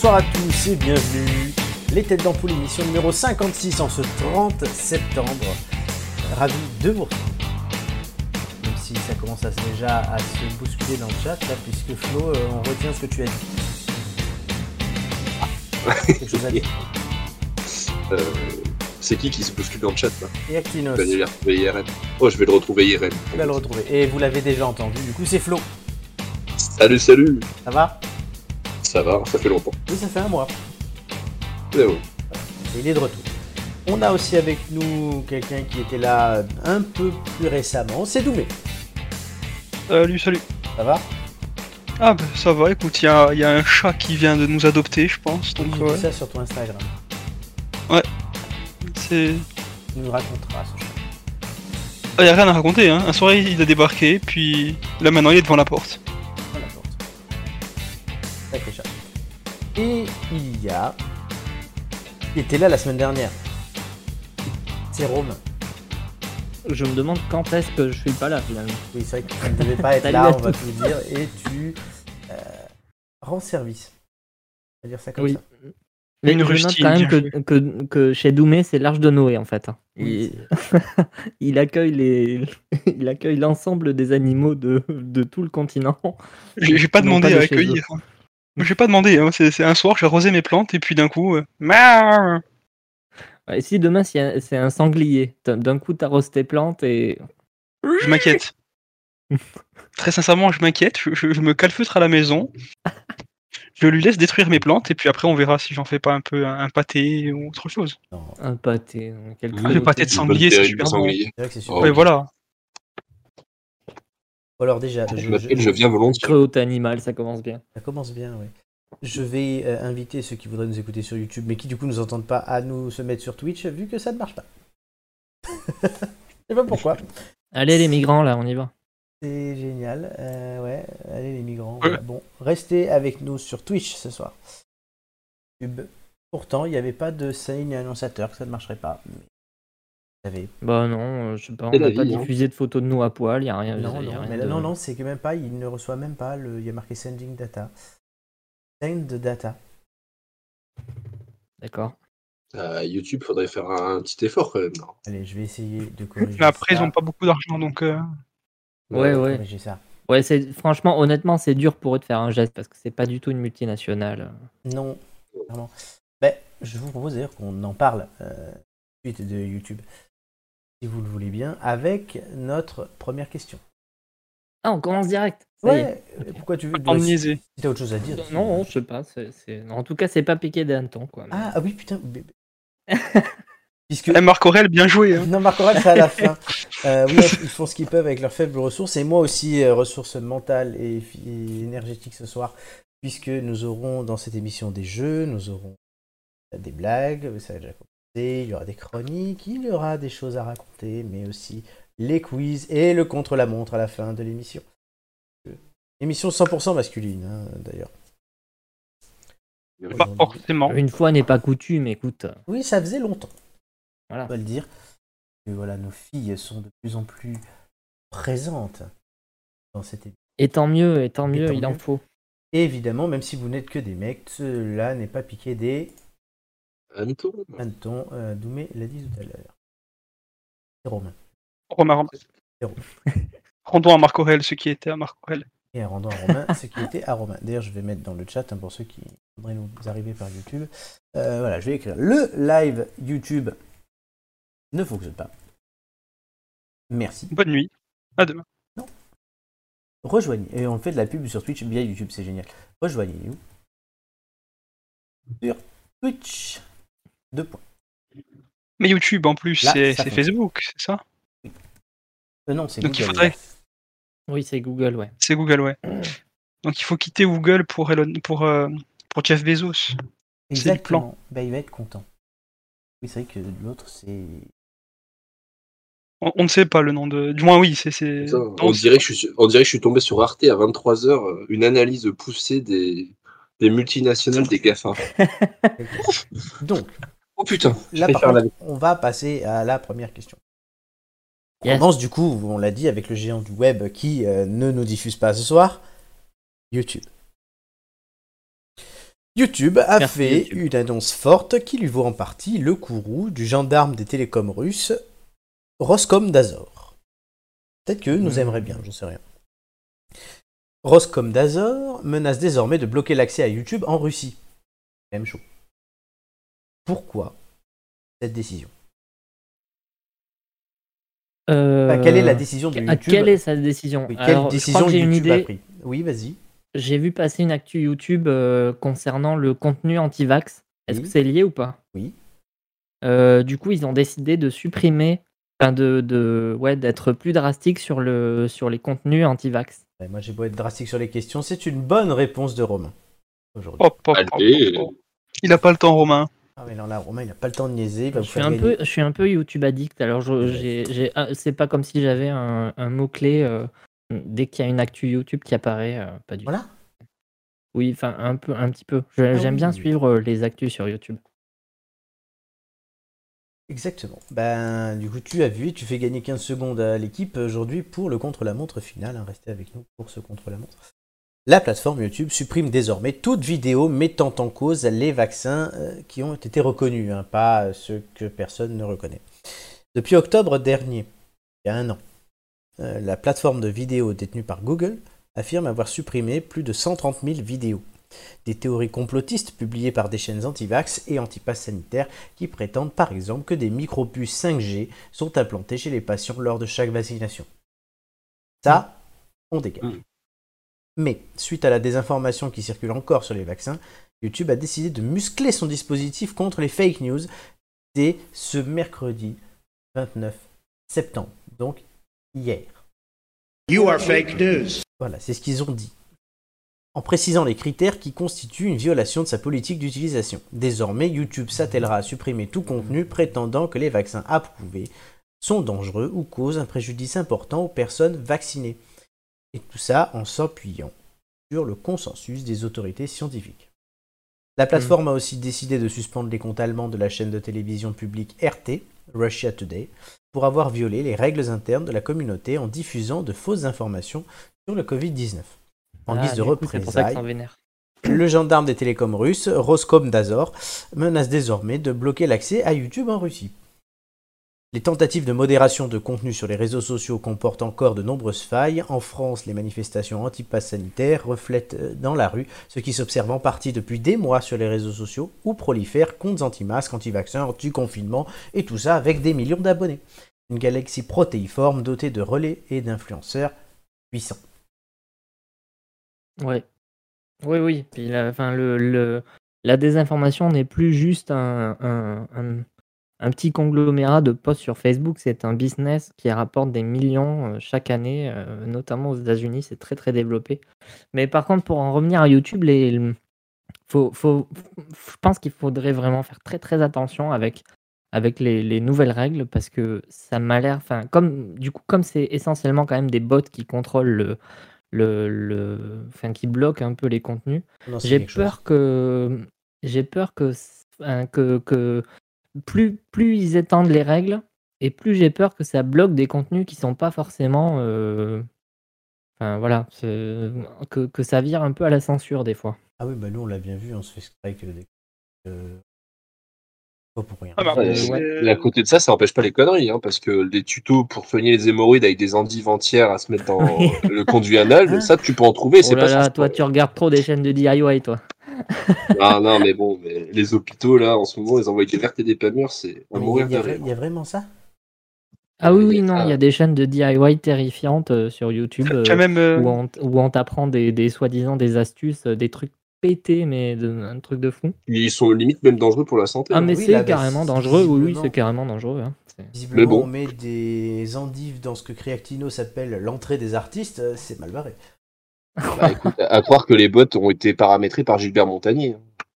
Bonsoir à tous et bienvenue. Les Têtes d'Ampoule, émission numéro 56 en ce 30 septembre. Ravi de vous retrouver. Même si ça commence déjà à se bousculer dans le chat, là, puisque Flo, on retient ce que tu as dit. Quelque chose à dire. C'est qui se bouscule dans le chat là? Et Actinos. Je vais aller le retrouver IRL. Oh, je vais le retrouver IRL. Tu vas le retrouver. Et vous l'avez déjà entendu, du coup c'est Flo. Salut. Ça va? Ça va, ça fait longtemps. Oui, ça fait un mois. Mais oui. Et il est de retour. On a aussi avec nous quelqu'un qui était là un peu plus récemment, c'est Doumé. Salut. Ça va? Ah bah ça va, écoute, il y a un chat qui vient de nous adopter, je pense, donc J'ai ouais. vu ça sur ton Instagram. C'est... Tu nous raconteras ce chat. Ah, y a rien à raconter, hein. Un soir il a débarqué, puis là maintenant il est devant la porte. Dans la porte. Sacré chat. Et il y a... qui était là la semaine dernière. C'est Romain. Je me demande quand est-ce que je suis pas là finalement. Oui, c'est vrai que tu ne devais pas être Salut là, à on va tous. te le dire, et tu rends service. On va dire ça comme Oui. ça. Mais Une je note rustine, quand même bien que chez Doumé, c'est l'Arche de Noé en fait. Oui, Il accueille il accueille l'ensemble des animaux de tout le continent. J'ai pas Non, demandé pas de à chez accueillir. J'ai pas demandé, hein. C'est un soir j'ai arrosé mes plantes et puis d'un coup... Miaou. Et si demain c'est un sanglier, d'un coup t'arroses tes plantes et... Je m'inquiète. Très sincèrement, je m'inquiète, je me calfeutre à la maison, je lui laisse détruire mes plantes et puis après on verra si j'en fais pas un peu un pâté ou autre chose. Non, Un pâté, quel Mmh. Le cruauté. pâté de Une sanglier, bonne c'est terrine super de bon. sanglier. c'est vrai que c'est super. Oh, Ouais, voilà. Alors déjà, Je m'appelle, je viens volontiers. Cruauté animale, ça commence bien. ça commence bien, oui. Je vais inviter ceux qui voudraient nous écouter sur YouTube, mais qui du coup nous entendent pas, à nous se mettre sur Twitch, vu que ça ne marche pas. Je sais pas pourquoi. Allez les migrants là, on y va. C'est génial. Ouais, allez les migrants. Ouais. Voilà. Bon, restez avec nous sur Twitch ce soir. YouTube. Pourtant, il n'y avait pas de signe annonçateur que ça ne marcherait pas. Mais il y avait. Bah non, je sais pas, C'est on la n'a pas vie, hein. diffusé de photos de nous à poil, y a rien. Non, y a non, rien mais de- non, c'est que même pas, il ne reçoit même pas le. Il y a marqué sending data. Send data. D'accord. YouTube, faudrait faire un petit effort quand même. Non. Allez, je vais essayer de corriger Mais après, ça. ils ont pas beaucoup d'argent, donc... Ouais. Corriger ça. Ouais, franchement, honnêtement, c'est dur pour eux de faire un geste parce que c'est pas du tout une multinationale. Non, clairement. Ben, je vous propose d'ailleurs qu'on en parle suite de YouTube, si vous le voulez bien, avec notre première question. Ah, on commence direct. Ça y est. Ouais, pourquoi tu veux En si niaiser. t'as autre chose à dire? Non, je sais pas. En tout cas, c'est pas piqué des hannetons, quoi. Ah oui, putain. Puisque. Marc Aurèle, bien joué, hein. Non, Marc Aurèle, c'est à la fin. Oui, ils font ce qu'ils peuvent avec leurs faibles ressources. Et moi aussi, ressources mentales et énergétiques ce soir, puisque nous aurons dans cette émission des jeux, nous aurons des blagues, ça a déjà commencé, il y aura des chroniques, il y aura des choses à raconter, mais aussi les quiz et le contre-la-montre à la fin de l'émission. Émission 100% masculine, hein, d'ailleurs. Pas forcément. Une fois n'est pas coutume, écoute. Oui, ça faisait longtemps, Voilà. on va le dire. Que voilà, nos filles sont de plus en plus présentes dans cette émission. Et tant mieux, tant il en mieux. faut. Et évidemment, même si vous n'êtes que des mecs, cela n'est pas piqué des Anton. hannetons. Doumé l'a dit tout à l'heure. C'est Romain. Romain. Zéro. Rendons à Marc Aurèle ce qui était à Marc Aurèle. Et rendons à Romain ce qui était à Romain. D'ailleurs, je vais mettre dans le chat pour ceux qui voudraient nous arriver par YouTube. Voilà, je vais écrire. Le live YouTube ne fonctionne pas. Merci. Bonne nuit. À demain. Rejoignez. Et on fait de la pub sur Twitch via YouTube, c'est génial. Rejoignez-nous sur Twitch. 2 points. Mais YouTube en plus, Là, c'est ça Facebook, c'est ça? Non, c'est Donc Google. il faudrait. Oui, c'est Google, ouais. C'est Google, ouais. Donc il faut quitter Google pour Jeff Bezos. C'est le plan. Exactement. Bah, il va être content. Oui, c'est vrai que l'autre, c'est. On ne sait pas le nom de. Du moins, oui, c'est. Ça, Non, on dirait que je suis tombé sur Arte à 23h, une analyse poussée des multinationales des GAFA. Donc, Oh putain, je là, vais par faire la contre, on va passer à la première question. On Yes. commence du coup, on l'a dit, avec le géant du web qui ne nous diffuse pas ce soir, YouTube. YouTube a Merci, fait YouTube. une annonce forte qui lui vaut en partie le courroux du gendarme des télécoms russes, Roskomnadzor. Peut-être qu'eux nous aimeraient bien, j'en sais rien. Roskomnadzor menace désormais de bloquer l'accès à YouTube en Russie. C'est même chaud. Pourquoi cette décision? Quelle est la décision de YouTube? Quelle est sa décision? Oui, quelle Alors, je crois décision que j'ai une YouTube a idée. pris? Oui, vas-y. J'ai vu passer une actu YouTube concernant le contenu anti-vax. Est-ce Oui. que c'est lié ou pas? Oui. Du coup, ils ont décidé de supprimer, d'être plus drastique sur les contenus anti-vax. Ouais, moi, j'ai beau être drastique sur les questions, c'est une bonne réponse de Romain aujourd'hui. Hop, hop, hop, Allez, hop, hop. Il a pas le temps, Romain. Ah, mais là, Romain, il n'a pas le temps de niaiser. Il va Je vous suis faire un gagner. peu, je suis un peu YouTube addict. Alors, c'est pas comme si j'avais un mot-clé dès qu'il y a une actu YouTube qui apparaît. Pas du tout. Voilà. Oui, enfin, un petit peu. Ah J'aime oui, bien oui. suivre les actus sur YouTube. Exactement. Ben, du coup, tu as vu, tu fais gagner 15 secondes à l'équipe aujourd'hui pour le contre-la-montre final. Hein. Restez avec nous pour ce contre-la-montre. La plateforme YouTube supprime désormais toute vidéo mettant en cause les vaccins qui ont été reconnus, hein, pas ceux que personne ne reconnaît. Depuis octobre dernier, il y a un an, la plateforme de vidéos détenue par Google affirme avoir supprimé plus de 130 000 vidéos. Des théories complotistes publiées par des chaînes anti-vax et anti-pass sanitaire qui prétendent par exemple que des micropuces 5G sont implantées chez les patients lors de chaque vaccination. Ça, on dégage. Mais, suite à la désinformation qui circule encore sur les vaccins, YouTube a décidé de muscler son dispositif contre les fake news dès ce mercredi 29 septembre, donc hier. You are fake news. Voilà, c'est ce qu'ils ont dit. En précisant les critères qui constituent une violation de sa politique d'utilisation. Désormais, YouTube s'attellera à supprimer tout contenu prétendant que les vaccins approuvés sont dangereux ou causent un préjudice important aux personnes vaccinées. Et tout ça en s'appuyant sur le consensus des autorités scientifiques. La plateforme a aussi décidé de suspendre les comptes allemands de la chaîne de télévision publique RT, Russia Today, pour avoir violé les règles internes de la communauté en diffusant de fausses informations sur le Covid-19. En guise de C'est pour ça qu'ils représailles, s'en vénèrent. le gendarme des télécoms russes, Roskomnadzor, menace désormais de bloquer l'accès à YouTube en Russie. Les tentatives de modération de contenu sur les réseaux sociaux comportent encore de nombreuses failles. En France, les manifestations anti-pass sanitaire reflètent dans la rue ce qui s'observe en partie depuis des mois sur les réseaux sociaux où prolifèrent comptes anti-masques, anti-vaccins, anti-confinement et tout ça avec des millions d'abonnés. Une galaxie protéiforme dotée de relais et d'influenceurs puissants. Ouais. Oui. Puis la désinformation n'est plus juste un petit conglomérat de posts sur Facebook, c'est un business qui rapporte des millions chaque année, notamment aux États-Unis, c'est très très développé. Mais par contre, pour en revenir à YouTube, je pense qu'il faudrait vraiment faire très très attention avec les nouvelles règles parce que ça m'a l'air, comme c'est essentiellement quand même des bots qui contrôlent qui bloquent un peu les contenus. J'ai peur que plus ils étendent les règles et plus j'ai peur que ça bloque des contenus qui sont pas forcément que ça vire un peu à la censure des fois. Ah oui, bah nous on l'a bien vu, on se fait strike pas pour rien. Ah bah, Et à côté de ça, ça n'empêche pas les conneries, hein, parce que les tutos pour soigner les hémorroïdes avec des endives entières à se mettre dans le conduit anal, ça tu peux en trouver, c'est Oh là pas là, ça. toi tu regardes trop des chaînes de DIY toi. Non, mais bon, mais les hôpitaux là, en ce moment, ils envoient des vertes et des pas mûres, c'est à mourir de rire. Il y a vraiment ça? Ah oui, non, il y a des chaînes de DIY terrifiantes sur YouTube où on t'apprend des soi-disant des astuces, des trucs pétés, mais un truc de fou. Ils sont limite même dangereux pour la santé. Ah, mais Oui, c'est là, carrément bah, dangereux, oui, visiblement. c'est carrément dangereux. Hein. Visiblement, Mais bon. on met des endives dans ce que Creactino s'appelle l'entrée des artistes, c'est mal barré. Bah, écoute, à croire que les bots ont été paramétrés par Gilbert Montagnier.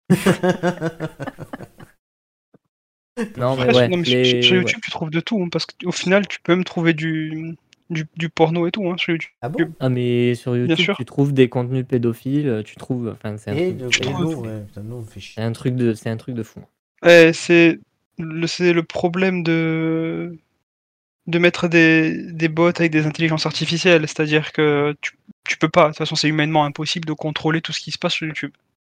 Non, mais Après, ouais. non, mais sur YouTube, tu trouves de tout, hein, parce qu'au final, tu peux même trouver du porno et tout hein, sur YouTube. Ah bon? Ah, mais sur YouTube, sûr. tu trouves des contenus pédophiles, tu trouves. Enfin, c'est un Et truc. de trouves- porno, ouais, putain, nous on fait chier. C'est un truc de fou. C'est le problème de mettre des bots avec des intelligences artificielles, c'est-à-dire que tu peux pas, de toute façon c'est humainement impossible de contrôler tout ce qui se passe sur YouTube.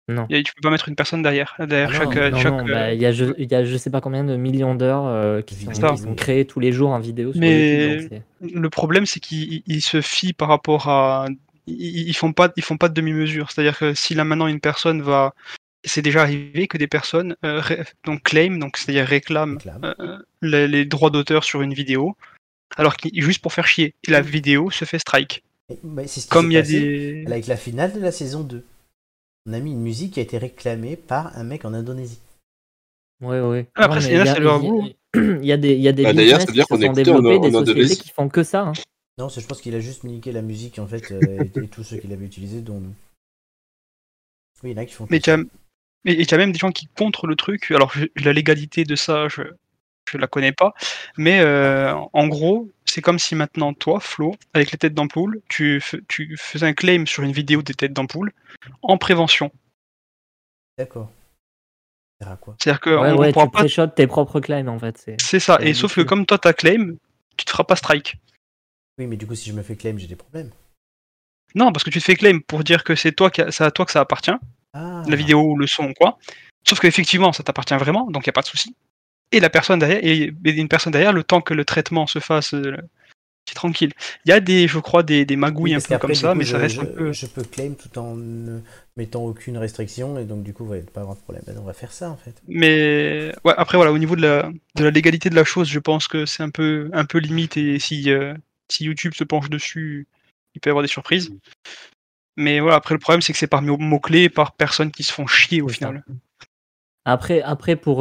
Non. Tu peux pas mettre une personne derrière Ah non, chaque. mais Non, il y a je sais pas combien de millions d'heures qui Vidéos, sont oui. créées tous les jours en vidéo sur Mais YouTube. Donc le problème, c'est qu'ils se fient par rapport à. Ils font pas de demi-mesure. C'est-à-dire que si là maintenant une personne va. C'est déjà arrivé que des personnes donc claim, donc c'est-à-dire réclament Réclame. les droits d'auteur sur une vidéo, alors juste pour faire chier. Et la vidéo se fait strike. Mais c'est ce qui Comme s'est il y a passé des. avec la finale de la saison 2. On a mis une musique qui a été réclamée par un mec en Indonésie. ouais. Après, Non, c'est mais là, c'est leur goût. il y a des Bah, d'ailleurs, business ça veut qui dire se qu'on sont écoutait développés, en des sociétés Indonésie. qui font que ça. Hein. Non, je pense qu'il a juste niqué la musique en fait et tous ceux qui l'avaient utilisé, dont nous. Oui, il y en a qui font Mais que ça. il y a même des gens qui contre le truc. Alors, la légalité de ça, je la connais pas. Mais en gros, c'est comme si maintenant, toi, Flo, avec les têtes d'ampoule, tu faisais un claim sur une vidéo des têtes d'ampoule en prévention. D'accord. Ça sert à quoi? C'est-à-dire qu'on Ouais, pourra tu pas. pré-shots tes propres claims en fait. C'est ça. c'est Et sauf que ridicule. comme toi, t'as claim, tu te feras pas strike. Oui, mais du coup, si je me fais claim, j'ai des problèmes. Non, parce que tu te fais claim pour dire que c'est à toi que ça appartient, Ah, la vidéo ou le son ou quoi. Sauf qu'effectivement, ça t'appartient vraiment, donc il n'y a pas de souci. Et la personne derrière, et une personne derrière, le temps que le traitement se fasse, c'est tranquille. Il y a je crois, des oui, magouilles un parce peu qu'après, comme du ça, coup, mais ça reste un peu. je peux claim tout en ne mettant aucune restriction et donc du coup, pas avoir de problème. Ben, on va faire ça en fait. Mais ouais, après voilà, au niveau de la légalité de la chose, je pense que c'est un peu limite et si YouTube se penche dessus, il peut y avoir des surprises. Mais voilà, après le problème c'est que c'est par mots-clés, par personnes qui se font chier au C'est ça. final. Après pour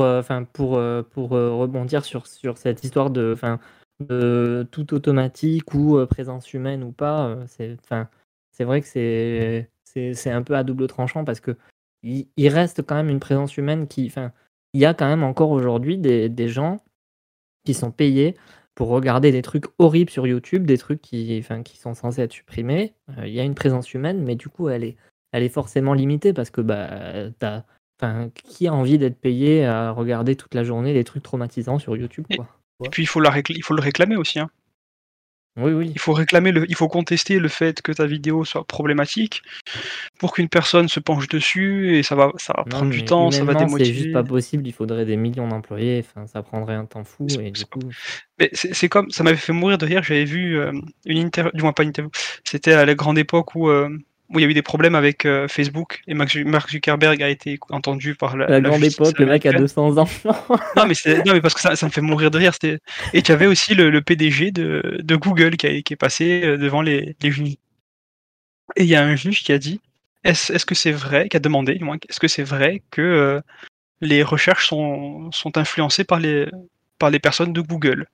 rebondir sur cette histoire de tout automatique ou présence humaine ou pas, c'est vrai que c'est un peu à double tranchant parce que il reste quand même une présence humaine il y a quand même encore aujourd'hui des gens qui sont payés pour regarder des trucs horribles sur YouTube, des trucs qui sont censés être supprimés. Il y a une présence humaine, mais du coup, elle est forcément limitée parce que qui a envie d'être payé à regarder toute la journée des trucs traumatisants sur YouTube, quoi. Et puis il faut le réclamer aussi. Hein. Oui. Il faut il faut contester le fait que ta vidéo soit problématique pour qu'une personne se penche dessus et ça va Non, prendre du mais temps, ça va humainement, c'est juste démotiver. pas possible. Il faudrait des millions d'employés. Ça prendrait un temps fou et du C'est coup. Mais c'est comme ça m'avait fait mourir de rire. J'avais vu une interview, du moins pas une interview. C'était à la grande époque où il y a eu des problèmes avec Facebook et Mark Zuckerberg a été entendu par La la grande justice époque, le mec a américaine. 200 ans. Non mais parce que ça me fait mourir de rire. Et tu avais aussi le PDG de Google qui est passé devant les juges. Et il y a un juge qui a dit est-ce que c'est vrai, qui a demandé du moins, est-ce que c'est vrai que les recherches sont influencées par les personnes de Google?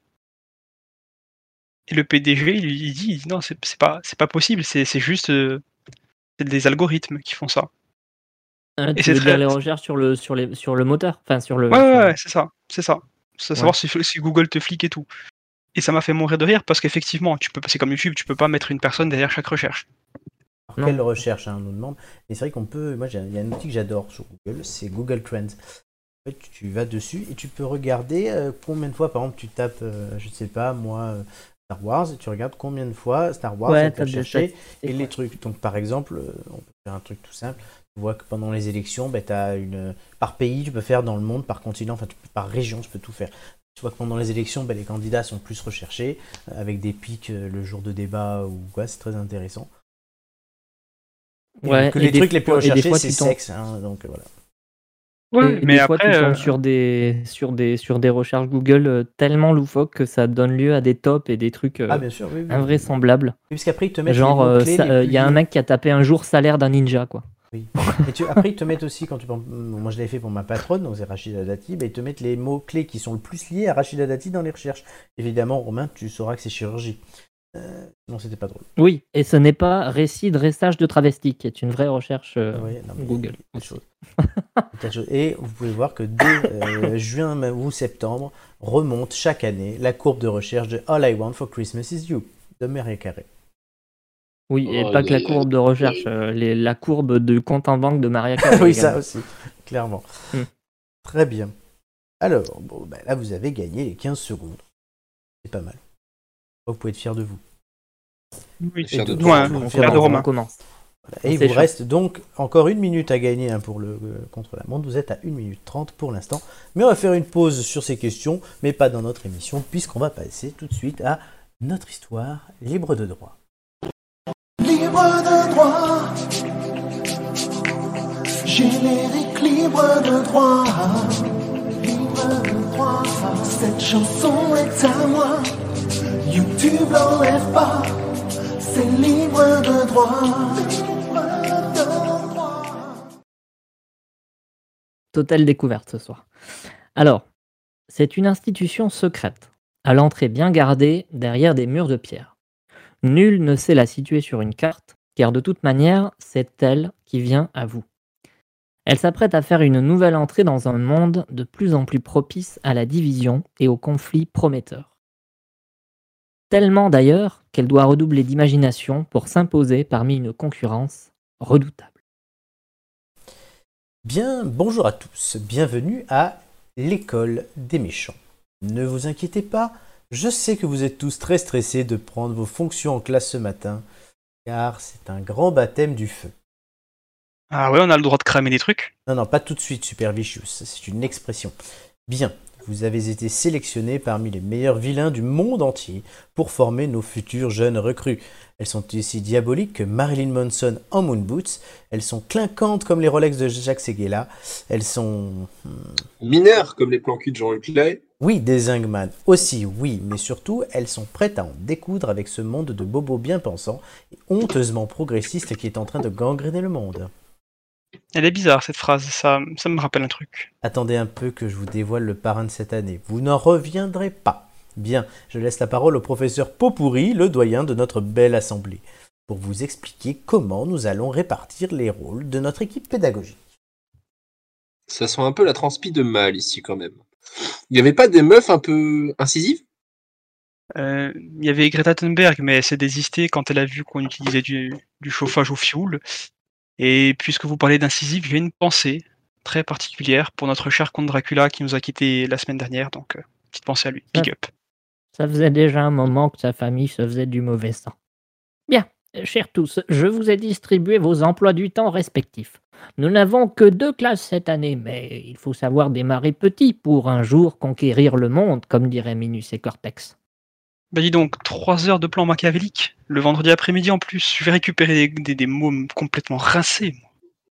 Et le PDG, il dit non, c'est pas possible, c'est juste c'est des algorithmes qui font ça. Et Tu c'est veux dire très. les recherches sur le moteur, sur le. Ouais, c'est ça, c'est ça. C'est Ouais. savoir si Google te flique et tout. Et ça m'a fait mourir de rire parce qu'effectivement, c'est comme YouTube, tu peux pas mettre une personne derrière chaque recherche. Alors, Non. quelle recherche, hein, on nous demande. Mais c'est vrai qu'on peut. Moi, il y a un outil que j'adore sur Google, c'est Google Trends. En fait, tu vas dessus et tu peux regarder combien de fois, par exemple, tu tapes, je sais pas, moi, Star Wars, et tu regardes combien de fois Star Wars Ouais, a été t'as des recherché et statistiques, les ouais. trucs. Donc, par exemple, on peut faire un truc tout simple. Tu vois que pendant les élections, t'as par pays, tu peux faire dans le monde, par continent, par région, tu peux tout faire. Tu vois que pendant les élections, les candidats sont plus recherchés, avec des pics le jour de débat ou quoi, c'est très intéressant. Ouais, Que et les des trucs les plus fois- et des recherchés, fois, c'est tu tombes- sexe, hein, donc voilà. Ouais, Et mais des fois, après, tu tombes sur des recherches Google tellement loufoques que ça donne lieu à des tops et des trucs Ah, bien sûr, oui. invraisemblables. Oui, parce qu'après, ils te mettent les Genre, mots-clés les il plus y a un liés. mec qui a tapé un jour salaire d'un ninja, quoi. Oui. Et après, ils te mettent aussi, quand moi je l'avais fait pour ma patronne, donc c'est Rachida Dati, ils te mettent les mots-clés qui sont le plus liés à Rachida Dati dans les recherches. Évidemment, Romain, tu sauras que c'est chirurgie. Non, c'était pas drôle. Oui, et ce n'est pas récit de restage de travesti, qui est une vraie recherche Oui, non, mais Google. il y a des choses. Il y a des choses. Et vous pouvez voir que dès juin ou septembre, remonte chaque année la courbe de recherche de All I Want for Christmas is You de Mariah Carey. Oui, et Oh, pas que la courbe de recherche, la courbe de compte en banque de Maria Carey. Oui, ça également. aussi, clairement. Hmm. Très bien. Alors, là, vous avez gagné les 15 secondes. C'est pas mal. Vous pouvez être fiers de vous. oui. Fier de Et toi. Ouais, tout- fier de tout- Romain. On commence. Et il vous reste donc encore 1 minute à gagner pour le contre-la-montre. Vous êtes à 1 minute 30 pour l'instant. Mais on va faire une pause sur ces questions, mais pas dans notre émission, puisqu'on va passer tout de suite à notre histoire libre de droit. Libre de droit. Générique libre de droit. Libre de droit. Cette chanson est à moi. YouTube l'enlève pas. C'est libre de droit. Totale découverte ce soir. Alors, c'est une institution secrète, à l'entrée bien gardée derrière des murs de pierre. Nul ne sait la situer sur une carte, car de toute manière, c'est elle qui vient à vous. Elle s'apprête à faire une nouvelle entrée dans un monde de plus en plus propice à la division et aux conflits prometteurs. Tellement d'ailleurs qu'elle doit redoubler d'imagination pour s'imposer parmi une concurrence redoutable. Bien, bonjour à tous, bienvenue à l'école des méchants. Ne vous inquiétez pas, je sais que vous êtes tous très stressés de prendre vos fonctions en classe ce matin, car c'est un grand baptême du feu. Ah ouais, on a le droit de cramer des trucs? Non, pas tout de suite, Super Vicious, c'est une expression. Bien, vous avez été sélectionnés parmi les meilleurs vilains du monde entier pour former nos futurs jeunes recrues. Elles sont aussi diaboliques que Marilyn Manson en Moon Boots. Elles sont clinquantes comme les Rolex de Jacques Séguéla. Elles sont... Mineures comme les plans cul de Jean-Luc Lahaye. Oui, des Zingman aussi, oui, mais surtout, elles sont prêtes à en découdre avec ce monde de bobos bien pensants et honteusement progressistes qui est en train de gangréner le monde. Elle est bizarre cette phrase, ça me rappelle un truc. Attendez un peu que je vous dévoile le parrain de cette année. Vous n'en reviendrez pas. Bien, je laisse la parole au professeur Potpourri, le doyen de notre belle assemblée, pour vous expliquer comment nous allons répartir les rôles de notre équipe pédagogique. Ça sent un peu la transpi de Mal ici quand même. Il n'y avait pas des meufs un peu incisives? Il y avait Greta Thunberg, mais elle s'est désistée quand elle a vu qu'on utilisait du chauffage au fioul. Et puisque vous parlez d'incisif, j'ai une pensée très particulière pour notre cher comte Dracula qui nous a quittés la semaine dernière, donc petite pensée à lui, big up. Ça faisait déjà un moment que sa famille se faisait du mauvais sang. Bien, chers tous, je vous ai distribué vos emplois du temps respectifs. Nous n'avons que 2 classes cette année, mais il faut savoir démarrer petit pour un jour conquérir le monde, comme dirait Minus et Cortex. Bah dis donc, 3 heures de plan machiavélique, le vendredi après-midi en plus, je vais récupérer des mots complètement rincés. Moi.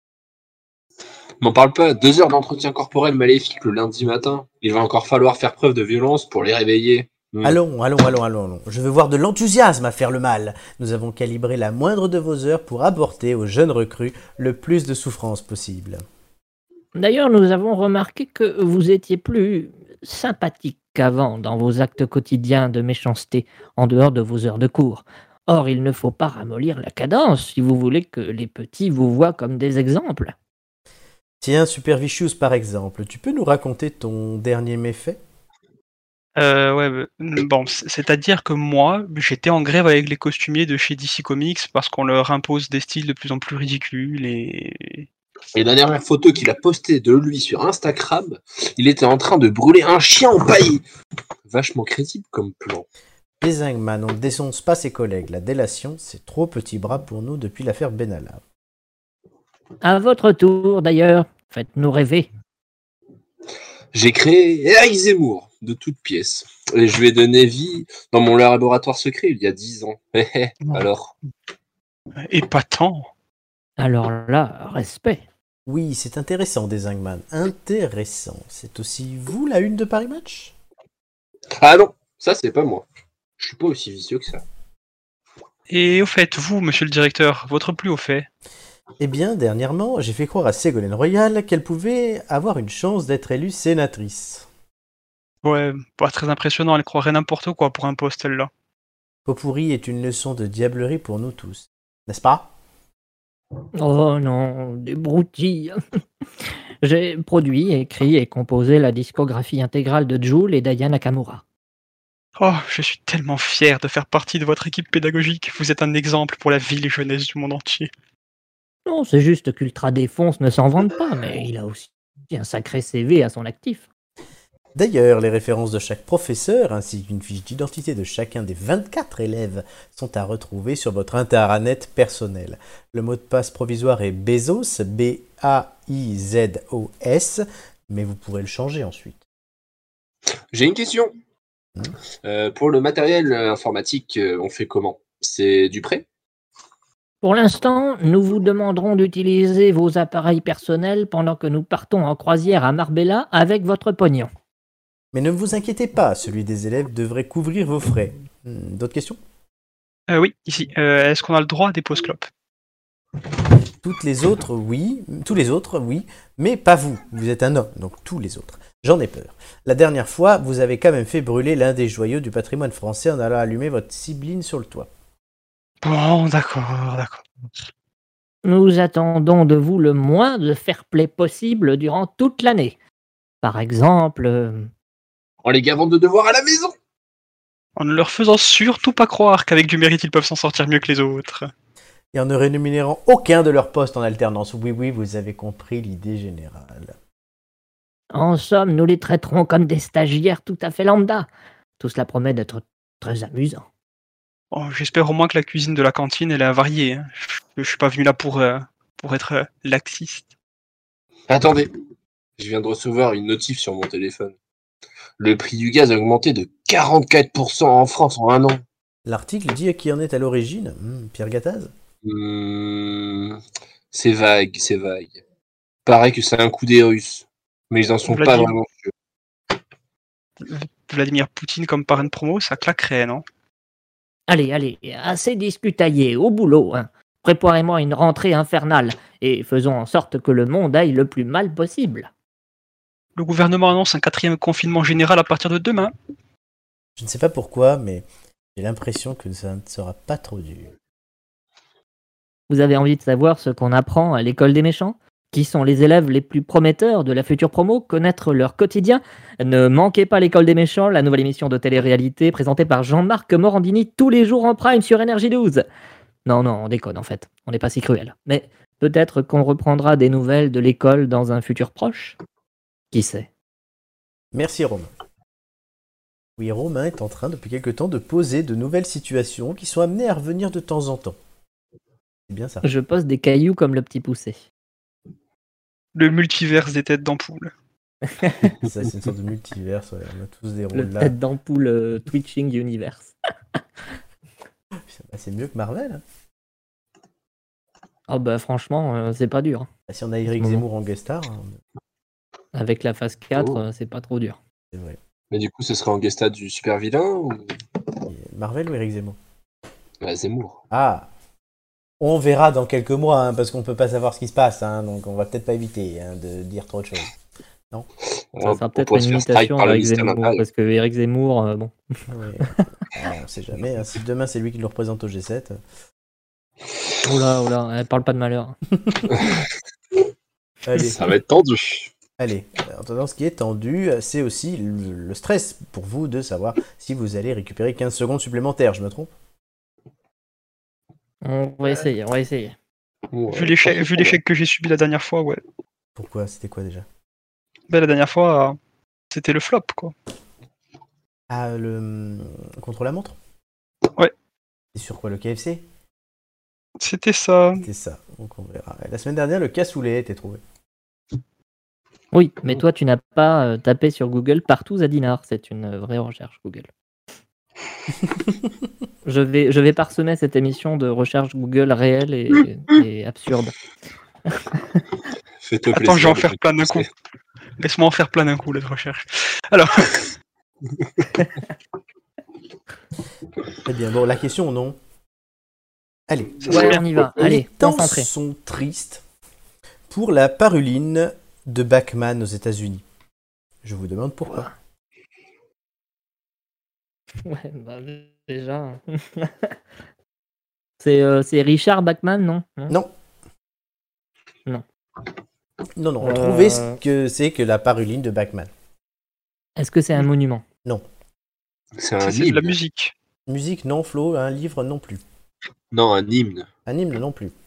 M'en parle pas, 2 heures d'entretien corporel maléfique le lundi matin. Il va encore falloir faire preuve de violence pour les réveiller. Allons. Je veux voir de l'enthousiasme à faire le mal. Nous avons calibré la moindre de vos heures pour apporter aux jeunes recrues le plus de souffrance possible. D'ailleurs, nous avons remarqué que vous étiez plus sympathique qu'avant dans vos actes quotidiens de méchanceté en dehors de vos heures de cours. Or, il ne faut pas ramollir la cadence si vous voulez que les petits vous voient comme des exemples. Tiens, Super Vicious par exemple, tu peux nous raconter ton dernier méfait ? Bon, c'est-à-dire que moi, j'étais en grève avec les costumiers de chez DC Comics parce qu'on leur impose des styles de plus en plus ridicules et la dernière photo qu'il a postée de lui sur Instagram, il était en train de brûler un chien empaillé. Vachement crédible comme plan. Les Zingman, on ne dénonce pas ses collègues. La délation, c'est trop petit bras pour nous depuis l'affaire Benalla. À votre tour, d'ailleurs, faites-nous rêver. J'ai créé Eric Zemmour de toutes pièces. Et je lui ai donné vie dans mon laboratoire secret il y a 10 ans. Alors. Épatant. Alors là, respect. Oui, c'est intéressant, des Zingman. Intéressant. C'est aussi vous, la une de Paris Match ? Ah non, ça c'est pas moi. Je suis pas aussi vicieux que ça. Et au fait, vous, monsieur le directeur, votre plus au fait ? Eh bien, dernièrement, j'ai fait croire à Ségolène Royal qu'elle pouvait avoir une chance d'être élue sénatrice. Ouais, pas très impressionnant, elle croirait n'importe quoi pour un poste, celle-là. Potpourri est une leçon de diablerie pour nous tous, n'est-ce pas ? Oh non, des broutilles. J'ai produit, écrit et composé la discographie intégrale de Jul et d'Aya Nakamura. Oh, je suis tellement fier de faire partie de votre équipe pédagogique. Vous êtes un exemple pour la ville et jeunesse du monde entier. Non, c'est juste qu'Ultra Défonce ne s'en vante pas, mais il a aussi un sacré CV à son actif. D'ailleurs, les références de chaque professeur ainsi qu'une fiche d'identité de chacun des 24 élèves sont à retrouver sur votre intranet personnel. Le mot de passe provisoire est Bezos, B-A-I-Z-O-S, mais vous pourrez le changer ensuite. J'ai une question. Pour le matériel informatique, on fait comment? C'est du prêt? Pour l'instant, nous vous demanderons d'utiliser vos appareils personnels pendant que nous partons en croisière à Marbella avec votre pognon. Mais ne vous inquiétez pas, celui des élèves devrait couvrir vos frais. D'autres questions? Oui, ici. Est-ce qu'on a le droit à des pauses clopes? Tous les autres, oui, mais pas vous. Vous êtes un homme, donc tous les autres. J'en ai peur. La dernière fois, vous avez quand même fait brûler l'un des joyaux du patrimoine français en allant allumer votre Sibylline sur le toit. Bon, d'accord. Nous attendons de vous le moins de fair-play possible durant toute l'année. Par exemple... En les gavant de devoirs à la maison! En ne leur faisant surtout pas croire qu'avec du mérite, ils peuvent s'en sortir mieux que les autres. Et en ne rémunérant aucun de leurs postes en alternance. Oui, vous avez compris l'idée générale. En somme, nous les traiterons comme des stagiaires tout à fait lambda. Tout cela promet d'être très amusant. Oh, j'espère au moins que la cuisine de la cantine, elle est variée. Hein. Je suis pas venu là pour être laxiste. Attendez, je viens de recevoir une notif sur mon téléphone. Le prix du gaz a augmenté de 44% en France en un an. L'article dit qui en est à l'origine. Pierre Gattaz? C'est vague. Paraît que c'est un coup des Russes, mais ils en sont pas vraiment sûrs. Vladimir Poutine comme parrain de promo, ça claquerait, non? Allez, assez discutaillé, au boulot. Hein. Préparez-moi une rentrée infernale et faisons en sorte que le monde aille le plus mal possible. Le gouvernement annonce un 4e confinement général à partir de demain. Je ne sais pas pourquoi, mais j'ai l'impression que ça ne sera pas trop dur. Vous avez envie de savoir ce qu'on apprend à l'école des méchants? Qui sont les élèves les plus prometteurs de la future promo? Connaître leur quotidien? Ne manquez pas l'école des méchants, la nouvelle émission de télé-réalité présentée par Jean-Marc Morandini tous les jours en prime sur NRJ12. Non, on déconne en fait, on n'est pas si cruel. Mais peut-être qu'on reprendra des nouvelles de l'école dans un futur proche? Qui sait? Merci Romain. Oui, Romain est en train depuis quelque temps de poser de nouvelles situations qui sont amenées à revenir de temps en temps. C'est bien ça. Je pose des cailloux comme le petit poussé. Le multiverse des têtes d'ampoule. Ça, c'est une sorte de multiverse, ouais. On a tous des rôles Le là. tête d'ampoule Twitching Universe. C'est mieux que Marvel. Hein. Oh bah franchement, c'est pas dur. Si on a Eric Zemmour en guest star. Avec la phase 4, c'est pas trop dur. C'est vrai. Mais du coup, ce serait en guest star du super vilain ou... Marvel ou Eric Zemmour? Zemmour. Ah, on verra dans quelques mois, hein, parce qu'on peut pas savoir ce qui se passe, hein, donc on va peut-être pas éviter de dire trop de choses. Non. Ça sera peut-être une imitation d'Eric Zemmour, parce que Eric Zemmour, bon. Oui. On sait jamais. Hein, si demain c'est lui qui nous représente au G7. Oula, elle parle pas de malheur. Allez. Ça va être tendu. Allez, en attendant, ce qui est tendu, c'est aussi le stress pour vous de savoir si vous allez récupérer 15 secondes supplémentaires, je me trompe? On va essayer. Ouais, Vu l'échec que j'ai subi la dernière fois, ouais. Pourquoi? C'était quoi déjà? Ben, la dernière fois, c'était le flop, quoi. Ah, le contre-la-montre? Ouais. Et sur quoi, le KFC? C'était ça. C'était ça, donc on verra. La semaine dernière, le cassoulet a été trouvé. Oui, mais toi, tu n'as pas tapé sur Google partout Zadinard. C'est une vraie recherche Google. Je vais parsemer cette émission de recherche Google réelle et absurde. Fais-toi Attends, plaisir. je vais en faire plein d'un coup. Laisse-moi en faire plein d'un coup, la recherche. Alors. Très bien, bon, la question, non? Allez. Ouais, on y va. Allez, Les temps concentré. sont tristes pour la paruline de Bachmann aux États-Unis. Je vous demande pourquoi. Ouais, bah déjà. C'est Richard Bachman, non? Non. Non. Non, trouvez ce que c'est que la paruline de Bachmann. Est-ce que c'est un monument? Non. C'est un Ça, c'est de hymne. la musique. Musique, non. Flo, un livre, non plus. Non, un hymne. Un hymne, non plus.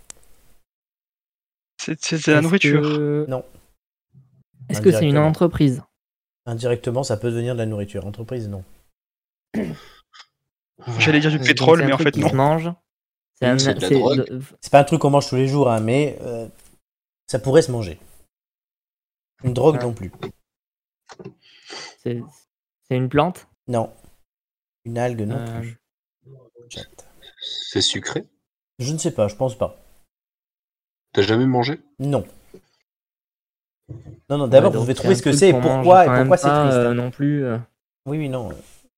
C'est de la nourriture. Non. Est-ce que c'est une Indirectement. entreprise? Indirectement, ça peut devenir de la nourriture. Entreprise, non. J'allais dire du Donc, pétrole, c'est un mais en truc fait qui non. se mange. Oui, c'est de la drogue. C'est pas un truc qu'on mange tous les jours, hein, mais ça pourrait se manger. Une drogue Ah. non plus. c'est une plante. Non. Une algue non Euh, plus. Chat. C'est sucré. Je ne sais pas, je pense pas. T'as jamais mangé? Non. Non, d'abord, ouais, vous devez donc trouver c'est ce un que truc c'est et qu'on mange pourquoi quand même c'est pas, triste. Hein. non plus. Oui, non.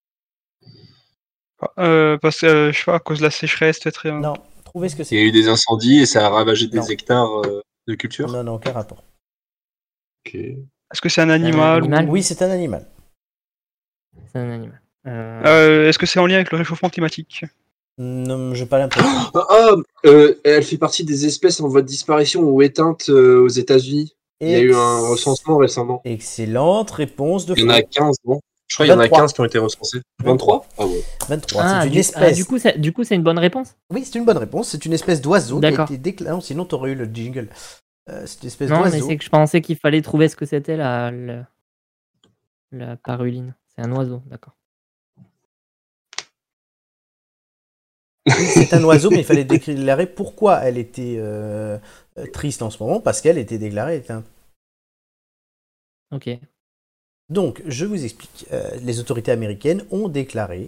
Parce que, je sais pas, à cause de la sécheresse, peut-être. Non, trouvez ce que Il y a c'est. eu des incendies et ça a ravagé Non. des hectares de culture. Non, aucun rapport. Ok. Est-ce que c'est un animal, animal Oui, c'est un animal. C'est un animal. Est-ce que c'est en lien avec le réchauffement climatique? Non, j'ai pas l'impression. Elle fait partie des espèces en voie de disparition ou éteintes aux États-Unis. Il y a eu un recensement récemment. Excellente réponse de Il y en a Flo. 15, non? Je crois qu'il y en a 23. 15 qui ont été recensés. 23? Ah ouais. 23. Ah, C'est une du espèce. coup, c'est une bonne réponse. Oui, c'est une bonne réponse. C'est une espèce d'oiseau qui a D'accord. été déclarée. Sinon, t'aurais eu le jingle. C'est une espèce Non, mais d'oiseau. c'est que je pensais qu'il fallait trouver ce que c'était la paruline. C'est un oiseau, d'accord. Oui, c'est un oiseau, mais il fallait déclarer pourquoi elle était triste en ce moment, parce qu'elle était déclarée éteinte. Ok. Donc, je vous explique. Les autorités américaines ont déclaré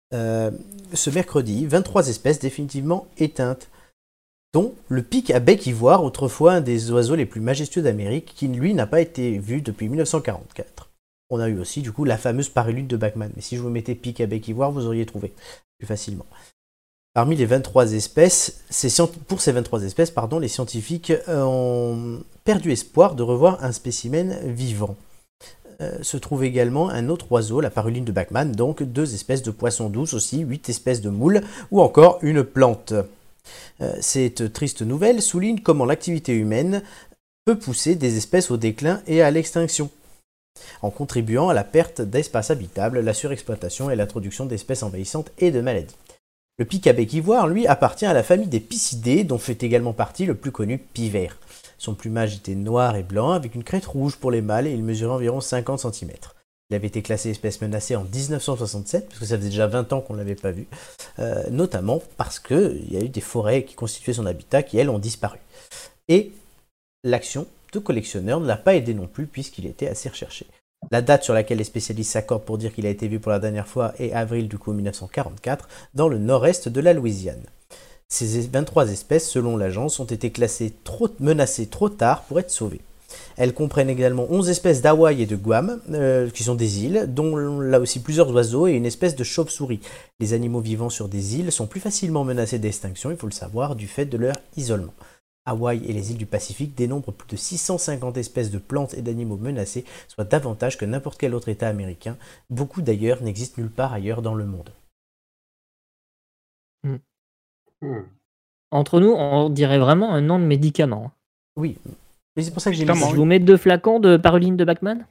ce mercredi 23 espèces définitivement éteintes, dont le pic à bec ivoire, autrefois un des oiseaux les plus majestueux d'Amérique, qui lui n'a pas été vu depuis 1944. On a eu aussi du coup la fameuse paruline de Bachmann, mais si je vous mettais pic à bec ivoire, vous auriez trouvé plus facilement. Parmi les 23 espèces, pour ces 23 espèces, les scientifiques ont perdu espoir de revoir un spécimen vivant. Se trouve également un autre oiseau, la paruline de Bachmann, donc 2 espèces de poissons douces aussi, 8 espèces de moules ou encore une plante. Cette triste nouvelle souligne comment l'activité humaine peut pousser des espèces au déclin et à l'extinction, en contribuant à la perte d'espaces habitables, la surexploitation et l'introduction d'espèces envahissantes et de maladies. Le pic à bec ivoire, lui, appartient à la famille des piscidés, dont fait également partie le plus connu pivert. Son plumage était noir et blanc, avec une crête rouge pour les mâles, et il mesurait environ 50 cm. Il avait été classé espèce menacée en 1967, parce que ça faisait déjà 20 ans qu'on ne l'avait pas vu, notamment parce qu'il y a eu des forêts qui constituaient son habitat qui, elles, ont disparu. Et l'action de collectionneur ne l'a pas aidé non plus, puisqu'il était assez recherché. La date sur laquelle les spécialistes s'accordent pour dire qu'il a été vu pour la dernière fois est avril 1944, dans le nord-est de la Louisiane. Ces 23 espèces, selon l'agence, ont été classées menacées trop tard pour être sauvées. Elles comprennent également 11 espèces d'Hawaï et de Guam, qui sont des îles, dont là aussi plusieurs oiseaux et une espèce de chauve-souris. Les animaux vivant sur des îles sont plus facilement menacés d'extinction, il faut le savoir, du fait de leur isolement. Hawaï et les îles du Pacifique dénombrent plus de 650 espèces de plantes et d'animaux menacés, soit davantage que n'importe quel autre État américain. Beaucoup d'ailleurs n'existent nulle part ailleurs dans le monde. Entre nous, on dirait vraiment un nom de médicament. Oui, mais c'est pour ça que j'ai mis Clairement, ça. Je vous mets 2 flacons de paruline de Bachmann.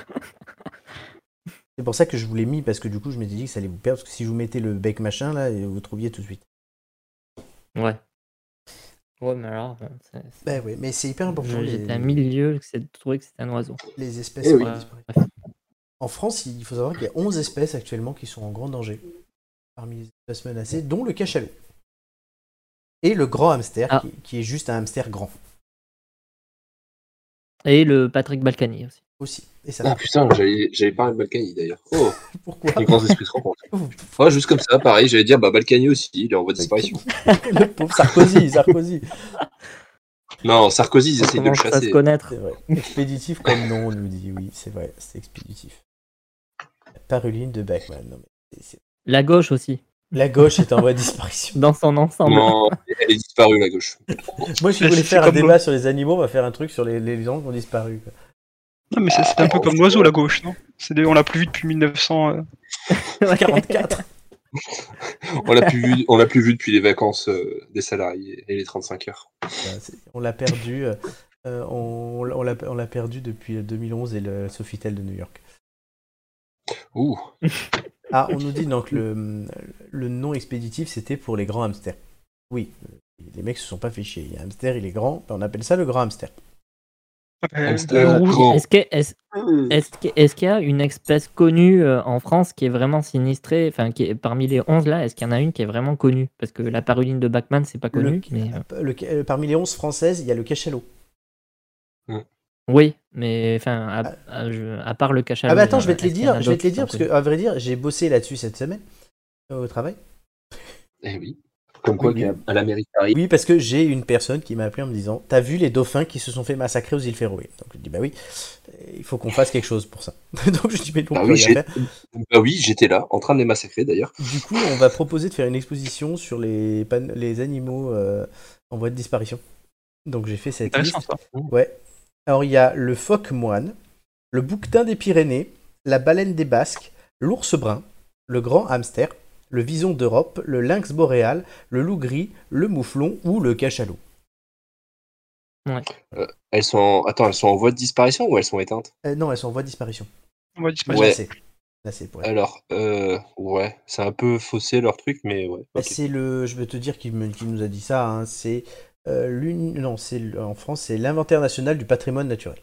C'est pour ça que je vous l'ai mis, parce que du coup je m'étais dit que ça allait vous perdre, parce que si je vous mettais le bec machin là, vous trouviez tout de suite. Ouais. Ouais, mais alors, Ben oui, mais c'est hyper important. j'étais à 1000 lieues de trouver que c'était un oiseau. Les espèces Eh oui. qui disparaissent. Bref. En France, il faut savoir qu'il y a 11 espèces actuellement qui sont en grand danger parmi les espèces menacées, dont le cachalot. Et le grand hamster, Ah. qui est juste un hamster grand Et le Patrick Balkany aussi. aussi. Et ça Ah putain, j'allais parler de Balkany d'ailleurs. Oh, pourquoi les grands esprits se rencontrent. Ouais, juste comme ça, pareil, j'allais dire Balkany aussi, il est en voie de disparition. Le pauvre Sarkozy. Non, Sarkozy, ils On essayent de le commence à chasser. se connaître. C'est vrai. Expéditif comme nom, on nous dit. Oui, c'est vrai, c'est expéditif. La paruline de Bachmann. Non, mais La gauche aussi, la gauche est en voie de disparition. dans son ensemble. Non, elle est disparue, la gauche. Moi, si Là, vous voulez c'est faire un comme débat moi. sur les animaux, on va faire un truc sur les gens qui ont disparu. Quoi. Non, mais c'est un peu comme l'oiseau, la gauche, non? On l'a plus vu depuis 1900. 44. On l'a plus vu depuis les vacances des salariés et les 35 heures. On l'a perdu. On l'a perdu depuis 2011 et le Sofitel de New York. Ouh. Ah, on nous dit donc le nom expéditif, c'était pour les grands hamsters. Oui, les mecs se sont pas fait chier. Il y a un hamster, il est grand, on appelle ça le grand hamster. Hamster grand. Est-ce qu'il y a une espèce connue en France qui est vraiment sinistrée, enfin qui est parmi les 11 là, est-ce qu'il y en a une qui est vraiment connue? Parce que la paruline de Bachmann, c'est pas connu. Parmi les 11 françaises, il y a le cachalot. Oui, mais enfin, à part le cachalot. Ah bah attends, je vais te les dire, parce que à vrai dire, j'ai bossé là-dessus cette semaine au travail. Eh oui. Comme quoi, Oui. à la mairie de Paris. Oui, parce que j'ai une personne qui m'a appelé en me disant: t'as vu les dauphins qui se sont fait massacrer aux îles Féroé? Donc je dis: bah oui, il faut qu'on fasse quelque chose pour ça. Donc je dis: mais on peut rien faire. Bah oui, j'étais là, en train de les massacrer d'ailleurs. Du coup, on va proposer de faire une exposition sur les animaux en voie de disparition. Donc j'ai fait cette liste. Intéressant, ça. Ouais. Alors il y a le phoque moine, le bouquetin des Pyrénées, la baleine des Basques, l'ours brun, le grand hamster, le vison d'Europe, le lynx boréal, le loup gris, le mouflon ou le cachalot. Elles sont en voie de disparition ou elles sont éteintes? Non, elles sont en voie de disparition. On va disparaître. Ouais. Là, c'est pour elle. Alors, ouais, c'est un peu faussé leur truc, mais ouais. ok. Je vais te dire qui nous a dit ça, hein, c'est en France, c'est l'Inventaire national du patrimoine naturel.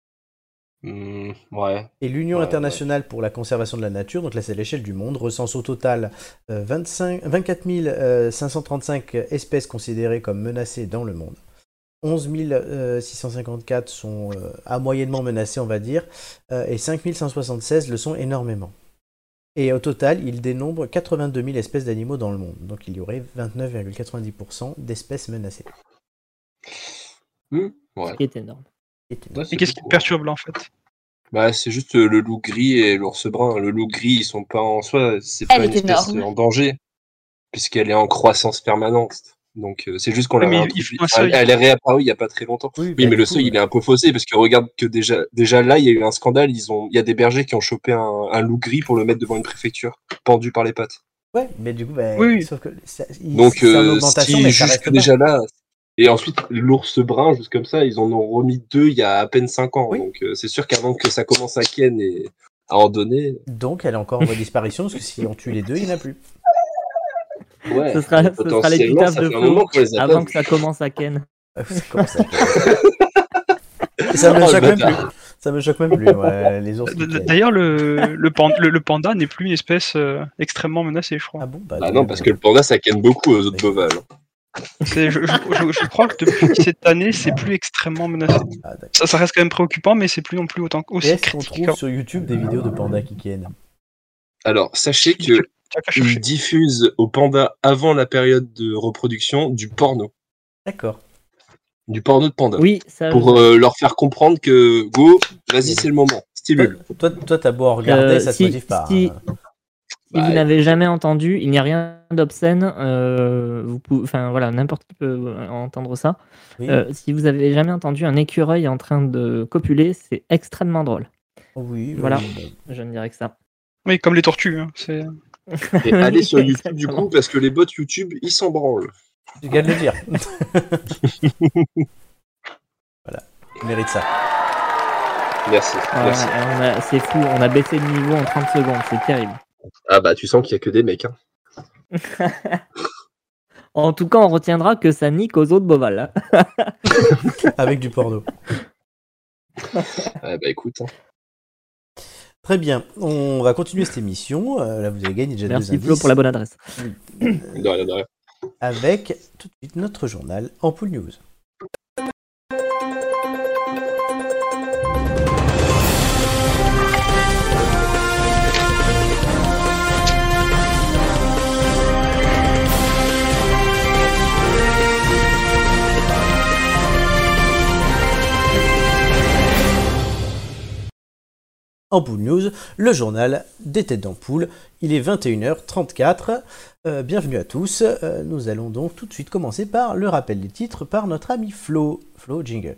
Ouais. Et l'Union Ouais, internationale pour la conservation de la nature, donc là c'est l'échelle du monde, recense au total 24 535 espèces considérées comme menacées dans le monde. 11 654 sont à moyennement menacées, on va dire, et 5 176 le sont énormément. Et au total, il dénombre 82 000 espèces d'animaux dans le monde. Donc il y aurait 29,90% d'espèces menacées. Ouais. Ce qui est énorme. Ouais, Et c'est qu'est-ce qui te beaucoup. perturbe là en fait? Bah, c'est juste le loup gris et l'ours brun. Le loup gris, ils sont pas en soi, c'est Elle pas une est espèce énorme. en danger, puisqu'elle est en croissance permanente. Donc c'est juste qu'on Ouais, l'a mais il réintroduite. faut un seuil. Elle est réapparue il y a pas très longtemps. Oui, Oui, bah, mais du le coup, seuil, il est un peu faussé, parce que regarde que déjà là, il y a eu un scandale. Il y a des bergers qui ont chopé un loup gris pour le mettre devant une préfecture, pendu par les pattes. Ouais, mais du coup, bah, Oui. sauf que Donc c'est en augmentation, mais ça juste reste que bas. déjà là. Et ensuite, l'ours brun, juste comme ça, ils en ont remis 2 il y a à peine 5 ans. Oui. Donc c'est sûr qu'avant que ça commence à ken et à en donner. Donc elle est encore en voie de disparition, parce que si on tue les deux, il n'y en a plus. Ouais, Ce sera potentiellement, l'épitaphe ça de fait un Flo moment qu'on les a pas avant vus. que ça commence à ken. Ça commence à- Ça me Oh, choque le même bâtard. plus. Ça me choque même plus, ouais, les ours. qui tiennent. D'ailleurs, le panda n'est plus une espèce extrêmement menacée, je crois. Ah bon, bah, Bah non, parce que le panda, ça ken beaucoup aux autres bovales. Je crois que depuis cette année, c'est plus extrêmement menacé. Ah, d'accord. Ça reste quand même préoccupant, mais c'est plus non plus Et aussi est-ce qu'on critique. trouve sur YouTube des vidéos de pandas qui tiennent? Alors, sachez Tu que as qu'à ils chercher. diffusent aux pandas avant la période de reproduction du porno. D'accord. Du porno de panda. Oui, ça. Pour leur faire comprendre que go, vas-y, c'est le moment. Stimule. Toi, t'as beau en regarder, ça te si- motive pas. si- hein. Si vous Bah, n'avez jamais entendu, il n'y a rien d'obscène. Vous pouvez, enfin voilà, n'importe qui peut entendre ça. Oui. Si vous avez jamais entendu un écureuil en train de copuler, c'est extrêmement drôle. Oui, Voilà. oui, bon. Je ne dirais que ça. Oui, comme les tortues. Hein, c'est... Et allez sur Oui, YouTube du exactement. coup, parce que les bots YouTube, ils s'en branlent. Tu viens de le dire. Voilà, tu mérites ça. Merci. Merci. C'est fou, on a baissé le niveau en 30 secondes, c'est terrible. Ah bah, tu sens qu'il y a que des mecs. Hein. En tout cas, on retiendra que ça nique aux autres bovales. Hein. Avec du porno. Ah bah écoute. Hein. Très bien, on va continuer cette émission. Là, vous avez gagné déjà Merci 2 Flo indices. pour la bonne adresse. De rien, de rien. Avec tout de suite notre journal Ampoule News. Ampoule News, le journal des têtes d'ampoule. Il est 21h34. Bienvenue à tous. Nous allons donc tout de suite commencer par le rappel des titres par notre ami Flo. Flo, jingle.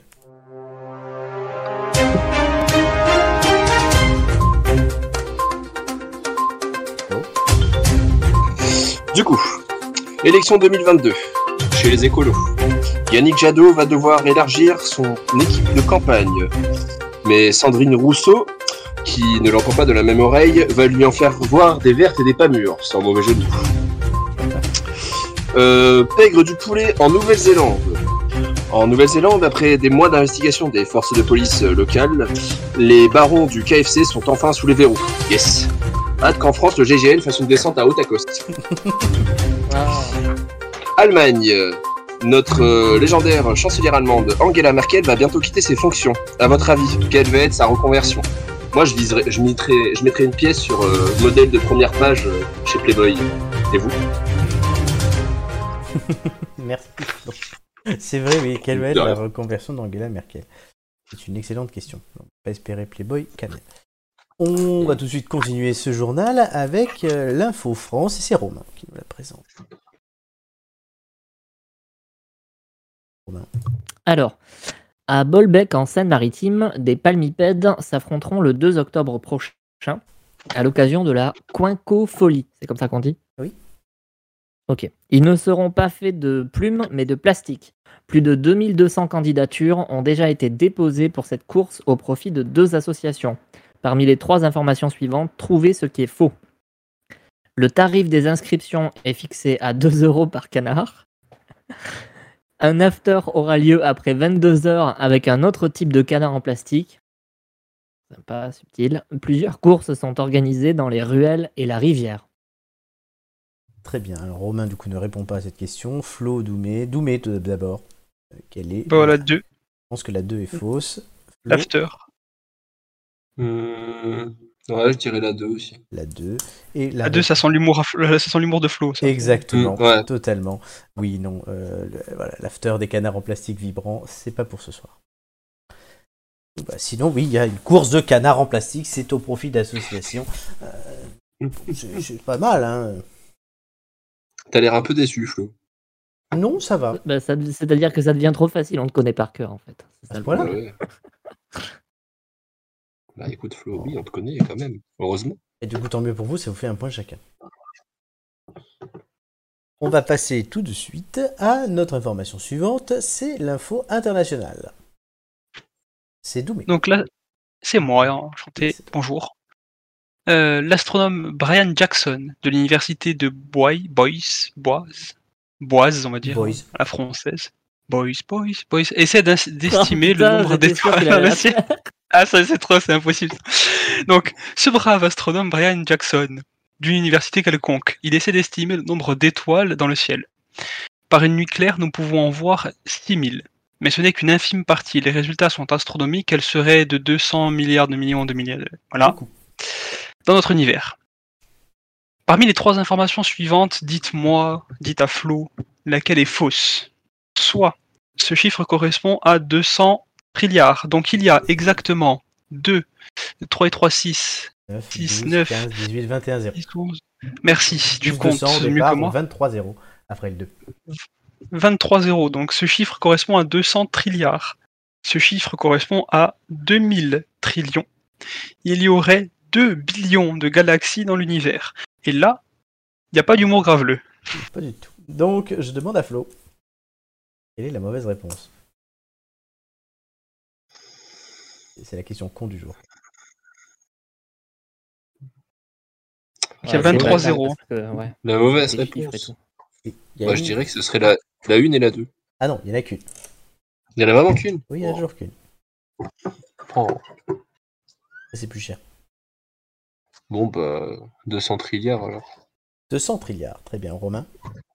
Du coup, élection 2022, chez les écolos. Yannick Jadot va devoir élargir son équipe de campagne. Mais Sandrine Rousseau, qui ne l'entend pas de la même oreille, va lui en faire voir des vertes et des pas mûres, sans mauvais jeu de mots. Pègre du poulet en Nouvelle-Zélande. En Nouvelle-Zélande, après des mois d'investigation des forces de police locales, les barons du KFC sont enfin sous les verrous. Yes. Hâte qu'en France, le GGN fasse une descente à Haute-Acoste. Allemagne. Notre légendaire chancelière allemande Angela Merkel va bientôt quitter ses fonctions. À votre avis, quelle va être sa reconversion? Moi, je mettrais une pièce sur modèle de première page chez Playboy. Et vous? Merci. C'est vrai, oui. Quelle va être la reconversion d'Angela Merkel? C'est une excellente question. On peut pas espérer Playboy Canel. On va tout de suite continuer ce journal avec l'info France et c'est Romain qui nous la présente. Romain. Alors, à Bolbec en Seine-Maritime, des palmipèdes s'affronteront le 2 octobre prochain à l'occasion de la Coincofolie. C'est comme ça qu'on dit? Oui. Ok. Ils ne seront pas faits de plumes, mais de plastique. Plus de 2200 candidatures ont déjà été déposées pour cette course au profit de 2 associations. Parmi les 3 informations suivantes, trouvez ce qui est faux. Le tarif des inscriptions est fixé à 2 € par canard. Un after aura lieu après 22 heures avec un autre type de canard en plastique. Sympa, subtil. Plusieurs courses sont organisées dans les ruelles et la rivière. Très bien. Alors Romain, du coup, ne répond pas à cette question. Flo, Doumé. Doumé, d'abord. Quelle est? Bah voilà, 2. Je pense que la 2 est fausse. Flo, L'after. Ouais, je dirais la 2 aussi. la 2. Et la La 2, ça sent l'humour de Flo. Ça. Exactement, Ouais. totalement. Oui, non, voilà, l'after des canards en plastique vibrant, c'est pas pour ce soir. Bah, sinon, oui, il y a une course de canards en plastique, c'est au profit d'associations. C'est pas mal, hein. T'as l'air un peu déçu, Flo. Non, ça va. Bah, c'est-à-dire que ça devient trop facile, on te connaît par cœur en fait. C'est ça le Voilà. problème. Ouais. Bah écoute, Flo, oui, on te connaît quand même. Heureusement. Et du coup, tant mieux pour vous, ça vous fait un point chacun. On va passer tout de suite à notre information suivante, c'est l'info internationale. C'est Doumé. Donc là, c'est moi, enchanté, bonjour. L'astronome Brian Jackson de l'université de Boise, on va dire, Boise. à la française. Boise, essaie d'estimer le putain, nombre j'étais sûr d'étoiles qu'il dans allait le la ciel. Ah, ça c'est trop, c'est impossible. Donc, ce brave astronome Brian Jackson, d'une université quelconque, il essaie d'estimer le nombre d'étoiles dans le ciel. Par une nuit claire, nous pouvons en voir 6000. Mais ce n'est qu'une infime partie. Les résultats sont astronomiques. Elles seraient de 200 milliards de millions de milliards. Voilà. Beaucoup. Dans notre univers. Parmi les 3 informations suivantes, dites à Flo, laquelle est fausse. Soit, ce chiffre correspond à 200 trilliards. Donc il y a exactement 2, 3 et 3, 6, 9, 6, 12, 9, 15, 18, 21, 0. 10, 11. Merci, tu 12, comptes 200 au mieux départ, que moi. 23 0 après le 2. 23 zéros, donc ce chiffre correspond à 200 trilliards. Ce chiffre correspond à 2000 trillions. Il y aurait 2 billions de galaxies dans l'univers. Et là, il n'y a pas d'humour graveleux. Pas du tout. Donc, je demande à Flo. Quelle est la mauvaise réponse? C'est la question con du jour. Il y a 23-0. Ouais. La mauvaise Les chiffres et réponse. tout. Il y a Moi, une- je dirais que ce serait la 1 et la 2. Ah non, il n'y en a qu'une. Il y en a vraiment qu'une. Oui, il y en a toujours qu'une. Oh. C'est plus cher. Bon, bah, 200 trilliards alors. 200 trilliards, très bien. Romain?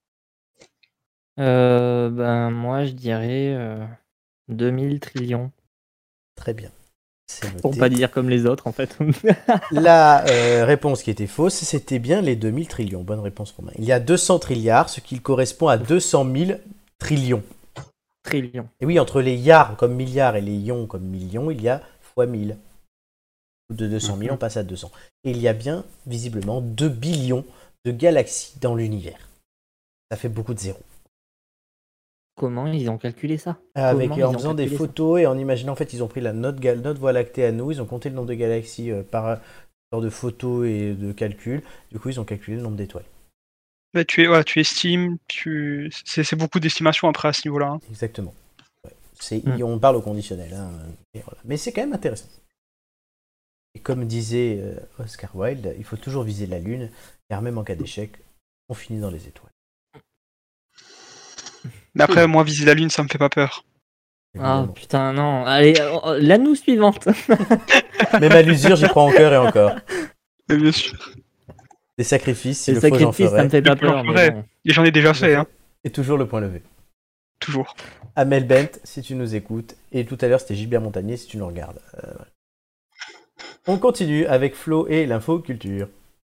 Moi, je dirais 2000 trillions. Très bien. C'est noté. Pour pas dire comme les autres, en fait. La réponse qui était fausse, c'était bien les 2000 trillions. Bonne réponse, Romain. Il y a 200 trilliards, ce qui correspond à 200 000 trillions. Trillions. Et oui, entre les yards comme milliards et les ions comme millions, il y a fois 1000. De 200 000, on passe à 200. Et il y a bien, visiblement, 2 billions de galaxies dans l'univers. Ça fait beaucoup de zéros. Comment ils ont calculé ça? Avec, Comment ils en ont faisant des calculé ça? photos et en imaginant, en fait, ils ont pris notre Voie lactée à nous, ils ont compté le nombre de galaxies par sorte de photos et de calculs. Du coup, ils ont calculé le nombre d'étoiles. Mais tu estimes, c'est beaucoup d'estimation après à ce niveau-là. Hein. Exactement. Ouais. On parle au conditionnel. Hein, et voilà. Mais c'est quand même intéressant. Et comme disait Oscar Wilde, il faut toujours viser la Lune, car même en cas d'échec, on finit dans les étoiles. Mais après, moi, viser la Lune, ça me fait pas peur. Ah évidemment. putain, non. Allez, l'anneau suivante. Même à l'usure, j'y crois encore et encore. Mais bien sûr. Des sacrifices, si Le le faut, j'en sacrifice, ça ferai. me fait pas Le peur. j'en Mais ferai. bon. Et j'en ai déjà fait, hein. Et toujours le point levé. Toujours. Amel Bent, si tu nous écoutes. Et tout à l'heure, c'était Gilbert Montagnier, si tu nous regardes. Ouais. On continue avec Flo et l'info culture.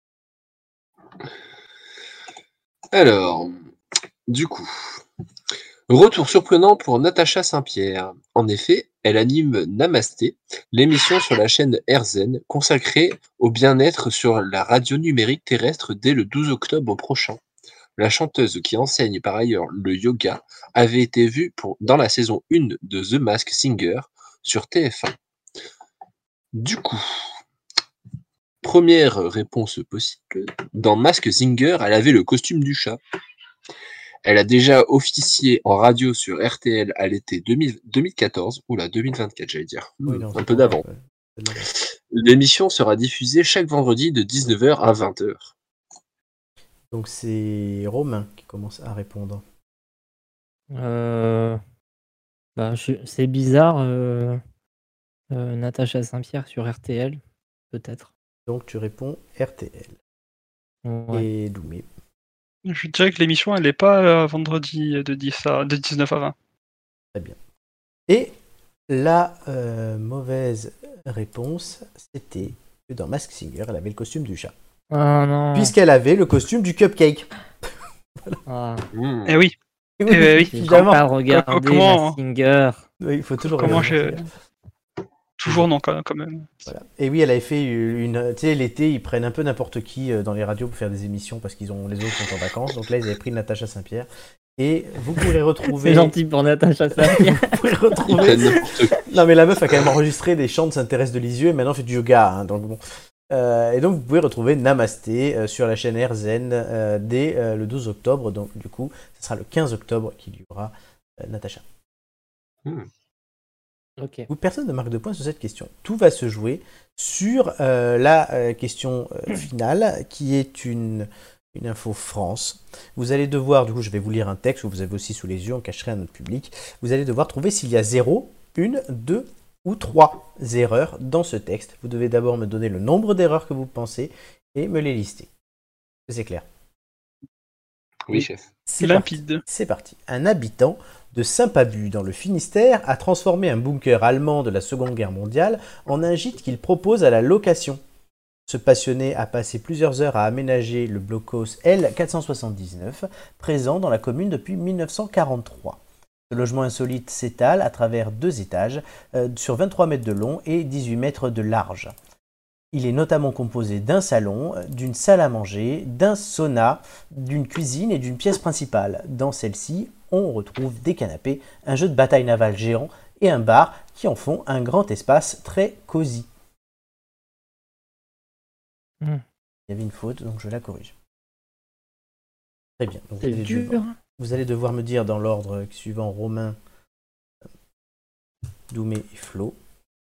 Alors, du coup, retour surprenant pour Natacha Saint-Pierre. En effet, elle anime Namasté, l'émission sur la chaîne RZN consacrée au bien-être sur la radio numérique terrestre dès le 12 octobre prochain. La chanteuse qui enseigne par ailleurs le yoga avait été vue dans la saison 1 de The Masked Singer sur TF1. Du coup, première réponse possible, dans Masked Singer, elle avait le costume du chat. Elle a déjà officié en radio sur RTL à l'été 2014, oula 2024 j'allais dire, Oui, non, un peu d'avant. ouais. L'émission sera diffusée chaque vendredi de 19h à 20h. Donc c'est Romain qui commence à répondre. C'est bizarre. Natacha Saint-Pierre sur RTL, peut-être. Donc tu réponds RTL. Ouais. Et Doumé. Je dirais que l'émission, elle n'est pas vendredi de 19 à 20. Très bien. Et la mauvaise réponse, c'était que dans Masked Singer, elle avait le costume du chat. Ah non. Puisqu'elle avait le costume du cupcake. Ah. Eh oui. Et oui. J'ai évidemment. pas regardé Comment- Masked Singer. Oui, il faut toujours Comment regarder. Toujours non, quand même. Voilà. Et oui, elle avait fait une. Tu sais, l'été, ils prennent un peu n'importe qui dans les radios pour faire des émissions parce qu'ils ont les autres sont en vacances. Donc là, ils avaient pris Natacha Saint-Pierre. Et vous pourrez retrouver. C'est gentil pour Natacha Saint-Pierre. Vous pourrez Ils retrouver. prennent n'importe qui. Non, mais la meuf a quand même enregistré des chants de Sainte-Thérèse de Lisieux et maintenant fait du yoga. Hein, donc bon. Et donc, vous pouvez retrouver Namasté sur la chaîne RZN dès le 12 octobre. Donc, du coup, ce sera le 15 octobre qu'il y aura Natacha. Ok. Ou personne ne marque de points sur cette question. Tout va se jouer sur la question finale, qui est une info France. Vous allez devoir, du coup, je vais vous lire un texte que vous avez aussi sous les yeux, on cacherait à notre public. Vous allez devoir trouver s'il y a 0, 1, 2 ou 3 erreurs dans ce texte. Vous devez d'abord me donner le nombre d'erreurs que vous pensez et me les lister. C'est clair. Oui, chef. C'est Limpide. parti. C'est parti. Un habitant de Saint-Pabu dans le Finistère a transformé un bunker allemand de la Seconde Guerre mondiale en un gîte qu'il propose à la location. Ce passionné a passé plusieurs heures à aménager le blocos L479, présent dans la commune depuis 1943. Ce logement insolite s'étale à travers 2 étages, sur 23 mètres de long et 18 mètres de large. Il est notamment composé d'un salon, d'une salle à manger, d'un sauna, d'une cuisine et d'une pièce principale. Dans celle-ci, on retrouve des canapés, un jeu de bataille navale géant et un bar qui en font un grand espace très cosy. Il y avait une faute, donc je la corrige. Très bien. Donc C'est dur. vous allez devoir me dire dans l'ordre suivant Romain, Doumé et Flo.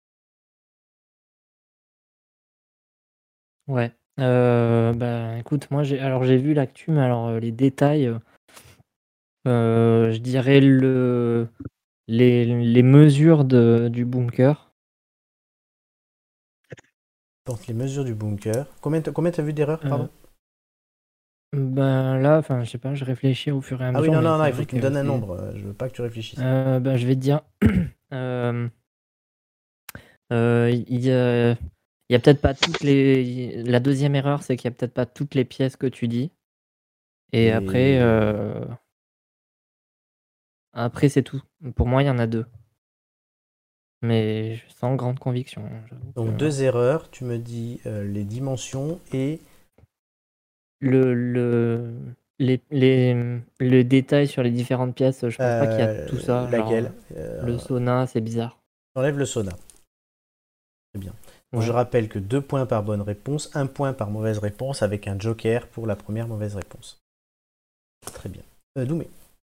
Ouais. Écoute, moi j'ai vu l'actu, mais alors les détails, je dirais les mesures du bunker. Donc les mesures du bunker. Combien t'as vu d'erreurs, pardon? Là, je sais pas, je réfléchis au fur et à mesure. Ah oui, non, mais c'est il faut vrai que tu me donnes un c'est- nombre. Je veux pas que tu réfléchisses. Je vais te dire. Il y a peut-être pas toutes les. La deuxième erreur, c'est qu'il y a peut-être pas toutes les pièces que tu dis. Et après, c'est tout. Pour moi, il y en a 2. Mais sans grande conviction. J'avoue Donc que- 2 erreurs, tu me dis les dimensions et le détail sur les différentes pièces, je pense pas qu'il y a tout ça. laquelle Le sauna, c'est bizarre. J'enlève le sauna. Très bien. Donc, Ouais. je rappelle que 2 points par bonne réponse, 1 point par mauvaise réponse, avec un joker pour la première mauvaise réponse. Très bien. Doumé.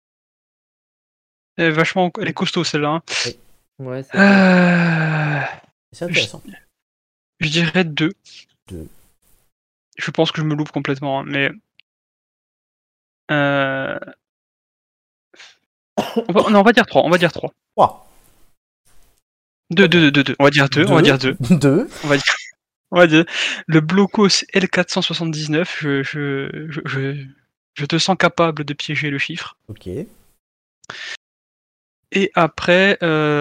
Elle est costaud celle-là. Hein. Ouais, c'est C'est intéressant. Je dirais 2. 2. Je pense que je me loupe complètement, hein, mais. On va dire 3. 3. Deux. On va dire deux. 2. On va dire le Blocos L479. Je te sens capable de piéger le chiffre. Ok. Et après,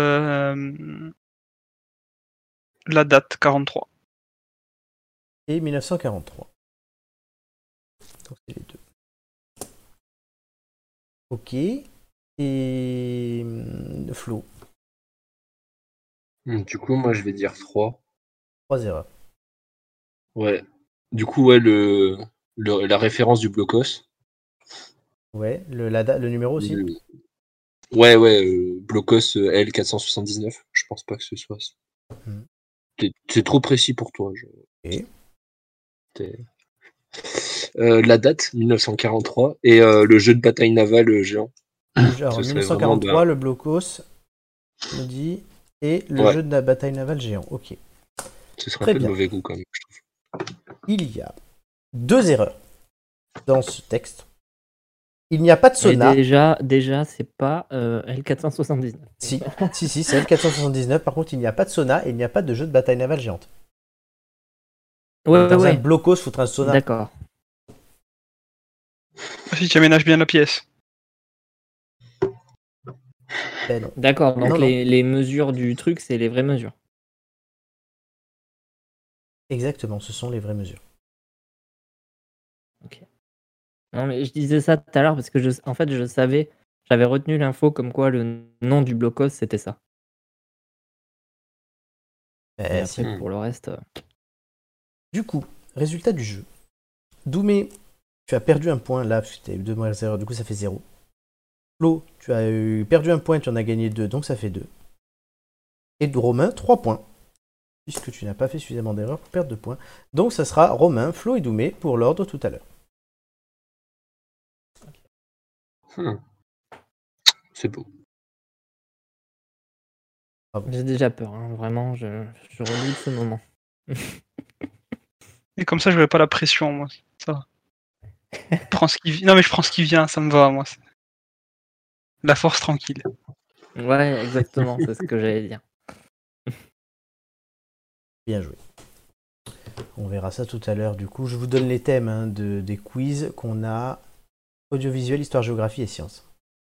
la date 43. Et 1943. Donc c'est les deux. Ok. Et Flo, Du coup, moi, je vais dire 3. 3 erreurs. Ouais. Du coup, ouais, la référence du blocos. Ouais, le numéro aussi. Ouais, blocos L479. Je pense pas que ce soit ça. Mhm. C'est trop précis pour toi. Ok. La date, 1943, et le jeu de bataille navale géant. Alors, Ce serait 1943, vraiment, le Blocos, me dit, et le Ouais. jeu de la bataille navale géant. Ok. Ce serait Très un peu bien. de mauvais goût quand même, je trouve. Il y a 2 erreurs dans ce texte. Il n'y a pas de Et sauna. déjà, c'est pas L479. Si, c'est L479. Par contre, il n'y a pas de sauna et il n'y a pas de jeu de bataille navale géante. Ouais, Dans un ouais. Blocos, foutre un sauna. D'accord. Si tu aménages bien la pièce. Ben non. D'accord, donc Non, non. les mesures du truc, c'est les vraies mesures. Exactement, ce sont les vraies mesures. Non, mais je disais ça tout à l'heure parce que en fait, je savais, j'avais retenu l'info comme quoi le nom du blocos, c'était ça. Et Si. après, pour le reste. Du coup, résultat du jeu. Doumé, tu as perdu un point là, parce que tu as eu 2 mauvaises erreurs, du coup ça fait 0. Flo, tu as perdu un point, tu en as gagné 2, donc ça fait 2. Et Romain, 3 points, puisque tu n'as pas fait suffisamment d'erreurs pour perdre 2 points. Donc ça sera Romain, Flo et Doumé pour l'ordre tout à l'heure. C'est beau. J'ai déjà peur, hein, vraiment, je redoute ce moment. Et comme ça, je n'aurai pas la pression, moi. Ça va. Non, mais je prends ce qui vient, ça me va, moi. La force tranquille. Ouais, exactement, c'est ce que j'allais dire. Bien joué. On verra ça tout à l'heure. Du coup, je vous donne les thèmes des quiz qu'on a. Audiovisuel, histoire, géographie et sciences.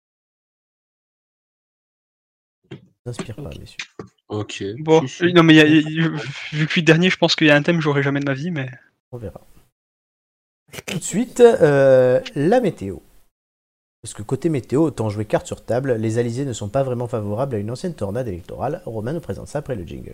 Ça n'inspire pas, messieurs. Ok. Bon, Si. non, mais vu que je suis dernier, je pense qu'il y a un thème que j'aurai jamais de ma vie, mais. On verra. Tout de suite, la météo. Parce que côté météo, autant jouer carte sur table, les alizés ne sont pas vraiment favorables à une ancienne tornade électorale. Romain nous présente ça après le jingle.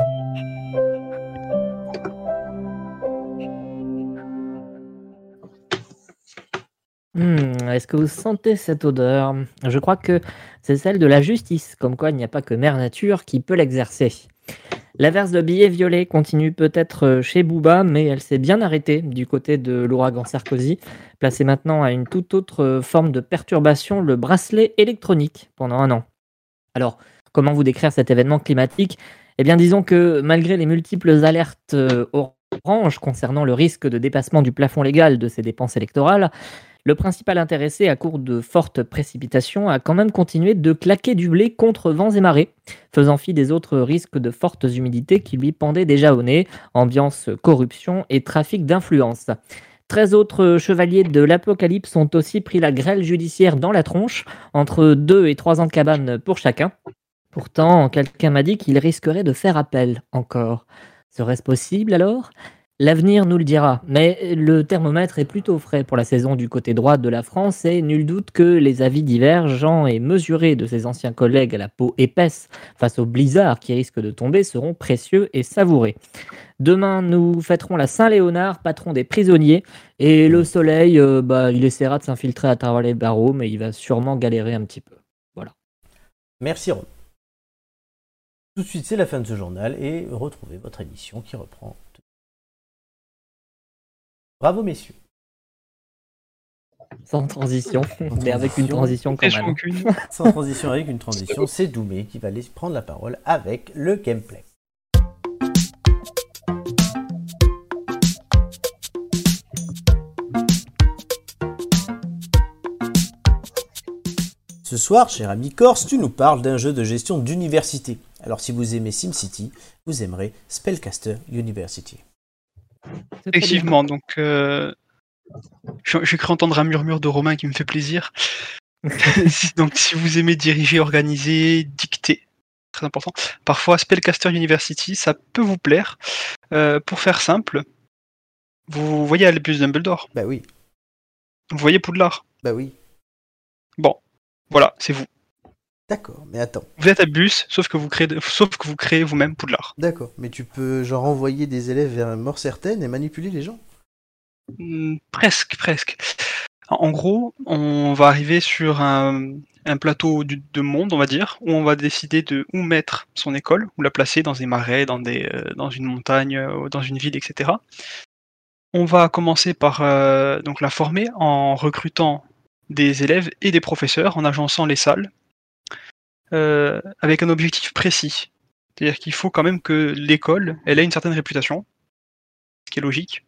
Est-ce que vous sentez cette odeur? Je crois que c'est celle de la justice, comme quoi il n'y a pas que Mère Nature qui peut l'exercer. L'averse de billets violets continue peut-être chez Booba, mais elle s'est bien arrêtée du côté de l'ouragan Sarkozy, placé maintenant à une toute autre forme de perturbation, le bracelet électronique, pendant 1 an. Alors, comment vous décrire cet événement climatique? Eh bien, disons que malgré les multiples alertes orange concernant le risque de dépassement du plafond légal de ces dépenses électorales, le principal intéressé à court de fortes précipitations a quand même continué de claquer du blé contre vents et marées, faisant fi des autres risques de fortes humidités qui lui pendaient déjà au nez, ambiance corruption et trafic d'influence. 13 autres chevaliers de l'Apocalypse ont aussi pris la grêle judiciaire dans la tronche, entre 2 et 3 ans de cabane pour chacun. Pourtant, quelqu'un m'a dit qu'il risquerait de faire appel encore. Serait-ce possible alors ? L'avenir nous le dira, mais le thermomètre est plutôt frais pour la saison du côté droit de la France et nul doute que les avis divergents et mesurés de ses anciens collègues à la peau épaisse face au blizzard qui risque de tomber seront précieux et savourés. Demain, nous fêterons la Saint-Léonard, patron des prisonniers, et le soleil, il essaiera de s'infiltrer à travers les barreaux, mais il va sûrement galérer un petit peu. Voilà. Merci Ron. Tout de suite, c'est la fin de ce journal et retrouvez votre émission qui reprend. Bravo messieurs. Sans transition, mais avec une transition quand même. Sans transition avec une transition, c'est Doumé qui va aller prendre la parole avec le gameplay. Ce soir, cher ami Corse, tu nous parles d'un jeu de gestion d'université. Alors si vous aimez SimCity, vous aimerez Spellcaster University. C'est très bien. Effectivement, donc j'ai cru entendre un murmure de Romain qui me fait plaisir. Donc si vous aimez diriger, organiser, dicter, très important. Parfois Spellcaster University, ça peut vous plaire. Pour faire simple, vous voyez Albus Dumbledore, Bah oui, vous voyez Poudlard. bah oui. Bon, voilà, c'est vous. D'accord, mais attends. Vous êtes Albus, sauf que vous créez vous-même Poudlard. D'accord, mais tu peux genre envoyer des élèves vers une mort certaine et manipuler les gens? Presque. En gros, on va arriver sur un plateau de monde, on va dire, où on va décider de où mettre son école, où la placer dans des marais, dans une montagne, dans une ville, etc. On va commencer par donc la former en recrutant des élèves et des professeurs, en agençant les salles, avec un objectif précis. C'est-à-dire qu'il faut quand même que l'école, elle ait une certaine réputation, ce qui est logique,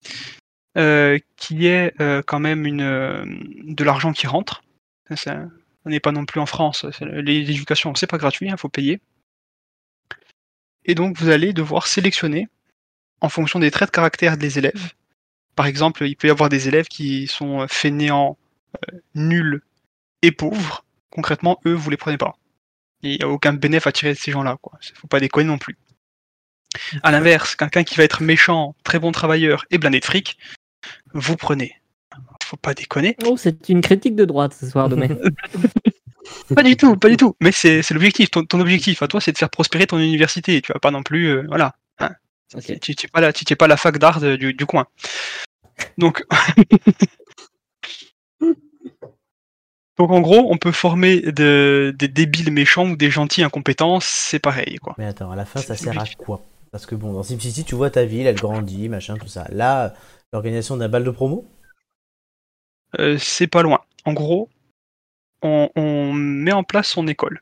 qui ait quand même de l'argent qui rentre. On n'est pas non plus en France, l'éducation, c'est pas gratuit, il faut payer. Et donc vous allez devoir sélectionner en fonction des traits de caractère des élèves. Par exemple, il peut y avoir des élèves qui sont fainéants, nuls et pauvres. Concrètement, eux, vous les prenez pas. Il n'y a aucun bénéfice à tirer de ces gens-là, quoi. Faut pas déconner non plus. À l'inverse, quelqu'un qui va être méchant, très bon travailleur et blindé de fric, vous prenez. Faut pas déconner. Oh, c'est une critique de droite ce soir, Domaine. Pas du tout. Mais c'est l'objectif. Ton objectif à toi, c'est de faire prospérer ton université. Tu vas pas non plus, voilà. Hein. Ok. Tu n'es pas la fac d'art du coin. Donc, en gros, on peut former des débiles méchants ou des gentils incompétents, c'est pareil, quoi. Mais attends, à la fin, ça C'est sert à logique. quoi? Parce que bon, dans SimCity, tu vois ta ville, elle grandit, machin, tout ça. Là, l'organisation d'un bal de promo? C'est pas loin. En gros, on met en place son école.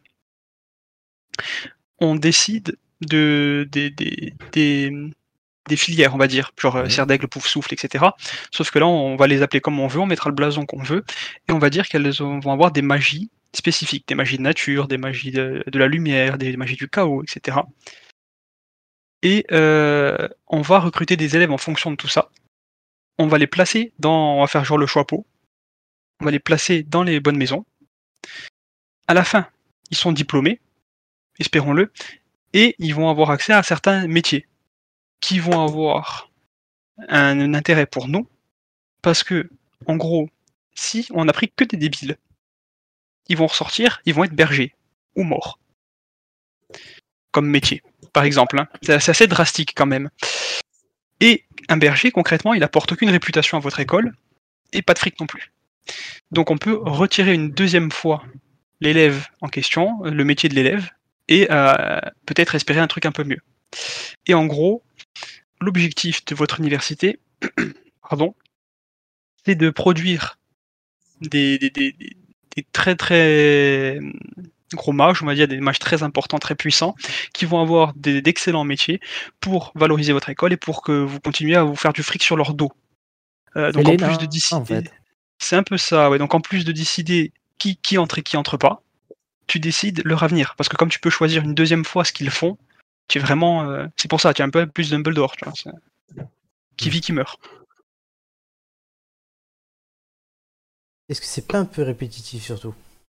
On décide des filières, on va dire, genre Mhm. Serre d'Aigle, Pouf Souffle, etc. Sauf que là, on va les appeler comme on veut, on mettra le blason qu'on veut, et on va dire qu'elles vont avoir des magies spécifiques, des magies de nature, des magies de la lumière, des magies du chaos, etc. Et on va recruter des élèves en fonction de tout ça. On va les placer on va faire genre le choix-peau. On va les placer dans les bonnes maisons. À la fin, ils sont diplômés, espérons-le, et ils vont avoir accès à certains métiers qui vont avoir un intérêt pour nous, parce que, en gros, si on n'a pris que des débiles, ils vont ressortir, ils vont être bergers, ou morts, comme métier, par exemple. Hein. C'est assez drastique quand même. Et un berger, concrètement, il apporte aucune réputation à votre école, et pas de fric non plus. Donc on peut retirer une deuxième fois l'élève en question, le métier de l'élève, et peut-être espérer un truc un peu mieux. Et en gros, l'objectif de votre université, c'est de produire des très très gros mages, on va dire des mages très importants, très puissants, qui vont avoir d'excellents métiers pour valoriser votre école et pour que vous continuiez à vous faire du fric sur leur dos. Donc en plus de décider, en fait. c'est un peu ça, ouais. Donc en plus de décider qui entre et qui entre pas, tu décides leur avenir. Parce que comme tu peux choisir une deuxième fois ce qu'ils font, tu es vraiment. C'est pour ça, tu es un peu plus Dumbledore, tu vois. Qui vit, qui meurt. Est-ce que c'est pas un peu répétitif surtout?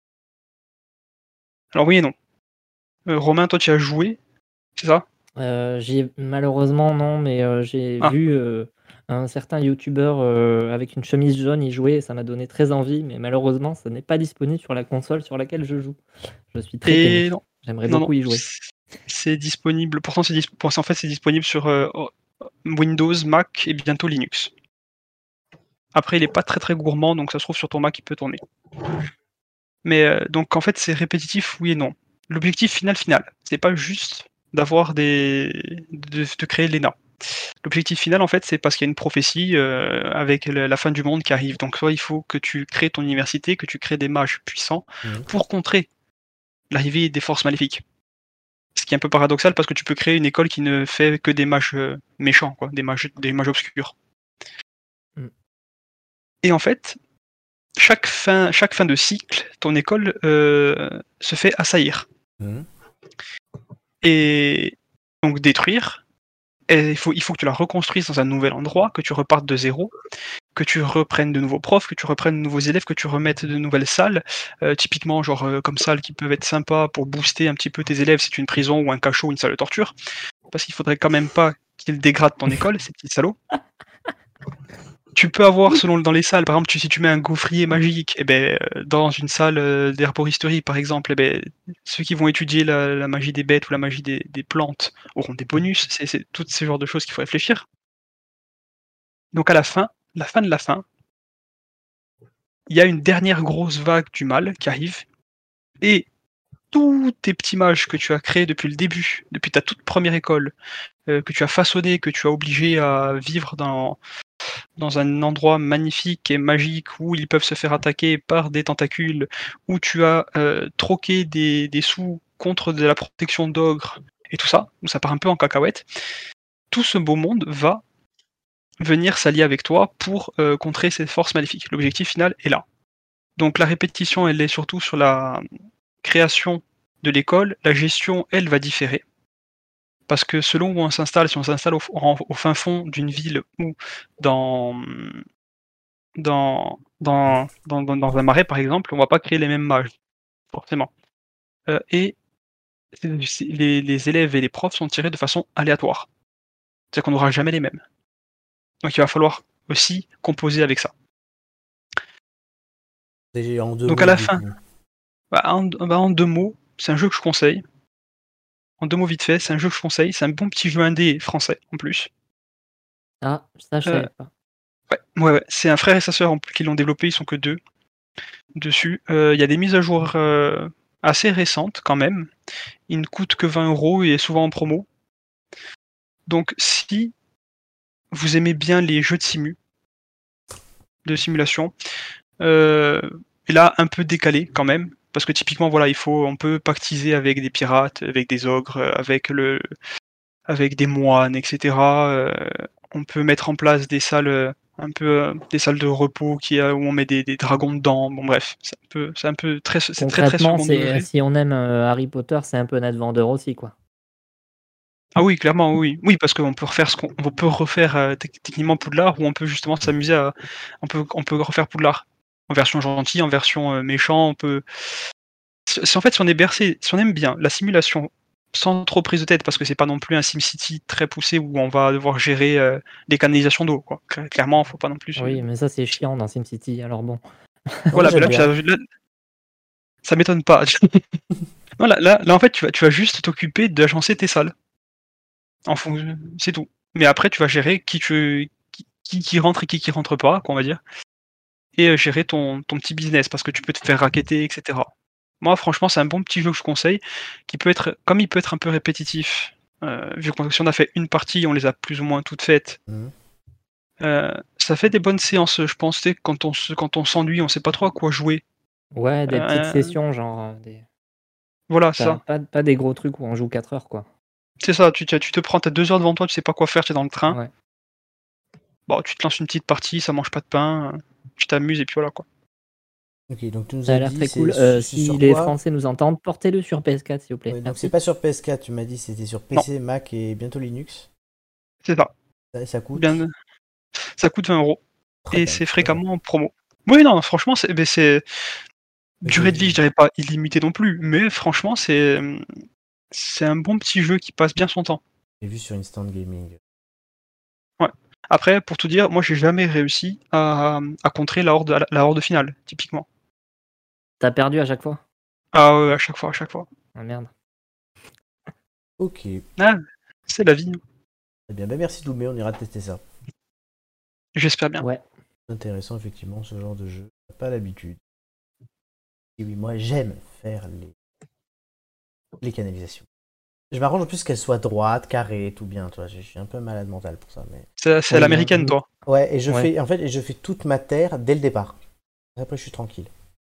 Alors oui et non. Romain, toi tu as joué, c'est ça? Malheureusement non, mais j'ai Ah. vu un certain youtubeur avec une chemise jaune y jouer et ça m'a donné très envie, mais malheureusement ça n'est pas disponible sur la console sur laquelle je joue. Je suis très Et peiné. non. J'aimerais Non, beaucoup non. y jouer. C'est disponible. Pourtant, en fait, c'est disponible sur Windows, Mac et bientôt Linux. Après, il est pas très très gourmand, donc ça se trouve sur ton Mac, il peut tourner. Mais donc en fait, c'est répétitif, oui et non. L'objectif final, c'est pas juste d'avoir de créer l'ENA. L'objectif final, en fait, c'est parce qu'il y a une prophétie avec la fin du monde qui arrive. Donc, soit il faut que tu crées ton université, que tu crées des mages puissants pour contrer l'arrivée des forces maléfiques. Ce qui est un peu paradoxal parce que tu peux créer une école qui ne fait que des mages méchants, quoi, des mages obscurs. Et en fait, chaque fin de cycle, ton école se fait assaillir. Et donc détruire, et il faut que tu la reconstruises dans un nouvel endroit, que tu repartes de zéro, que tu reprennes de nouveaux profs, que tu reprennes de nouveaux élèves, que tu remettes de nouvelles salles, typiquement genre comme salles qui peuvent être sympas pour booster un petit peu tes élèves si c'est une prison ou un cachot ou une salle de torture, parce qu'il faudrait quand même pas qu'ils dégradent ton école, ces petits salauds. Tu peux avoir, dans les salles, par exemple, si tu mets un gaufrier magique, dans une salle d'herboristerie, par exemple, ceux qui vont étudier la magie des bêtes ou la magie des plantes auront des bonus. C'est tous ces genres de choses qu'il faut réfléchir. Donc à la fin de la fin, il y a une dernière grosse vague du mal qui arrive, et tous tes petits mages que tu as créés depuis le début, depuis ta toute première école, que tu as façonné, que tu as obligé à vivre dans un endroit magnifique et magique où ils peuvent se faire attaquer par des tentacules, où tu as troqué des sous contre de la protection d'ogres et tout ça, où ça part un peu en cacahuète, tout ce beau monde va venir s'allier avec toi pour contrer ces forces maléfiques. L'objectif final est là. Donc la répétition, elle est surtout sur la création de l'école. La gestion, elle, va différer. Parce que selon où on s'installe, si on s'installe au fin fond d'une ville ou dans un marais, par exemple, on va pas créer les mêmes mages, forcément. Et les élèves et les profs sont tirés de façon aléatoire. C'est-à-dire qu'on n'aura jamais les mêmes. Donc il va falloir aussi composer avec ça. Donc à la fin, en 2 mots, c'est un jeu que je conseille. En 2 mots vite fait, c'est un jeu que je conseille. C'est un bon petit jeu indé français en plus. Ah, ça je savais pas. Ouais. C'est un frère et sa sœur qui l'ont développé, ils sont que 2 dessus. Il y a des mises à jour assez récentes quand même. Il ne coûte que 20 € et est souvent en promo. Donc si vous aimez bien les jeux de simulation, et là un peu décalé quand même, parce que typiquement voilà, on peut pactiser avec des pirates, avec des ogres, avec des moines, etc. On peut mettre en place des salles des salles de repos où on met des dragons dedans. Bon bref, c'est un peu très Concrètement, secondaire. si on aime Harry Potter, c'est un peu net vendeur aussi, quoi. Ah oui, clairement, oui. Oui, parce qu'on peut refaire on peut refaire techniquement Poudlard, ou on peut justement s'amuser à. On peut refaire Poudlard en version gentille, en version méchant. En fait, si on est bercé, si on aime bien la simulation sans trop prise de tête, parce que c'est pas non plus un SimCity très poussé où on va devoir gérer les canalisations d'eau, quoi. Clairement, faut pas non plus. Oui, mais ça c'est chiant dans SimCity, alors bon. Voilà, mais là, ça m'étonne pas. Non, là, en fait, tu vas juste t'occuper d'agencer tes salles. C'est tout. Mais après, tu vas gérer qui rentre et qui rentre pas, quoi, on va dire. Et gérer ton petit business, parce que tu peux te faire racketter, etc. Moi, franchement, c'est un bon petit jeu que je conseille, comme il peut être un peu répétitif, vu que si on a fait une partie, on les a plus ou moins toutes faites. Ça fait des bonnes séances, je pense, quand on s'ennuie, on sait pas trop à quoi jouer. Ouais, des petites sessions, genre. Voilà, ça. Pas des gros trucs où on joue 4 heures, quoi. C'est ça, tu te prends, t'as 2 heures devant toi, tu sais pas quoi faire, tu es dans le train. Ouais. Bon, tu te lances une petite partie, ça mange pas de pain, tu t'amuses et puis voilà, quoi. Ok, donc tu nous Ça a as l'air dit, très c'est cool. Si sur les quoi Français nous entendent, portez-le sur PS4, s'il vous plaît. Ouais, donc Merci. c'est pas sur PS4, tu m'as dit, c'était sur PC, Mac et bientôt Linux. C'est ça. Ça coûte Ça coûte 20 €. Très Et bien, c'est très fréquemment en promo. Oui, non, franchement, c'est durée de vie, je dirais pas illimitée non plus, mais franchement, c'est un bon petit jeu qui passe bien son temps. J'ai vu sur Instant Gaming. Ouais. Après, pour tout dire, moi, j'ai jamais réussi à contrer la horde finale, typiquement. T'as perdu à chaque fois? Ah ouais, à chaque fois. Ah merde. Ok. Ah, c'est la vie. Eh bien, merci Doumé, on ira tester ça. J'espère bien. Ouais. C'est intéressant, effectivement, ce genre de jeu. Pas l'habitude. Et oui, moi, j'aime faire les canalisations. Je m'arrange en plus qu'elles soient droites, carrées, tout bien, toi. Je suis un peu malade mental pour ça, mais. C'est à l'américaine, toi. Ouais, et je fais toute ma terre dès le départ. Après, je suis tranquille.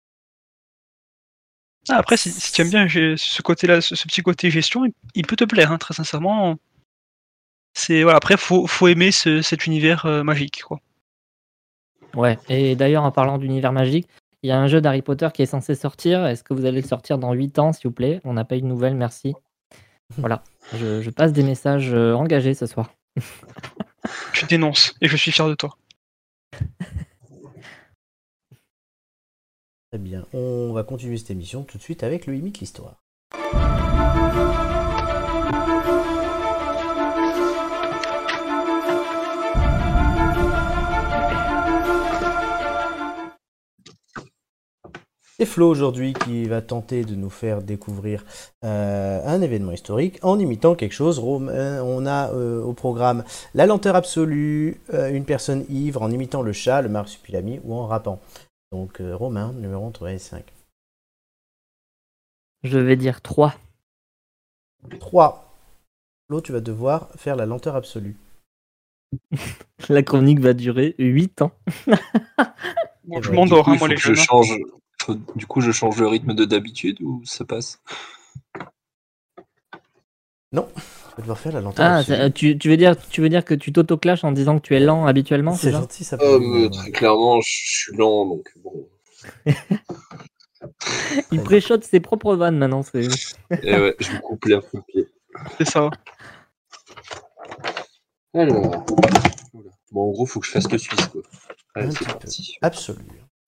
Ah, après, si tu aimes bien ce côté-là, ce petit côté gestion, il peut te plaire, hein, très sincèrement. Voilà, après, faut aimer cet univers magique, quoi. Ouais, et d'ailleurs, en parlant d'univers magique, il y a un jeu d'Harry Potter qui est censé sortir. Est-ce que vous allez le sortir dans 8 ans, s'il vous plaît? On n'a pas eu de nouvelles, merci. Voilà, je passe des messages engagés ce soir. Je dénonce et je suis fier de toi. Très bien. On va continuer cette émission tout de suite avec le Imite l'Histoire. C'est Flo aujourd'hui qui va tenter de nous faire découvrir un événement historique en imitant quelque chose. On a au programme la lenteur absolue, une personne ivre en imitant le chat, le marsupilami ou en rappant. Donc Romain, numéro entre 1 et 5. Je vais dire 3. 3. Flo, tu vas devoir faire la lenteur absolue. La chronique va durer 8 ans. Bon, je vrai. m'endors, Du coup, moi, les il faut que jeunes. du coup, je change le rythme de d'habitude ou ça passe? Non, tu vas devoir faire la lenteur Ah, absolue. tu veux dire que tu t'auto-clashes en disant que tu es lent habituellement, c'est C'est ça? gentil ça. Pauline. Très clairement, je suis lent, donc bon. Il préchote ses propres vannes maintenant. Et ouais, je me coupe les pied. C'est ça. Alors. Voilà. Bon, en gros, faut que je fasse le Suisse, quoi. Allez, Un c'est petit peu. parti. Absolu.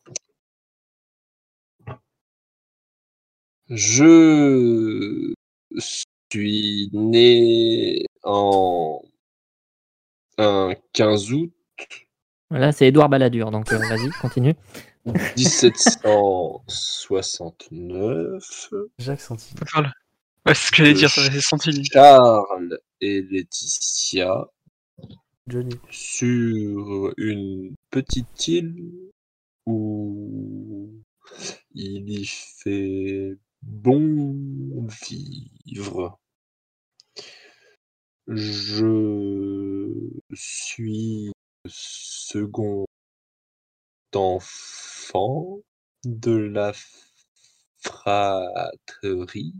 Je suis né en un 15 août Là, c'est Édouard Balladur, donc vas-y, continue. 1769. Jacques Santini. Faut faire le- Ouais, c'est ce que j'allais dire, ça fait Santini. Charles et Laetitia Johnny. sur une petite île où il y fait bon vivre. Je suis le second enfant de la fratrie,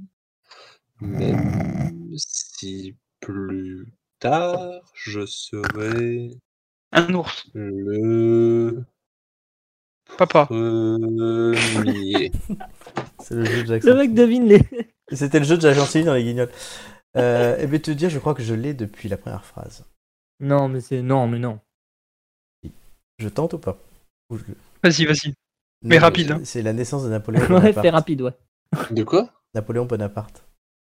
même si plus tard je serai Un ours. le Papa. premier. C'est le jeu de Jacques Le mec Santini. devine les. C'était le jeu de Jacques Santini dans les Guignols. Et bien te dire, je crois que je l'ai depuis la première phrase. Non, mais c'est. Non, mais non. Je tente ou pas? Ou je- Vas-y, vas-y. Non, Mais rapide, hein. C'est la naissance de Napoléon Ouais, Bonaparte. fais rapide, ouais. De quoi? Napoléon Bonaparte.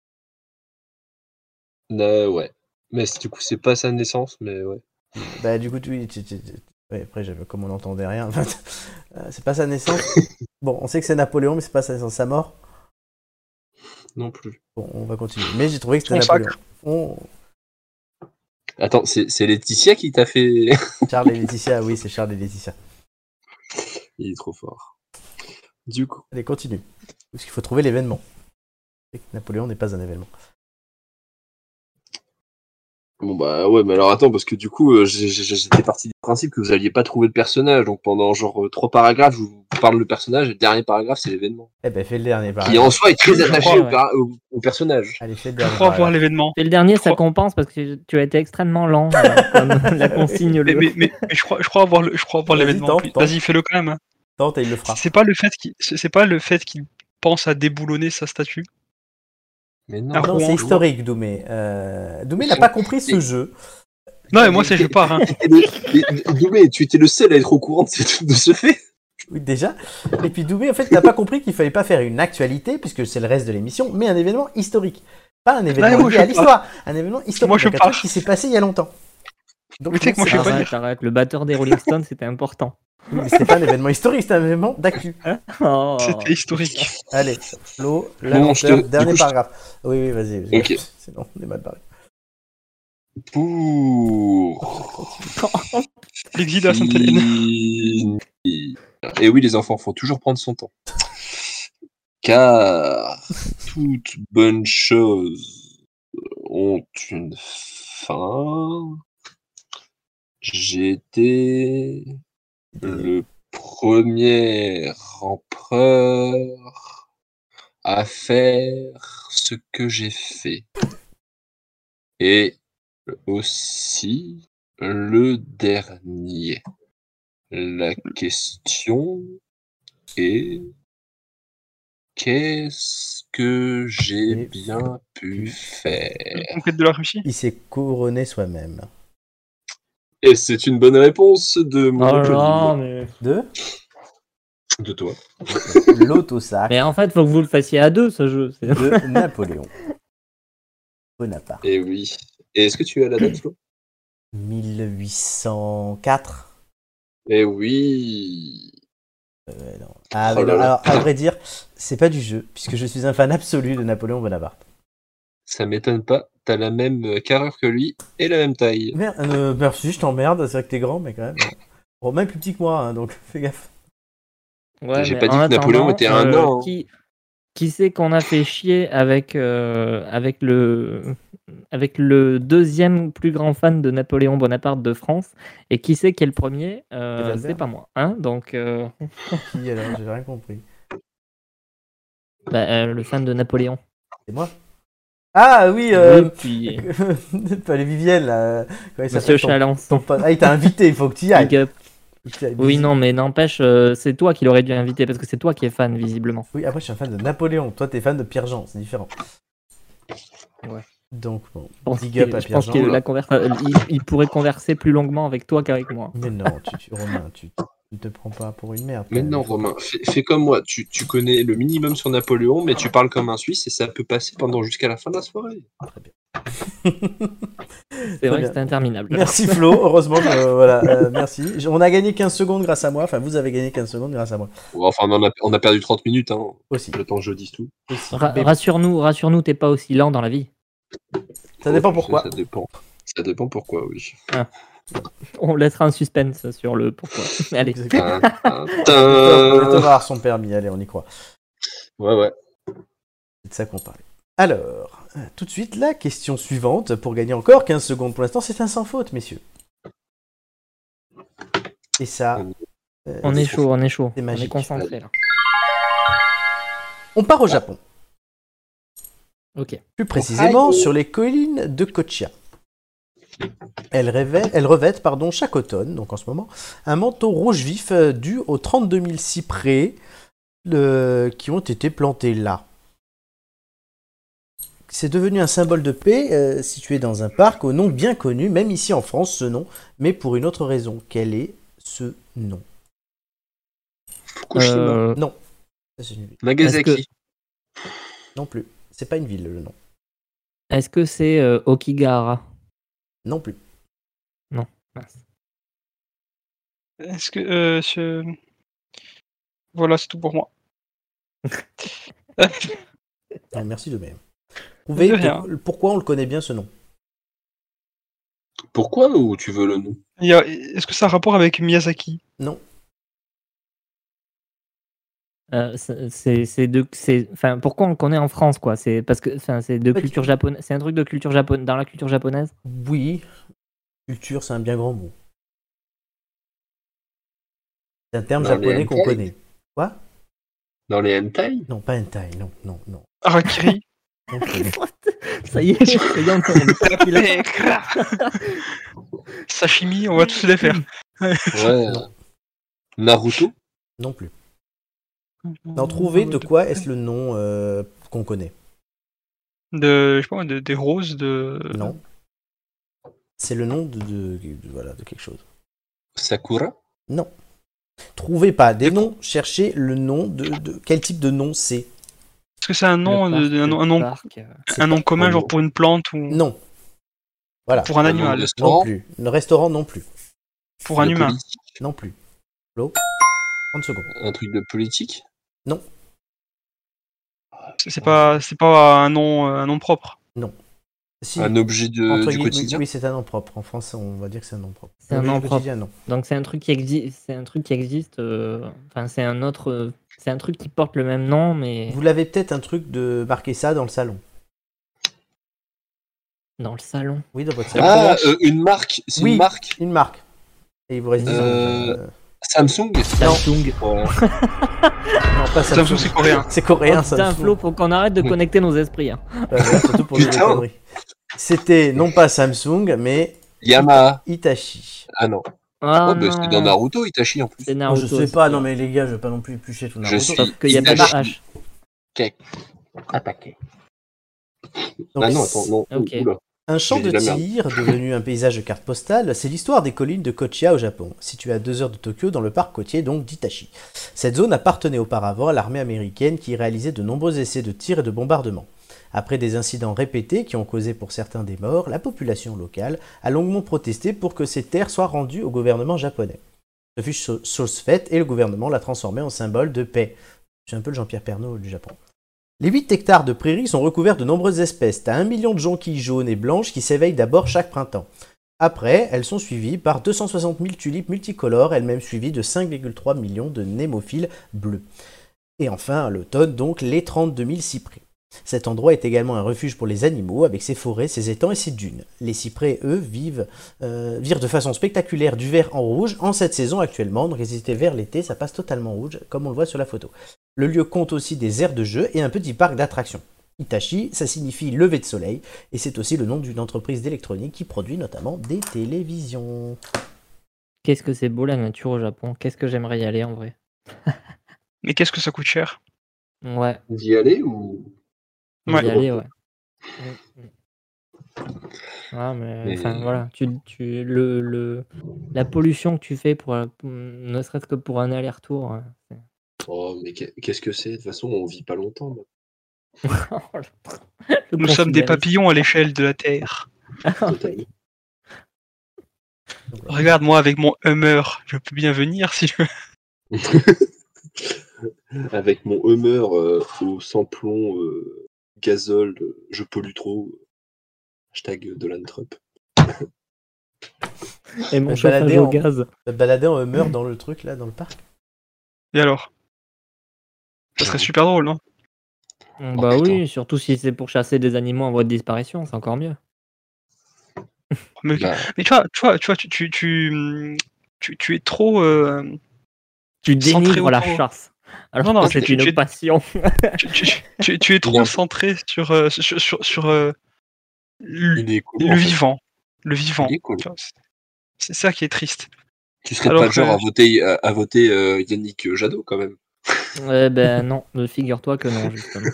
Ouais. Mais du coup, c'est pas sa naissance, mais ouais. Bah du coup, ouais, après, comme on n'entendait rien, c'est pas sa naissance. Bon, on sait que c'est Napoléon, mais c'est pas sa naissance. Sa mort. Non plus. Bon, on va continuer. Mais j'ai trouvé que c'était On Napoléon. sacre. Attends, c'est Laetitia qui t'a fait. Charles et Laetitia, oui, c'est Charles et Laetitia. Il est trop fort. Du coup. Allez, continue. Parce qu'il faut trouver l'événement. Et que Napoléon n'est pas un événement. Bon bah ouais, mais alors attends, parce que du coup, j'étais parti du principe que vous alliez pas trouver le personnage, donc pendant genre 3 paragraphes, je vous parle le personnage, et le dernier paragraphe, c'est l'événement. Eh ben, fais le dernier Qui paragraphe. en soi est très attaché crois, au personnage. Allez, fais le Je dernier crois voir paragraphe. l'événement. Et le dernier, ça crois- compense parce que tu as été extrêmement lent, comme la consigne Mais, le. mais je crois avoir Vas-y, l'événement. tente, tente. Vas-y, fais-le quand même. Hein. Tente et il le fera. C'est pas le fait qu'il pense à déboulonner sa statue. Mais non, Ah, Non, Rouen, c'est je historique, Doumé. Doumé n'a pas compris ce jeu. Non, mais moi, c'est je pars. Hein. Doumé, tu étais le seul à être au courant de ce fait. Oui, déjà. Et puis Doumé, en fait, n'a pas compris qu'il fallait pas faire une actualité, puisque c'est le reste de l'émission, mais un événement historique. Pas un événement moi, lié je à l'histoire. Un événement historique. Moi, je Donc, un truc pars. qui s'est passé il y a longtemps. Donc, Mais tu sais que moi, je sais pas Arrête, lire. arrête. Le batteur des Rolling Stones, c'était important. Oui, mais c'était pas un événement historique, c'était un événement d'actu. Oh. C'était historique. Allez, Flo, la Bon, lenteur, du dernier coup, paragraphe. Oui, vas-y. Ok. Sinon, on est mal barré. Pour L'exil de la Sainte-Hélène. finir. Et oui, les enfants, faut toujours prendre son temps. Car toute bonne chose ont une fin. J'étais le premier empereur à faire ce que j'ai fait. Et aussi le dernier. La question est: qu'est-ce que j'ai bien pu faire? Une conquête de la Russie. Il s'est couronné soi-même. Et c'est une bonne réponse de mon Oh là oncle là, Nîmes. mais... De toi. L'autosac mais en fait, faut que vous le fassiez à deux, ce jeu. de Napoléon Bonaparte. Et oui. Et est-ce que tu as la date, Flo? 1804. Eh oui. Non. Ah, Oh mais là non, là. alors, à vrai dire, c'est pas du jeu, puisque je suis un fan absolu de Napoléon Bonaparte. Ça m'étonne pas. T'as la même carrure que lui et la même taille. Merde, merci, je t'emmerde, c'est vrai que t'es grand, mais quand même. Bon, même plus petit que moi, hein, donc fais gaffe. Ouais, J'ai mais pas dit en que Napoléon attendant, était un nain. Hein. Qui c'est qu'on a fait chier avec le deuxième plus grand fan de Napoléon Bonaparte de France, et qui c'est qui est le premier? Albert. C'est pas moi, hein, donc Qui alors? J'ai rien compris. le fan de Napoléon. C'est moi? Ah oui, Oui, puis pas les Vivienne, là. Comment il Monsieur s'appelle, ton Chalençon. pote? Ah, il t'a invité, il faut que tu y ailles. Big up. Faut que tu y ailles. Oui, non, mais n'empêche, c'est toi qui l'aurais dû inviter parce que c'est toi qui es fan, visiblement. Oui, après, je suis un fan de Napoléon. Toi, t'es fan de Pierre-Jean, c'est différent. Ouais. Donc, bon, Je pense big up à je pense Pierre-Jean. il pourrait converser plus longuement avec toi qu'avec moi. Mais non, Romain, tu te prends pas pour une merde. Mais quand non, même. Romain, fais comme moi. Tu connais le minimum sur Napoléon, mais tu parles comme un Suisse et ça peut passer jusqu'à la fin de la soirée. Très bien. C'est vrai que c'était interminable. Merci Flo, heureusement que, voilà, merci. On a gagné 15 secondes grâce à moi, enfin vous avez gagné 15 secondes grâce à moi. Enfin, on a perdu 30 minutes, hein. Aussi. Le temps que je dise tout. Aussi. Mais Rassure-nous, t'es pas aussi lent dans la vie. ça dépend pourquoi. Ça dépend. Ça dépend pourquoi, oui. On laissera un suspense sur le pourquoi. Allez. Exactement. Tin. Thomas avoir son permis, allez, on y croit. Ouais. C'est de ça qu'on parlait. Alors, tout de suite, la question suivante, pour gagner encore 15 secondes pour l'instant, c'est un sans faute, messieurs. Et ça... On est chaud. C'est On est magique. concentré là. On part au Japon. Ok. Plus précisément sur les collines de Kochia. Elles revêtent chaque automne, donc en ce moment, un manteau rouge vif dû aux 32 000 cyprès qui ont été plantés là. C'est devenu un symbole de paix situé dans un parc au nom bien connu, même ici en France, ce nom, mais pour une autre raison. Quel est ce nom? Fukushima. Non. Ça, c'est une ville. Nagasaki. Non plus. C'est pas une ville, le nom. Est-ce que c'est Okigahara? Non plus. Non. Mince. Est-ce que voilà, c'est tout pour moi. Ah, merci de même. Trouvez De rien. pourquoi on le connaît bien ce nom. Pourquoi ou tu veux le nom? Est-ce que ça a un rapport avec Miyazaki? Non. Pourquoi on le connaît en France, quoi? C'est parce que, c'est de Ouais, culture japonaise. C'est un truc de culture japonaise, dans la culture japonaise. Oui. Culture, c'est un bien grand mot. C'est un terme Dans les japonais qu'on hentai. connaît. Quoi? Dans les hentai? Non, pas hentai, non. Harakiri. Non plus. Ça y est, on est parti là. Sashimi, on va tous les faire. Ouais. Non. Naruto? Non plus. Non, trouvez de quoi est-ce le nom qu'on connaît. Je sais pas, des roses, de. Non. C'est le nom de quelque chose. Sakura? Non. Trouvez pas des noms, cherchez le nom de quel type de nom c'est. Est-ce que c'est un nom, un nom commun, genre pour une plante ou Non. Voilà. pour un Un nom de animal? Non restaurant? plus. Le restaurant non plus. Pour un De humain? politique? Non plus. Flo 30 secondes. Un truc de politique? Non. C'est pas un nom propre. Si. Un objet Entre du guillemets, quotidien? oui, c'est un nom propre. En France, on va dire que c'est un nom propre. C'est un Objet nom du propre. quotidien, non. Donc c'est un truc qui existe. C'est un truc qui existe. C'est un autre. C'est un truc qui porte le même nom, mais Vous l'avez peut-être un truc de marquer ça dans le salon. dans le salon. Oui, dans votre salon. Ah, une marque? C'est Oui. une marque? Une marque. Et il vous reste 10 secondes. Samsung? Samsung. Voilà. Non, pas Samsung. Samsung, c'est coréen. C'est coréen, Oh, putain, Samsung. Flo, faut qu'on arrête de connecter nos esprits. Hein. Ouais, surtout pour dire des Putain. conneries. C'était non pas Samsung, mais Yamaha? Itachi. Ah non. Ah, Oh, bah, c'est dans Naruto, Itachi en plus. C'est Oh, Naruto. je sais pas, non mais les gars, je vais pas non plus éplucher tout Je Naruto. suis Sauf qu'il y a pas de Itachi. H. Ok. Attaquer. Donc, Ah non, attends, non. Ok. Oula. Un champ J'ai de dit la merde. tir, devenu un paysage de carte postale, c'est l'histoire des collines de Kochiya au Japon, située à 2 heures de Tokyo dans le parc côtier donc d'Itachi. Cette zone appartenait auparavant à l'armée américaine qui réalisait de nombreux essais de tir et de bombardement. Après des incidents répétés qui ont causé pour certains des morts, la population locale a longuement protesté pour que ces terres soient rendues au gouvernement japonais. Ce fut chose faite et le gouvernement l'a transformé en symbole de paix. C'est un peu le Jean-Pierre Pernaut du Japon. Les 8 hectares de prairies sont recouverts de nombreuses espèces. T'as 1 million de jonquilles jaunes et blanches qui s'éveillent d'abord chaque printemps. Après, elles sont suivies par 260 000 tulipes multicolores, elles-mêmes suivies de 5,3 millions de némophiles bleus. Et enfin, à l'automne, donc, les 32 000 cyprès. Cet endroit est également un refuge pour les animaux, avec ses forêts, ses étangs et ses dunes. Les cyprès, eux, virent de façon spectaculaire du vert en rouge en cette saison actuellement, donc ils étaient vers l'été, ça passe totalement rouge, comme on le voit sur la photo. Le lieu compte aussi des aires de jeu et un petit parc d'attractions. Itachi, ça signifie lever de soleil, et c'est aussi le nom d'une entreprise d'électronique qui produit notamment des télévisions. Qu'est-ce que c'est beau la nature au Japon. Qu'est-ce que j'aimerais y aller en vrai. Mais qu'est-ce que ça coûte cher? Ouais, D'y aller ou. Ouais. y aller, ouais. Ah, mais Mais- enfin voilà, la pollution que tu fais ne serait-ce que pour un aller-retour. Hein. Oh, mais qu'est-ce que c'est? De toute façon, on vit pas longtemps. moi. Le Nous sommes des consumérisme. papillons à l'échelle de la Terre. Totalement. Regarde, moi, avec mon Hummer, je peux bien venir si je veux. Avec mon Hummer au sans-plomb, gazole, je pollue trop. Hashtag Donald Trump. Et mon Me chauffage balader au en- gaz. Te balader en Hummer dans le truc là, dans le parc. Et alors? Ça serait super drôle, non? Bah putain. oui, surtout si c'est pour chasser des animaux en voie de disparition, c'est encore mieux. Mais, Bah, mais tu vois, tu es trop. Tu Centré dénigres la autour. chasse. Alors Non, que c'est une passion. Tu es trop Bien. centré sur le il est cool. En fait. vivant. Le vivant. Il est cool. Tu vois, c'est ça qui est triste. Tu serais Alors pas le genre que- à voter Yannick Jadot quand même. Eh ben non, figure-toi que non, justement.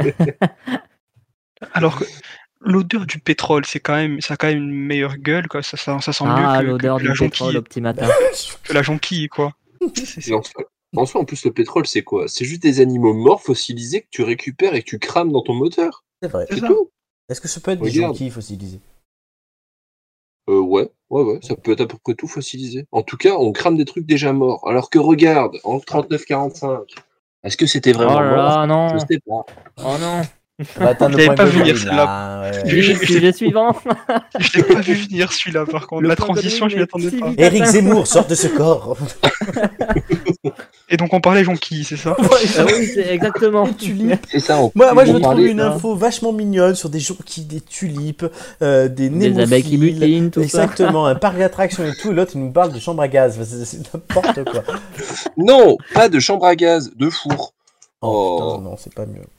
Alors que l'odeur du pétrole, ça a quand même une meilleure gueule, quoi. Ça sent mieux Ah, que l'odeur la du pétrole jonquille. au petit matin. Que la jonquille, quoi. Et en soi, en plus, le pétrole, c'est quoi? C'est juste des animaux morts fossilisés que tu récupères et que tu crames dans ton moteur. C'est vrai. C'est C'est ça. tout. Est-ce que ça peut être des Regarde. jonquilles fossilisées? Ouais, ça peut être à peu près tout fossilisé. En tout cas, on crame des trucs déjà morts. Alors que regarde, en 39-45, est-ce que c'était Oh vraiment là mort? là, non. Je sais pas. Oh non. On va atteindre Je le l'avais point pas vu Godwin, venir, là, ouais. Je- Sujet suivant. Je l'ai pas vu venir celui-là, par contre. Le La point transition, je Godwin m'y est attendais si pas. vite. Éric Zemmour, sort de ce corps. Et donc on parlait jonquille, c'est ça? Ah oui, c'est exactement. Des tulipes. C'est ça. Moi, je on trouve parlait- une info vachement mignonne sur des jonquilles, des tulipes, des Des abeilles qui némophiles. butinent, tout ça. Exactement, un parc d'attractions et tout. Et l'autre, il nous parle de chambre à gaz. Enfin, c'est n'importe quoi. Non, pas de chambre à gaz, de four. Oh, Oh. putain, non, c'est pas mieux.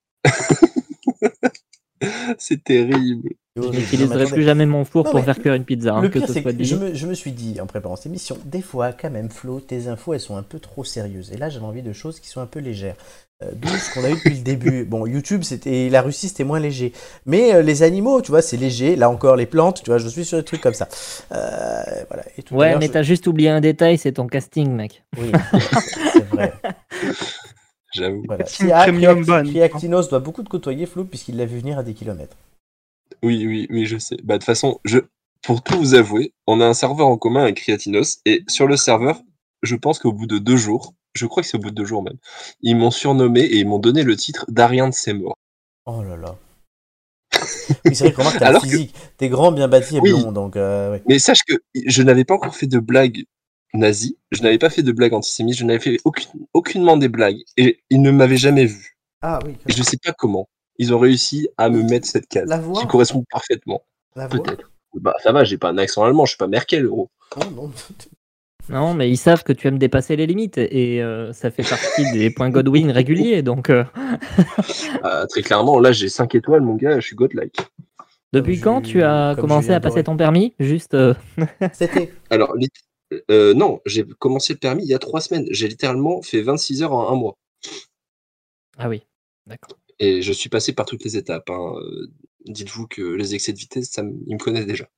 C'est terrible. C'est Je horrible. n'utiliserai Non, mais plus jamais mon four Non, pour mais faire cuire une pizza, hein, Le que pire, ce c'est soit que dit. je me suis dit, en préparant cette émission, des fois, quand même, Flo, tes infos, elles sont un peu trop sérieuses. Et là, j'avais envie de choses qui sont un peu légères. D'où ce qu'on a eu depuis le début. Bon, YouTube, la Russie, c'était moins léger. Mais les animaux, tu vois, c'est léger. Là encore, les plantes, tu vois, je suis sur des trucs comme ça. Voilà. Et tout à Ouais, l'heure, mais t'as juste oublié un détail, c'est ton casting, mec. Oui, c'est vrai. J'avoue. Voilà. Casting premium ban. Criactinos doit beaucoup te côtoyer, Flo, puisqu'il l'a vu venir à des kilomètres. Oui, je sais. Bah, de toute façon, pour tout vous avouer, on a un serveur en commun avec Criatinos, et sur le serveur, je pense qu'au bout de 2 jours, je crois que c'est au bout de 2 jours même, ils m'ont surnommé et ils m'ont donné le titre d'Ariane de ses morts. Oh là là. Oui, c'est vrai que remarque, t'as le Alors que- physique. T'es grand, bien bâti et Oui. blond, donc ouais. Mais sache que je n'avais pas encore fait de blagues nazies, je n'avais pas fait de blagues antisémites, je n'avais fait aucunement des blagues, et ils ne m'avaient jamais vu. Ah oui, Et je sais pas comment. Ils ont réussi à me mettre cette case, La voix qui correspond parfaitement. la voix. Peut-être. Bah, ça va, j'ai pas un accent allemand, je suis pas Merkel, gros. Oh, non. Non, mais ils savent que tu aimes dépasser les limites et ça fait partie des points Godwin réguliers. Donc, Très clairement, là, j'ai 5 étoiles, mon gars, je suis godlike. depuis Comme quand tu as comme commencé Julien à passer Doré. ton permis? Juste. C'était. Alors, non, j'ai commencé le permis il y a 3 semaines. J'ai littéralement fait 26 heures en un mois. Ah oui, d'accord. Et je suis passé par toutes les étapes. Hein. Dites-vous que les excès de vitesse, il me connaît déjà.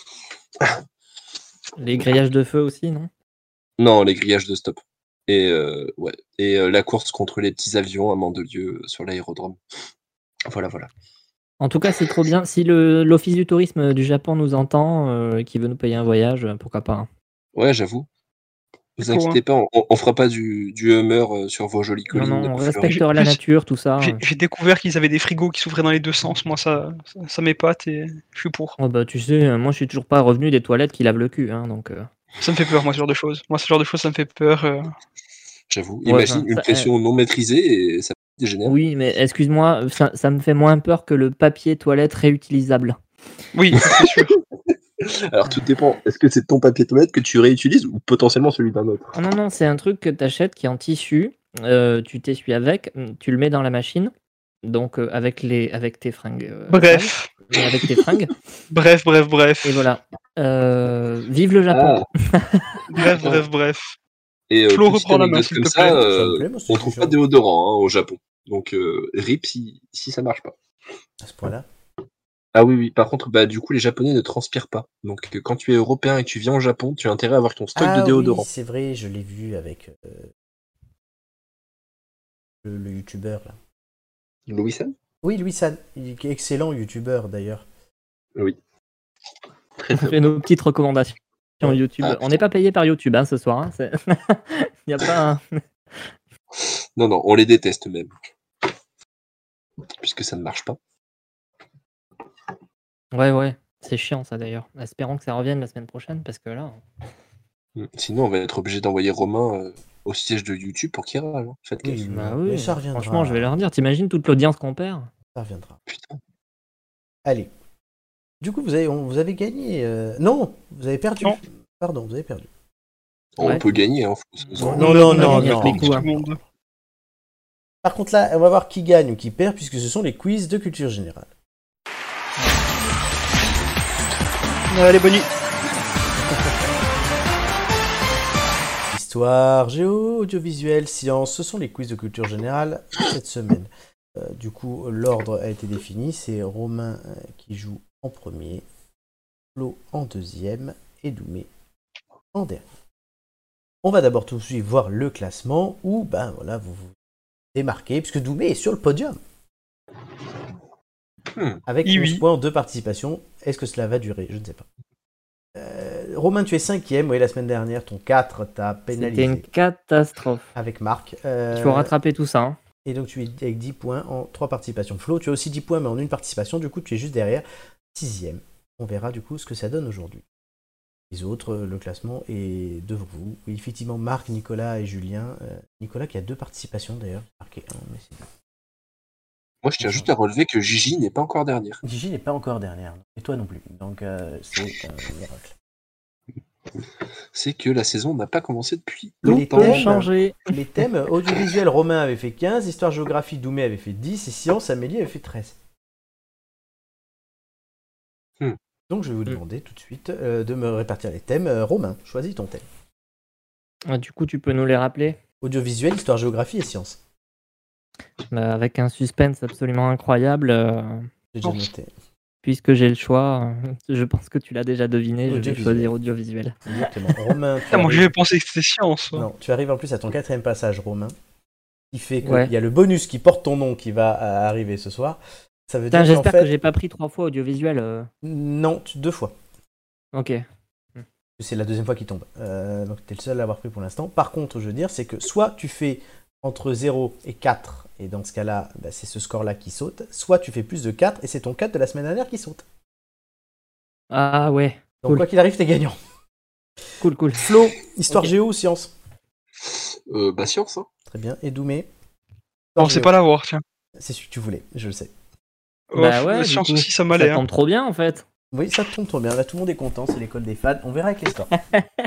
Les grillages de feu aussi, non? Non, les grillages de stop. Et ouais. Et la course contre les petits avions à Mandelieu sur l'aérodrome. Voilà. En tout cas, c'est trop bien. Si l'Office du tourisme du Japon nous entend et qui veut nous payer un voyage, pourquoi pas. Ouais, j'avoue. Vous Faut, inquiétez pas, on fera pas du Hummer sur vos jolies Non, collines. non, on fleuries. respectera la nature, tout ça. J'ai découvert qu'ils avaient des frigos qui s'ouvraient dans les deux sens. Moi, ça m'épate et je suis pour. Oh bah, tu sais, moi je suis toujours pas revenu des toilettes qui lavent le cul, hein, donc. Ça me fait peur, moi, ce genre de choses. Moi, ce genre de choses, ça me fait peur. J'avoue. Ouais, Imagine enfin, une pression non maîtrisée et ça dégénère. Oui, mais excuse-moi, ça me fait moins peur que le papier toilette réutilisable. Oui, c'est sûr. Alors tout dépend. Est-ce que c'est ton papier toilette que tu réutilises ou potentiellement celui d'un autre? Ah non, c'est un truc que tu achètes qui est en tissu, tu t'essuies avec, tu le mets dans la machine, donc avec tes fringues. Bref. Mais avec tes fringues. Bref. Et voilà. Vive le Japon. Bref. Et Flo, petite reprends la main, anecdote s'il comme te ça, plaît. Ça me plaît, moi, c'est on trouve déjà. pas de déodorant au Japon. Donc RIP si ça marche pas. À ce point-là. Ah oui. Par contre, du coup, les Japonais ne transpirent pas. Donc quand tu es européen et que tu viens au Japon, tu as intérêt à avoir ton stock de déodorant. Oui, c'est vrai, je l'ai vu avec le youtubeur là. Louis-san? Oui, Louis San, il est excellent youtubeur d'ailleurs. Oui. On fait nos petites recommandations sur YouTube. On n'est pas payé par YouTube ce soir. Hein, il n'y a pas. Non, on les déteste même. Puisque ça ne marche pas. Ouais. C'est chiant ça d'ailleurs. Espérons que ça revienne la semaine prochaine parce que là. Sinon, on va être obligé d'envoyer Romain au siège de YouTube pour qu'il râle. Hein. Faites gaffe. Bah mais oui. ça reviendra. Franchement, je vais leur dire. T'imagines toute l'audience qu'on perd? Ça reviendra. Putain. Allez. Du coup, vous avez gagné. Non, vous avez perdu. Non. Pardon, vous avez perdu. Ouais. On peut gagner. Hein, Non. Il y a tous les coups, hein. Tout le monde. Par contre, là, on va voir qui gagne ou qui perd, puisque ce sont les quiz de culture générale. Allez, bonne nuit. Histoire, géo, audiovisuel, sciences, ce sont les quiz de culture générale cette semaine. Du coup, l'ordre a été défini. C'est Romain qui joue en premier, Flo en deuxième et Doumé en dernier. On va d'abord tout de suite voir le classement où vous vous démarquez, puisque Doumé est sur le podium. Avec 11 points en 2 participations. Est-ce que cela va durer? Je ne sais pas. Romain, tu es 5ème. Oui, la semaine dernière, ton 4 t'a pénalisé. C'était une catastrophe. Avec Marc. Il faut rattraper tout ça. Hein. Et donc tu es avec 10 points en 3 participations. Flo, tu as aussi 10 points, mais en 1 participation. Du coup, tu es juste derrière. 6ème. On verra du coup ce que ça donne aujourd'hui. Les autres, le classement est devant vous. Oui, effectivement, Marc, Nicolas et Julien. Nicolas qui a 2 participations d'ailleurs. Marqué 1, mais c'est bien. Moi, je tiens juste à relever que Gigi n'est pas encore dernière. Gigi n'est pas encore dernière. Et toi non plus. Donc, c'est un miracle. C'est que la saison n'a pas commencé depuis Les longtemps. Tout changer. Les thèmes audiovisuel, Romain avait fait 15, histoire géographie, Doumé avait fait 10, et sciences, Amélie avait fait 13. Donc je vais vous demander tout de suite de me répartir les thèmes. Romain, choisis ton thème. Du coup, tu peux nous les rappeler? Audiovisuel, histoire, géographie et sciences. Avec un suspense absolument incroyable. J'ai déjà noté. Puisque j'ai le choix, je pense que tu l'as déjà deviné, je vais choisir audiovisuel. Exactement. Romain, Moi, j'avais pensé que c'était science. Non, tu arrives en plus à ton 4ème passage, Romain, qui fait qu'il Ouais. y a le bonus qui porte ton nom qui va arriver ce soir. Ça veut dire J'espère qu'en fait... que j'ai pas pris 3 fois audiovisuel. Non, 2 fois. Ok. C'est la 2e fois qu'il tombe. Donc tu es le seul à l'avoir pris pour l'instant. Par contre, je veux dire, c'est que soit tu fais entre 0 et 4, et dans ce cas-là, c'est ce score-là qui saute, soit tu fais plus de 4, et c'est ton 4 de la semaine dernière qui saute. Ah ouais. Donc Cool. quoi qu'il arrive, t'es gagnant. Cool. Flo, histoire Ok. géo ou science? Science. Hein. Très bien. Et Doumé? On sait pas l'avoir, tiens. C'est celui que tu voulais, je le sais. Bah ouais, Science du coup, aussi, ça m'allait. Ça tombe trop bien en fait. Oui, ça tombe trop bien. Là, tout le monde est content, c'est l'école des fans. On verra avec les scores.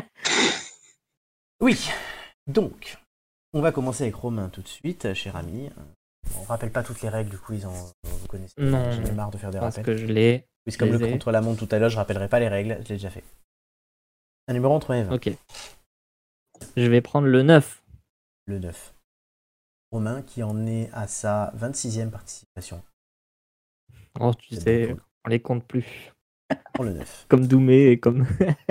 Oui, donc, on va commencer avec Romain tout de suite, cher ami. On rappelle pas toutes les règles du quiz, vous connaissez. Non, J'en ai marre de faire des Parce rappels. que je l'ai. Oui, c'est comme le les ai. contre-la-montre tout à l'heure, je rappellerai pas les règles, je l'ai déjà fait. Un numéro entre 1 et 20. Ok. Je vais prendre le 9. Le 9. Romain qui en est à sa 26e participation. Oh, tu sais, on les compte plus. Pour le 9. Comme Doumé et comme.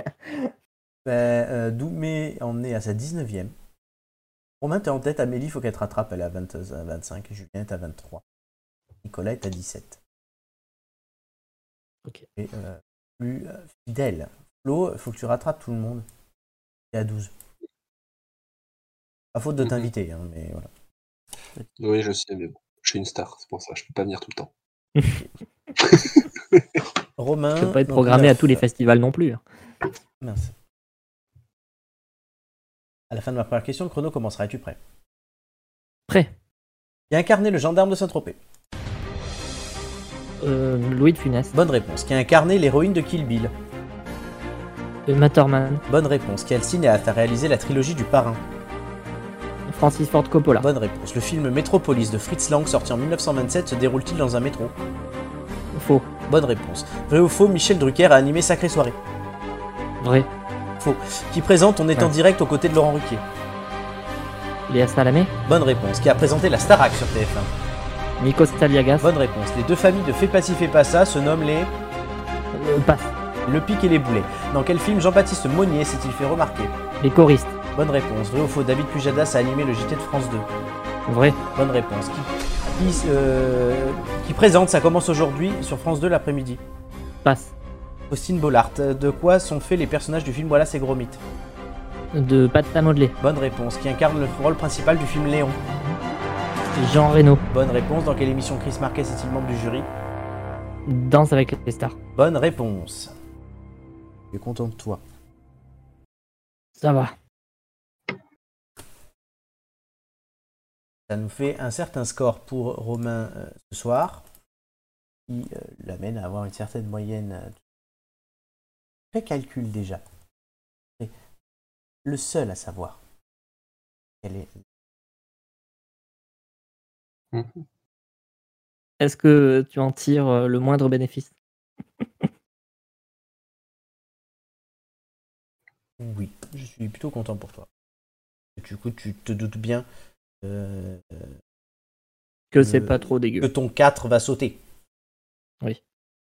Doumé en est à sa 19e. Romain, t'es en tête. Amélie, il faut qu'elle te rattrape. Elle est à 25. Julien est à 23. Nicolas est à 17. Ok. Et plus fidèle. Flo, il faut que tu rattrapes tout le monde. Il est à 12. Pas faute de t'inviter, hein, mais voilà. Oui, je sais, mais bon, je suis une star, c'est pour ça, je peux pas venir tout le temps. Romain. Je peux pas être donc programmé à 9. tous les festivals non plus. Mince. À la fin de ma première question, le chrono commencera. Es-tu prêt? Prêt. Qui a incarné le gendarme de Saint-Tropez? Louis de Funès. Bonne réponse. Qui a incarné l'héroïne de Kill Bill? Matterman. Bonne réponse. Quel cinéaste a réalisé la trilogie du Parrain? Francis Ford Coppola. Bonne réponse. Le film Metropolis de Fritz Lang, sorti en 1927, se déroule-t-il dans un métro? Faux. Bonne réponse. Vrai ou faux, Michel Drucker a animé Sacrée Soirée? Vrai. Faux. Qui présente On est en Ouais. direct aux côtés de Laurent Ruquier? Léa Salamé. Bonne réponse. Qui a présenté la Starac sur TF1? Nikos Staliagas. Bonne réponse. Les deux familles de Fais pas ci, fais pas ça se nomment les... Passe. Le Pic et les Boulets. Dans quel film Jean-Baptiste Monnier s'est-il fait remarquer? Les choristes. Bonne réponse. Vrai ou faux, David Pujadas a animé le JT de France 2? Vrai. Bonne réponse. Qui présente Ça commence aujourd'hui sur France 2 l'après-midi? Passe. Faustine Bollard. De quoi sont faits les personnages du film Voilà, c'est gros mythe? De pâte à modeler. Bonne réponse. Qui incarne le rôle principal du film Léon? Jean Reno. Bonne réponse. Dans quelle émission Chris Marquez est-il membre du jury? Danse avec les stars. Bonne réponse. Je suis content de toi. Ça va. Ça nous fait un certain score pour Romain ce soir, qui l'amène à avoir une certaine moyenne. Fais calcul déjà. C'est le seul à savoir quelle est. Est-ce que tu en tires le moindre bénéfice? Oui, je suis plutôt content pour toi. Du coup, tu te doutes bien Que c'est pas trop dégueu. que ton 4 va sauter. Oui.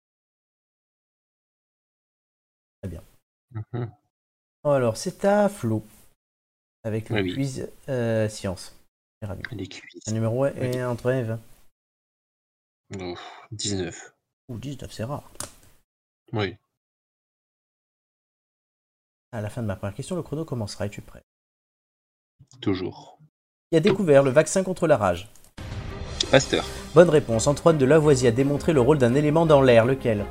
Très bien. Mhm. Alors, c'est à Flo, avec le Oui. quiz science. Je suis ravi. Les cuisses. Le numéro est entre 1 et 20. Oh, 19. Ou 19, c'est rare. Oui. À la fin de ma première question, le chrono commencera. Es-tu prêt? Toujours. Qui a découvert le vaccin contre la rage? Pasteur. Bonne réponse. Antoine de Lavoisier a démontré le rôle d'un élément dans l'air. Lequel?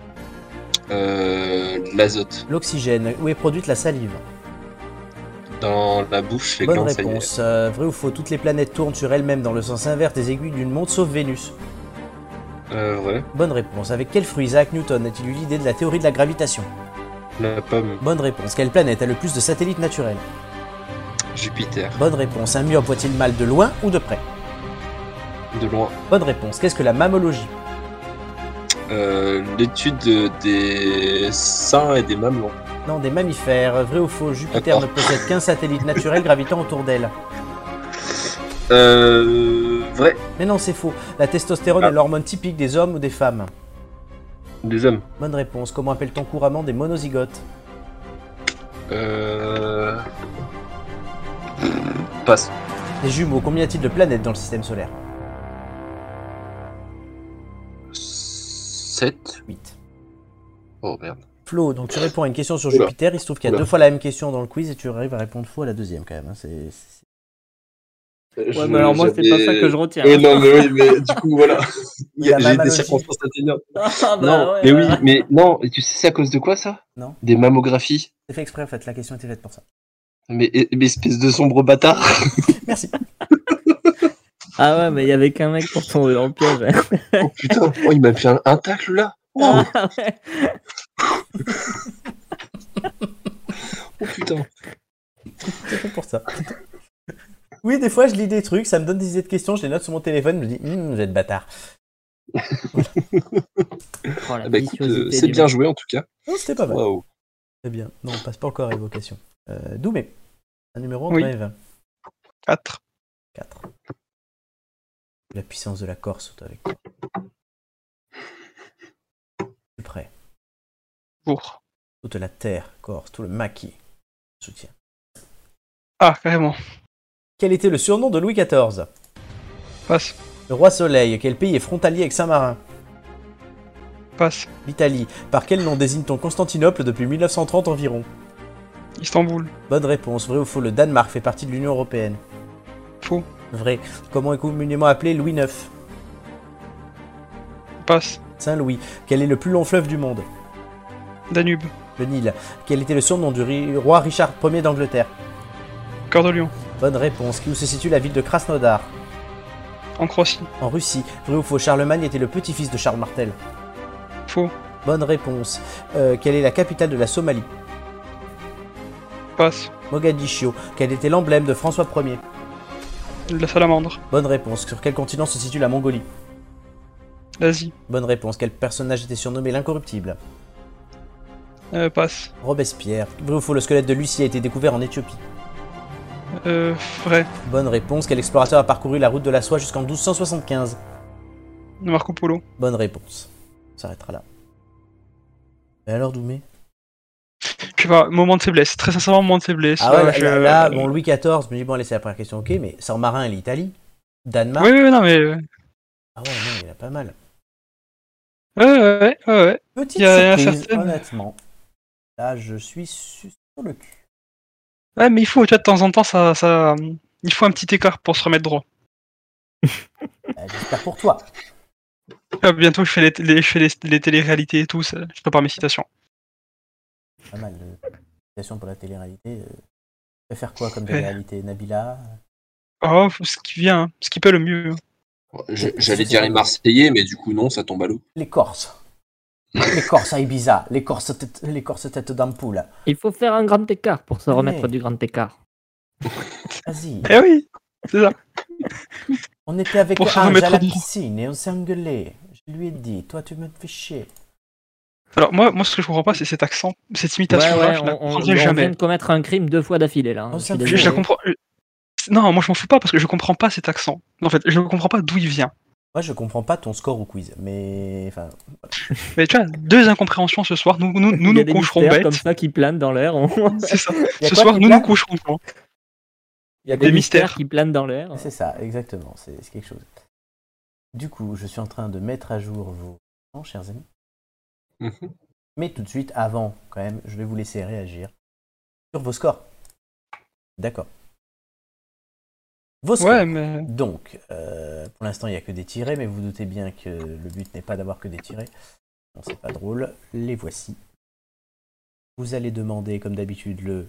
L'azote. L'oxygène. Où est produite la salive? Dans la bouche, les Bonne glandes réponse. Vrai ou faux, toutes les planètes tournent sur elles-mêmes dans le sens inverse des aiguilles d'une montre sauf Vénus? salivaires. Vrai. Bonne réponse. Avec quel fruit Isaac Newton a-t-il eu l'idée de la théorie de la gravitation? La pomme. Bonne réponse. Quelle planète a le plus de satellites naturels? Jupiter. Bonne réponse. Un myope voit-il mal de loin ou de près? De loin. Bonne réponse. Qu'est-ce que la mammologie? L'étude des seins et des mamelons. Non, des mammifères. Vrai ou faux, Jupiter D'accord. ne possède qu'un satellite naturel gravitant autour d'elle? Vrai. Mais non, c'est faux. La testostérone est l'hormone typique des hommes ou des femmes? Des hommes. Bonne réponse. Comment appelle-t-on couramment des monozygotes? Passe. Des jumeaux. Combien y a-t-il de planètes dans le système solaire? 7. 8. Oh merde. Flo, donc tu réponds à une question sur Oula. Jupiter. Il se trouve qu'il y a Oula. 2 fois la même question dans le quiz et tu arrives à répondre faux à la deuxième quand même. Hein. Ouais, mais alors moi, c'est pas ça que je retiens. Non, mais oui, mais du coup, voilà. Il y a la J'ai des mammalogie. circonstances atténuantes. Ah, Non, mais oui, mais non, et tu sais c'est à cause de quoi ça? Non. Des mammographies. C'est fait exprès en fait. La question était faite pour ça. Mais espèce de sombre bâtard. Merci. Ah ouais, mais il y avait qu'un mec pour tomber dans le piège. Oh putain, oh, il m'a fait un tacle là. Oh, Ah ouais. oh putain. C'est fait pour ça. Oui, des fois je lis des trucs, ça me donne des idées de questions, je les note sur mon téléphone, je me dis, vous êtes bâtard. Oh, la Ah bah écoute, viciosité c'est du bien mec. joué en tout cas. Non, c'était pas mal. Waouh. Très bien. Non, on passe pas encore à évocation. Doumé. Un numéro entre Oui. 1 et 20. 4. 4. La puissance de la Corse est avec toi. Plus près. Pour. Toute la terre corse, tout le maquis soutient. Ah, carrément. Quel était le surnom de Louis XIV? Passe. Le roi Soleil. Quel pays est frontalier avec Saint-Marin? Passe. L'Italie. Par quel nom désigne-t-on Constantinople depuis 1930 environ? Istanbul. Bonne réponse. Vrai ou faux, le Danemark fait partie de l'Union Européenne? Faux. Vrai. Comment est communément appelé Louis IX? Passe. Saint-Louis. Quel est le plus long fleuve du monde? Danube. Le Nil. Quel était le surnom du roi Richard Ier d'Angleterre? Cœur de Lion. Bonne réponse. Où se situe la ville de Krasnodar? En Croatie. En Russie. Vrai ou faux, Charlemagne était le petit-fils de Charles Martel? Faux. Bonne réponse. Quelle est la capitale de la Somalie? Passe. Mogadiscio. Quel était l'emblème de François Ier? La salamandre. Bonne réponse. Sur quel continent se situe la Mongolie? L'Asie. Bonne réponse. Quel personnage était surnommé l'incorruptible? Passe. Robespierre. Vrai ou faux, le squelette de Lucie a été découvert en Éthiopie? Vrai. Bonne réponse. Quel explorateur a parcouru la route de la soie jusqu'en 1275? Marco Polo. Bonne réponse. On s'arrêtera là. Et alors, Doumé? Je sais pas, moment de faiblesse. Très sincèrement, moment de faiblesse. Ah ouais, Là, là, bon, Louis XIV, je me dis, bon, allez, c'est la première question, ok, mais sans marin et l'Italie? Danemark? Oui, oui, non, mais. Ah ouais, non, il y en a pas mal. Ouais. Petite Il y a surprise, certaines- honnêtement. Là, je suis sur le cul. Ouais, mais il faut, tu vois, de temps en temps, il faut un petit écart pour se remettre droit. J'espère pour toi. Bientôt, je fais les téléréalités et tout, je prépare mes citations. Pas mal de citations pour la télé-réalité. Tu vas faire quoi comme télé-réalité? Nabila? Oh, ce qui vient, hein, ce qui peut le mieux. J'allais dire les Marseillais, mais du coup, non, ça tombe à l'eau. Les Corses. Les Corses à Ibiza. Les Corses tête d'ampoule. Il faut faire un grand écart pour se Ouais. remettre du grand écart. Vas-y. Eh oui, c'est ça. On était avec Pour se Ange remettre à la droit. piscine et on s'est engueulé. Je lui ai dit, toi tu me fais chier. Alors, moi, ce que je comprends pas, c'est cet accent, cette imitation-là, je la comprendrai on jamais. vient de commettre un crime 2 fois d'affilée là. On Je suis s'en fout. Je la désolé. comprends. Non, moi je m'en fous pas parce que je comprends pas cet accent. En fait, je comprends pas d'où il vient. Moi je comprends pas ton score au quiz, mais enfin. Mais tu vois, deux incompréhensions ce soir, nous Il y a des coucherons mystères bêtes. comme ça qui planent dans l'air. C'est ça. Y a Ce quoi soir, qui nous plane coucherons pas. Il y a Des Des mystères mystères. qui planent dans l'air. C'est ça, exactement, c'est quelque chose. Du coup, je suis en train de mettre à jour vos noms, chers amis. Mhm. Mais tout de suite, avant, quand même, je vais vous laisser réagir sur vos scores. D'accord. Vos scores. Ouais, mais. Donc, pour l'instant, il n'y a que des tirés, mais vous doutez bien que le but n'est pas d'avoir que des tirés. Non, c'est pas drôle. Les voici. Vous allez demander, comme d'habitude, le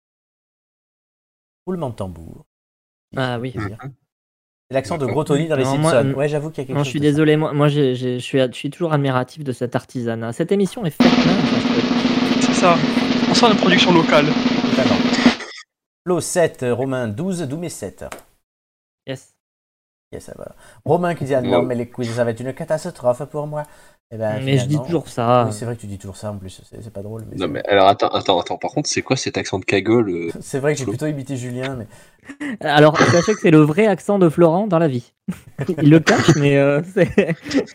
roulement de tambour. Ah oui. C'est l'accent de Gros Tony dans les Non, moi, Simpsons. Ouais, j'avoue qu'il y a quelque Non, chose. je suis de ça. désolé, moi je suis toujours admiratif de cet artisanat. Cette émission est faite main, parce que C'est ça. On sent la production locale. Totalement. Flo 7, Romain 12, Doumé 7. yes. Yes, ça va. Romain qui dit ah, non, Ouais. mais les quiz, ça va être une catastrophe pour moi. Eh ben, Mais je dis finalement- toujours ça. Oui, c'est vrai que tu dis toujours ça en plus, c'est pas drôle. Mais Non, c'est- mais alors, attends. Par contre, c'est quoi cet accent de cagole C'est vrai que j'ai Flo. plutôt imité Julien, mais Alors, sachez que c'est le vrai accent de Florent dans la vie. Il le cache, mais c'est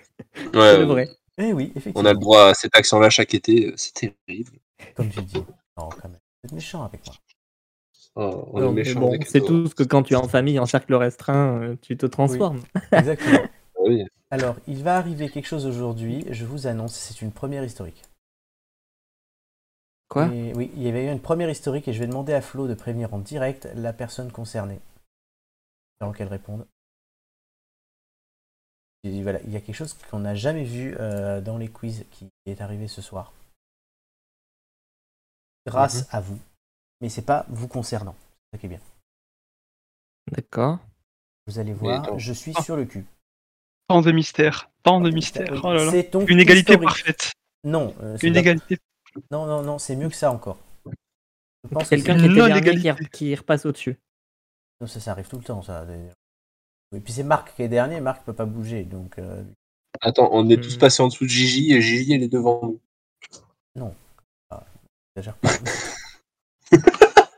le vrai. eh oui, On effectivement. a le droit à cet accent-là chaque été, c'est terrible. Comme tu dis. Non, quand même. Vous êtes méchant avec moi. Oh, on Non, est mais méchants bon, avec c'est toi. tout ce que quand tu es en famille, en cercle restreint, tu te transformes. Exactement. Ah oui. Alors, il va arriver quelque chose aujourd'hui, je vous annonce, c'est une première historique. Quoi? Et oui, il y avait eu une première historique et je vais demander à Flo de prévenir en direct la personne concernée. Avant qu'elle réponde. Et voilà, il y a quelque chose qu'on n'a jamais vu dans les quiz qui est arrivé ce soir. Grâce à vous. Mais c'est pas vous concernant. C'est ça qui est bien. D'accord. Vous allez Mais voir, attends. je suis sur le cul. Tant de mystères. Tant de mystères. Oh là là. C'est donc Une égalité historique. parfaite. Non, c'est Une pas- égalité. non, c'est mieux que ça encore. Je pense que Quelqu'un c'est- qui était Non, dernier l'égalité. qui repasse au-dessus. Non, ça arrive tout le temps, ça. Et puis c'est Marc qui est dernier, Marc peut pas bouger, donc Attends, on est tous Hmm. passés en dessous de Gigi et Gigi, elle est devant nous. j'exagère pas.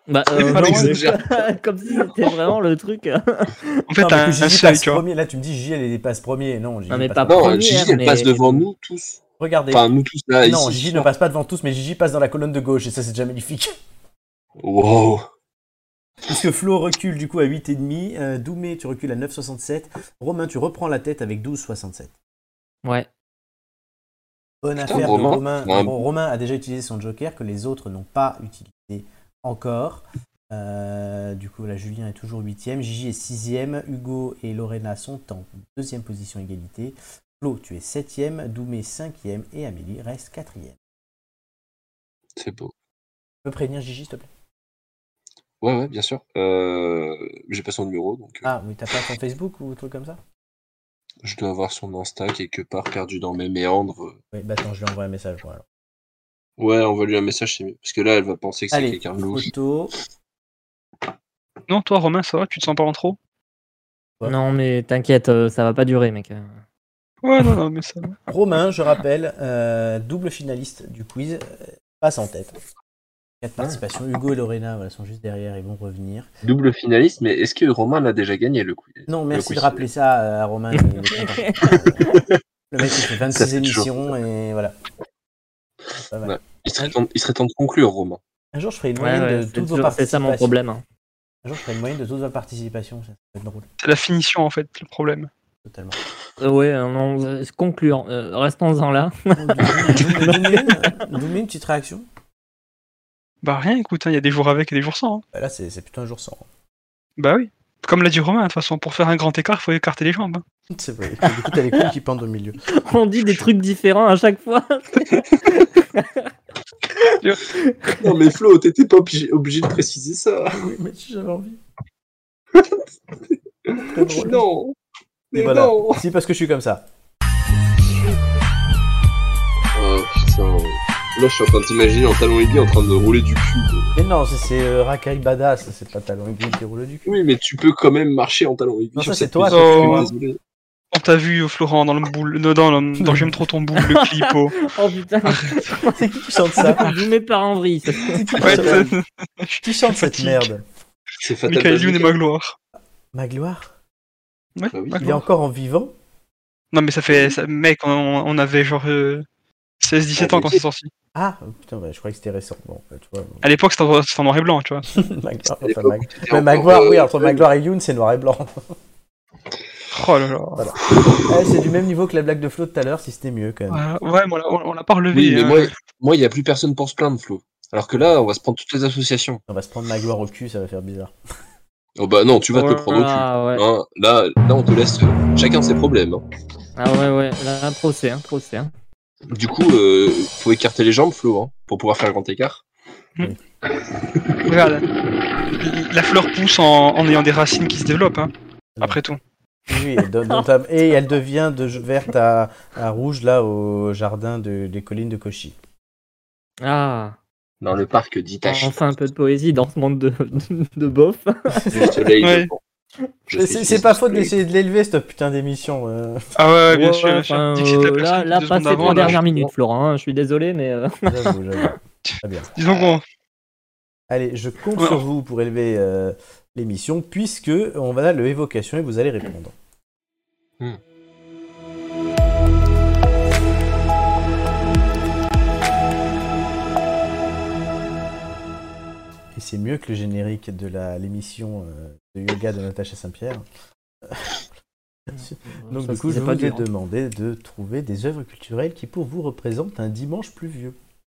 Bah, Voilà, non, exagère. comme si c'était vraiment le truc. En fait, Non, mais t'as que un Gigi seuil, passe tu vois. premier. Là, tu me dis Gigi, elle passe premier. Non, Gigi Non, mais passe pas pas. Non, première, Gigi, elle passe mais devant bon. nous tous. Regardez. Enfin, nous tous là, Non, ici. Gigi ne passe pas devant tous, mais Gigi passe dans la colonne de gauche, et ça, c'est déjà magnifique. Wow. Puisque Flo recule du coup à 8,5. Doumé, tu recules à 9,67. Romain, tu reprends la tête avec 12,67. Ouais. Bonne Putain, affaire de Romain. Romain. Ouais. Bon, Romain a déjà utilisé son joker que les autres n'ont pas utilisé encore. Du coup, là, Julien est toujours 8e. Gigi est 6e. Hugo et Lorena sont en 2e position égalité. Flo, tu es 7e. Doumé, 5e. Et Amélie reste 4e. C'est beau. Tu peux prévenir Gigi, s'il te plaît? Ouais, bien sûr. J'ai pas son numéro, donc Ah, oui, t'as pas ton Facebook ou un truc comme ça? je dois avoir son Insta quelque part perdu dans mes méandres. Oui, bah attends, je lui envoie un message. Voilà. Ouais, envoie-lui un message, c'est mieux. Parce que là, elle va penser que c'est Allez, quelqu'un de louche. photo. Non, toi, Romain, ça va, tu te sens pas en trop? Ouais. Non, mais t'inquiète, ça va pas durer, mec. Ouais, non, mais ça va. Romain, je rappelle, double finaliste du quiz, passe en tête. 4 participations. Hugo et Lorena voilà, sont juste derrière, ils vont revenir. Double finaliste, mais est-ce que Romain l'a déjà gagné le quiz? Non, Le merci quiz de rappeler ça à Romain. Il est content. Le mec, il fait 26 Ça fait toujours émissions et voilà. Pas mal. Ouais. Il serait temps de conclure, Romain. Un jour, je ferai une Ouais, moyenne de c'est toutes vos toujours- c'est ça mon participations. problème. Hein. Un jour, je ferai une moyenne de toutes vos participations. Ça va être drôle, C'est la finition, en fait, le problème. totalement. Ouais, non, conclure. Restons-en là. Doumé, une petite réaction? Bah rien, écoute, il y a des jours avec et des jours sans. Hein. Bah là, c'est plutôt un jour sans. Bah oui. Comme l'a dit Romain, de toute façon, pour faire un grand écart, il faut écarter les jambes. Hein. C'est vrai. Du coup, t'as les couilles qui pendent au milieu. On dit des trucs différents à chaque fois. Non, mais Flo, t'étais pas obligé de préciser ça. Oui, mais si j'avais envie. Très drôle. Non. Et Mais voilà. non. Si, parce que je suis comme ça. Oh putain. Là, je suis en train de t'imaginer en talon aiguille en train de rouler du cul. Mais non, c'est Rakai Badass, c'est pas talon aiguille qui roule du cul. Oui, mais tu peux quand même marcher en talon aiguille. Non, sur ça, c'est cette toi, musique. c'est Je suis toi. désolé. On t'a vu, Florent, dans le boule, dans J'aime trop ton boule, le clip. Oh. Oh putain. C'est qui chante ça? Je mets par en vrille. Ouais, Qui chante cette Fatigue. merde? C'est fatal. Michael Youn et Bazooka. Magloire. Magloire? Ouais, Bah oui. Il est Magloire. encore en vivant? Non, mais ça fait. Mec, on avait genre 16-17 ans quand c'est sorti. Ah, putain, ouais, je croyais que c'était récent. Bon, bah, tu vois. À l'époque, c'était en noir et blanc, tu vois. Magloire, À l'époque, t'étais Mais encore, Magloire, oui, entre Magloire et Youn, c'est noir et blanc. Oh là là. C'est du même niveau que la blague de Flo de tout à l'heure, si c'était mieux quand même. Ouais, on l'a pas relevé. Oui, mais hein. moi, il n'y a plus personne pour se plaindre, Flo. Alors que là, on va se prendre toutes les associations. On va se prendre Magloire au cul, ça va faire bizarre. Oh bah non, tu vas te le prendre au cul. Ah ouais. Hein, là, on te laisse chacun ses problèmes. Hein. Ah ouais. Là, procès. Hein. Du coup, faut écarter les jambes, Flo, hein, pour pouvoir faire le grand écart. Regarde. La fleur pousse en ayant des racines qui se développent, hein. Après tout. Oui, et elle devient de verte à rouge là au jardin des collines de Cauchy. Ah. Dans le parc d'Itachi. Enfin un peu de poésie dans ce monde de bof. Du soleil Ouais. devant. Je suis C'est pas fils faute du soleil. d'essayer de l'élever cette putain d'émission. Ah ouais, bien Ouais, sûr. enfin, Dis que c'est de la personne là, qui, 2 pas secondes ces avant, 3 là, dernières minutes, Florent. Hein, je suis désolé, mais. J'avoue. Très bien. Disons bon. Allez, je compte Ouais. sur vous pour élever l'émission, puisque on va le évocation et vous allez répondre. Et c'est mieux que le générique de l'émission de yoga de Natacha Saint-Pierre. Donc Ça, du coup, c'est je pas vous ai dur. demandé de trouver des œuvres culturelles qui pour vous représentent un dimanche pluvieux.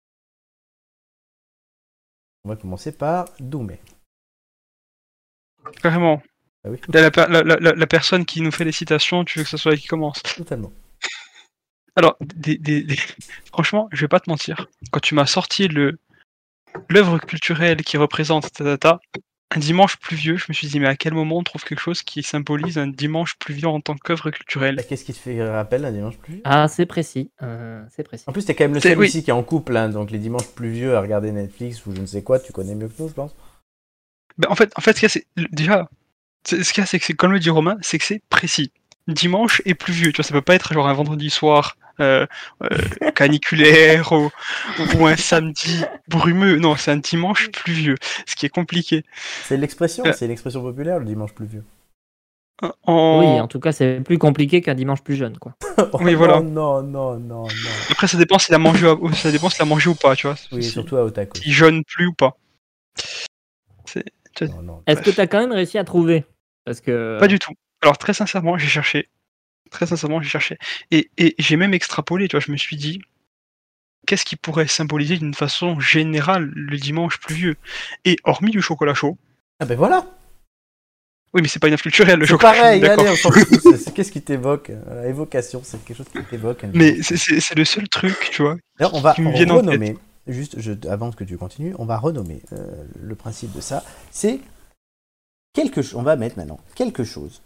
On va commencer par Doumé. Carrément. Ah oui, La personne qui nous fait les citations, tu veux que ce soit elle qui commence. totalement. Alors, franchement, je vais pas te mentir. Quand tu m'as sorti l'œuvre culturelle qui représente un dimanche pluvieux, je me suis dit, mais à quel moment on trouve quelque chose qui symbolise un dimanche pluvieux en tant qu'œuvre culturelle? Qu'est-ce qui te fait rappel un dimanche pluvieux? Ah, c'est précis. C'est précis. En plus, t'es quand même le C'est- seul oui. ici qui est en couple, hein, donc les dimanches pluvieux à regarder Netflix ou je ne sais quoi, tu connais mieux que nous, je pense. Ben, en fait, ce qu'il y a, c'est déjà, ce qu'il y a, c'est que comme le dit Romain, c'est que c'est précis. Dimanche et pluvieux, tu vois, ça peut pas être genre un vendredi soir caniculaire ou un samedi brumeux. Non, c'est un dimanche pluvieux, ce qui est compliqué. C'est l'expression populaire, le dimanche pluvieux. Oui, en tout cas, c'est plus compliqué qu'un dimanche plus jeune, quoi. Oui, voilà. Non. Après, ça dépend s'il a mangé, ou pas, tu vois. Oui, surtout à Otaku. S'il jeûne plus ou pas. Non. Est-ce que tu as quand même réussi à trouver? Parce que... Pas du tout. Alors, très sincèrement, j'ai cherché. Et j'ai même extrapolé, tu vois, je me suis dit, qu'est-ce qui pourrait symboliser d'une façon générale le dimanche pluvieux? Et hormis du chocolat chaud. Ah ben voilà. Oui, mais c'est pas une influence culturelle, le C'est chocolat pareil, chaud, d'accord. allez, on s'en fout. Qu'est-ce qui t'évoque? Évocation, c'est quelque chose qui t'évoque. Mais c'est le seul truc, tu vois. Alors, on va qui me viennent en tête. renommer, avant que tu continues, on va renommer le principe de ça. C'est quelque chose. On va mettre maintenant quelque chose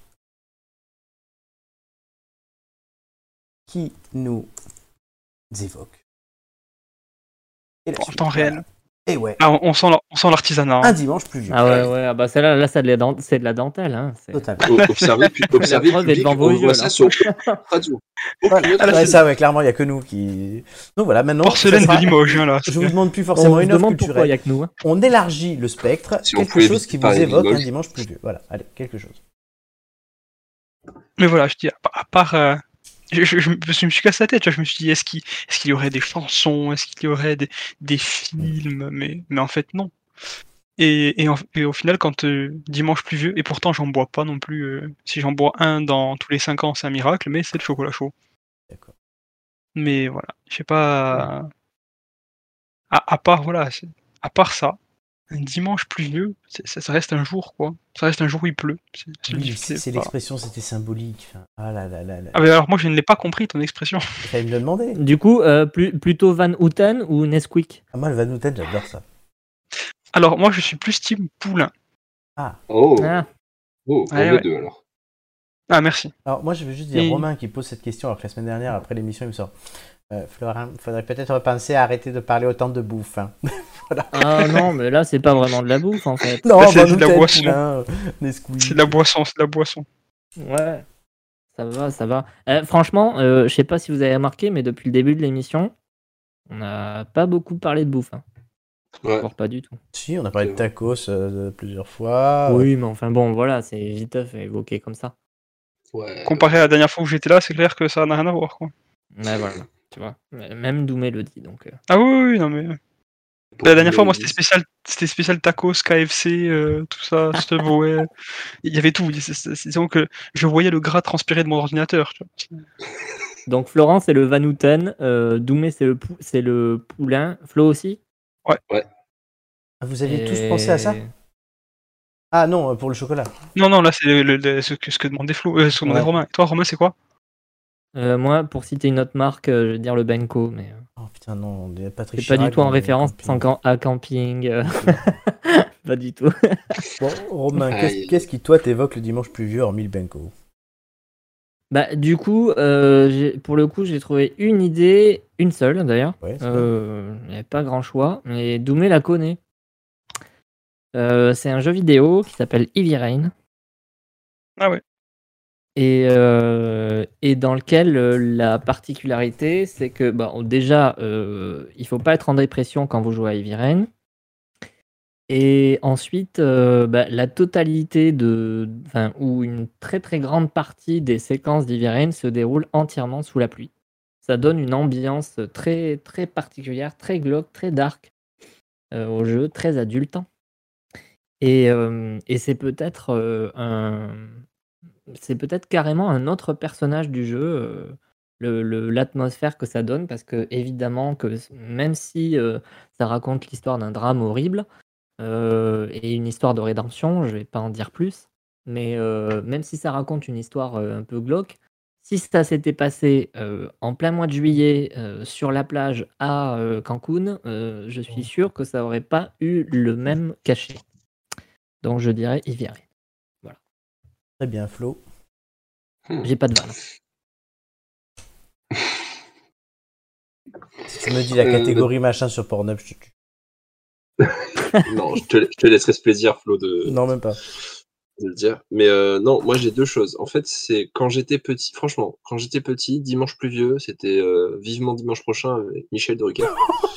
qui nous évoque. Et la En suite, temps voilà. réel. Et ouais, Ah, on sent l'artisanat. un dimanche pluvieux. Ah ouais, bah celle-là, là, c'est de la dentelle. Hein. Totalement. Observez La preuve est public, devant on vos yeux, voit là. ça sur radio. Voilà. Ah, là, Ouais, c'est- ça, ouais, clairement, il n'y a que nous qui. Donc voilà, maintenant. Porcelaine ça sera- de Limoges, hein, là. Je vous demande plus On forcément se une œuvre demande pourquoi il culturelle. n'y a que nous. Hein. On élargit le spectre, Si on quelque pouvait chose qui vous parler de évoque un Limoges. dimanche pluvieux. Voilà, allez, quelque chose. Mais voilà, je dis, à part. Je me suis cassé la tête, tu vois, je me suis dit, est-ce qu'il y aurait des chansons, est-ce qu'il y aurait des films, mais en fait, non. Et au final, quand dimanche pluvieux, et pourtant j'en bois pas non plus, si j'en bois un dans tous les 5 ans, c'est un miracle, mais c'est le chocolat chaud. D'accord. Mais voilà, je sais pas. À part, voilà, à part ça, un dimanche pluvieux, ça reste un jour, quoi. Ça reste un jour où il pleut. Oui, c'est l'expression, c'était symbolique. Enfin, ah là là là là. Ah, mais alors moi, je ne l'ai pas compris, ton expression. Il fallait me le demander. Du coup, plutôt Van Houten ou Nesquik? Ah, moi, le Van Houten, j'adore ça. Alors, moi, je suis plus team poulain. Oh, Ah, on Ouais, est ouais. deux alors. Ah, merci. Alors, moi, je veux juste dire, Et- Romain qui pose cette question, alors que la semaine dernière, après l'émission, il me sort. Florent, il faudrait peut-être penser à arrêter de parler autant de bouffe. Hein. ah non, mais là, c'est pas vraiment de la bouffe, en fait. Non, Là, c'est Van de la Houten, boisson. poulain, Nesquik. C'est de la boisson, Ouais, ça va. Franchement, je sais pas si vous avez remarqué, mais depuis le début de l'émission, on n'a pas beaucoup parlé de bouffe. Hein. Ouais. Voire pas du tout. Si, on a parlé de tacos plusieurs fois. Oui, mais enfin bon, voilà, c'est viteuf évoqué comme ça. Ouais. Comparé à la dernière fois où j'étais là, c'est clair que ça n'a rien à voir, quoi. Mais voilà, tu vois. Même Doumé le dit, donc... Ah oui, non mais... Pour La dernière fois, moi, le- c'était spécial tacos, KFC, tout ça, Subway. Il y avait tout. C'est donc que je voyais le gras transpirer de mon ordinateur. Tu vois. Donc Florent, c'est le Van Houten, Doumé, c'est le poulain, Flo aussi. Ah, vous aviez tous pensé à ça? Ah non, pour le chocolat. Non, là, c'est ce que demandait Flo, ce que demandait Ouais. Romain. Et toi, Romain, c'est quoi? Moi, pour citer une autre marque, je vais dire le Benko, mais Oh putain, non, il y a Patrick c'est pas du Chirac tout en dans le référence camping. à camping. Pas du tout. Bon, Romain, Aïe. qu'est-ce qui, toi, t'évoque le dimanche pluvieux hormis le Benko? Bah, du coup, pour le coup, j'ai trouvé une idée, une seule d'ailleurs. Ouais, c'est Il n'y avait pas grand choix, mais Doumé la connaît. C'est un jeu vidéo qui s'appelle Heavy Rain. Ah ouais. Et dans lequel la particularité, c'est que déjà, il faut pas être en dépression quand vous jouez à Heavy Rain. Et ensuite, la totalité ou une très très grande partie des séquences d'Heavy Rain se déroule entièrement sous la pluie. Ça donne une ambiance très très particulière, très glauque, très dark au jeu, très adulte. Et c'est peut-être c'est peut-être carrément un autre personnage du jeu, l'atmosphère que ça donne, parce que évidemment que même si ça raconte l'histoire d'un drame horrible et une histoire de rédemption, je vais pas en dire plus, mais même si ça raconte une histoire un peu glauque, si ça s'était passé en plein mois de juillet sur la plage à Cancun, je suis sûr que ça aurait pas eu le même cachet. Donc je dirais Heavy Rain. Très bien, Flo. J'ai pas de vanne. Si tu me dis la catégorie machin sur Pornhub, je te tue. Non, je te laisserai ce plaisir, Flo, de. Non, même pas. de le dire. Mais non, moi j'ai deux choses. En fait, c'est quand j'étais petit, franchement, quand j'étais petit, Dimanche pluvieux, c'était vivement dimanche prochain avec Michel Drucker.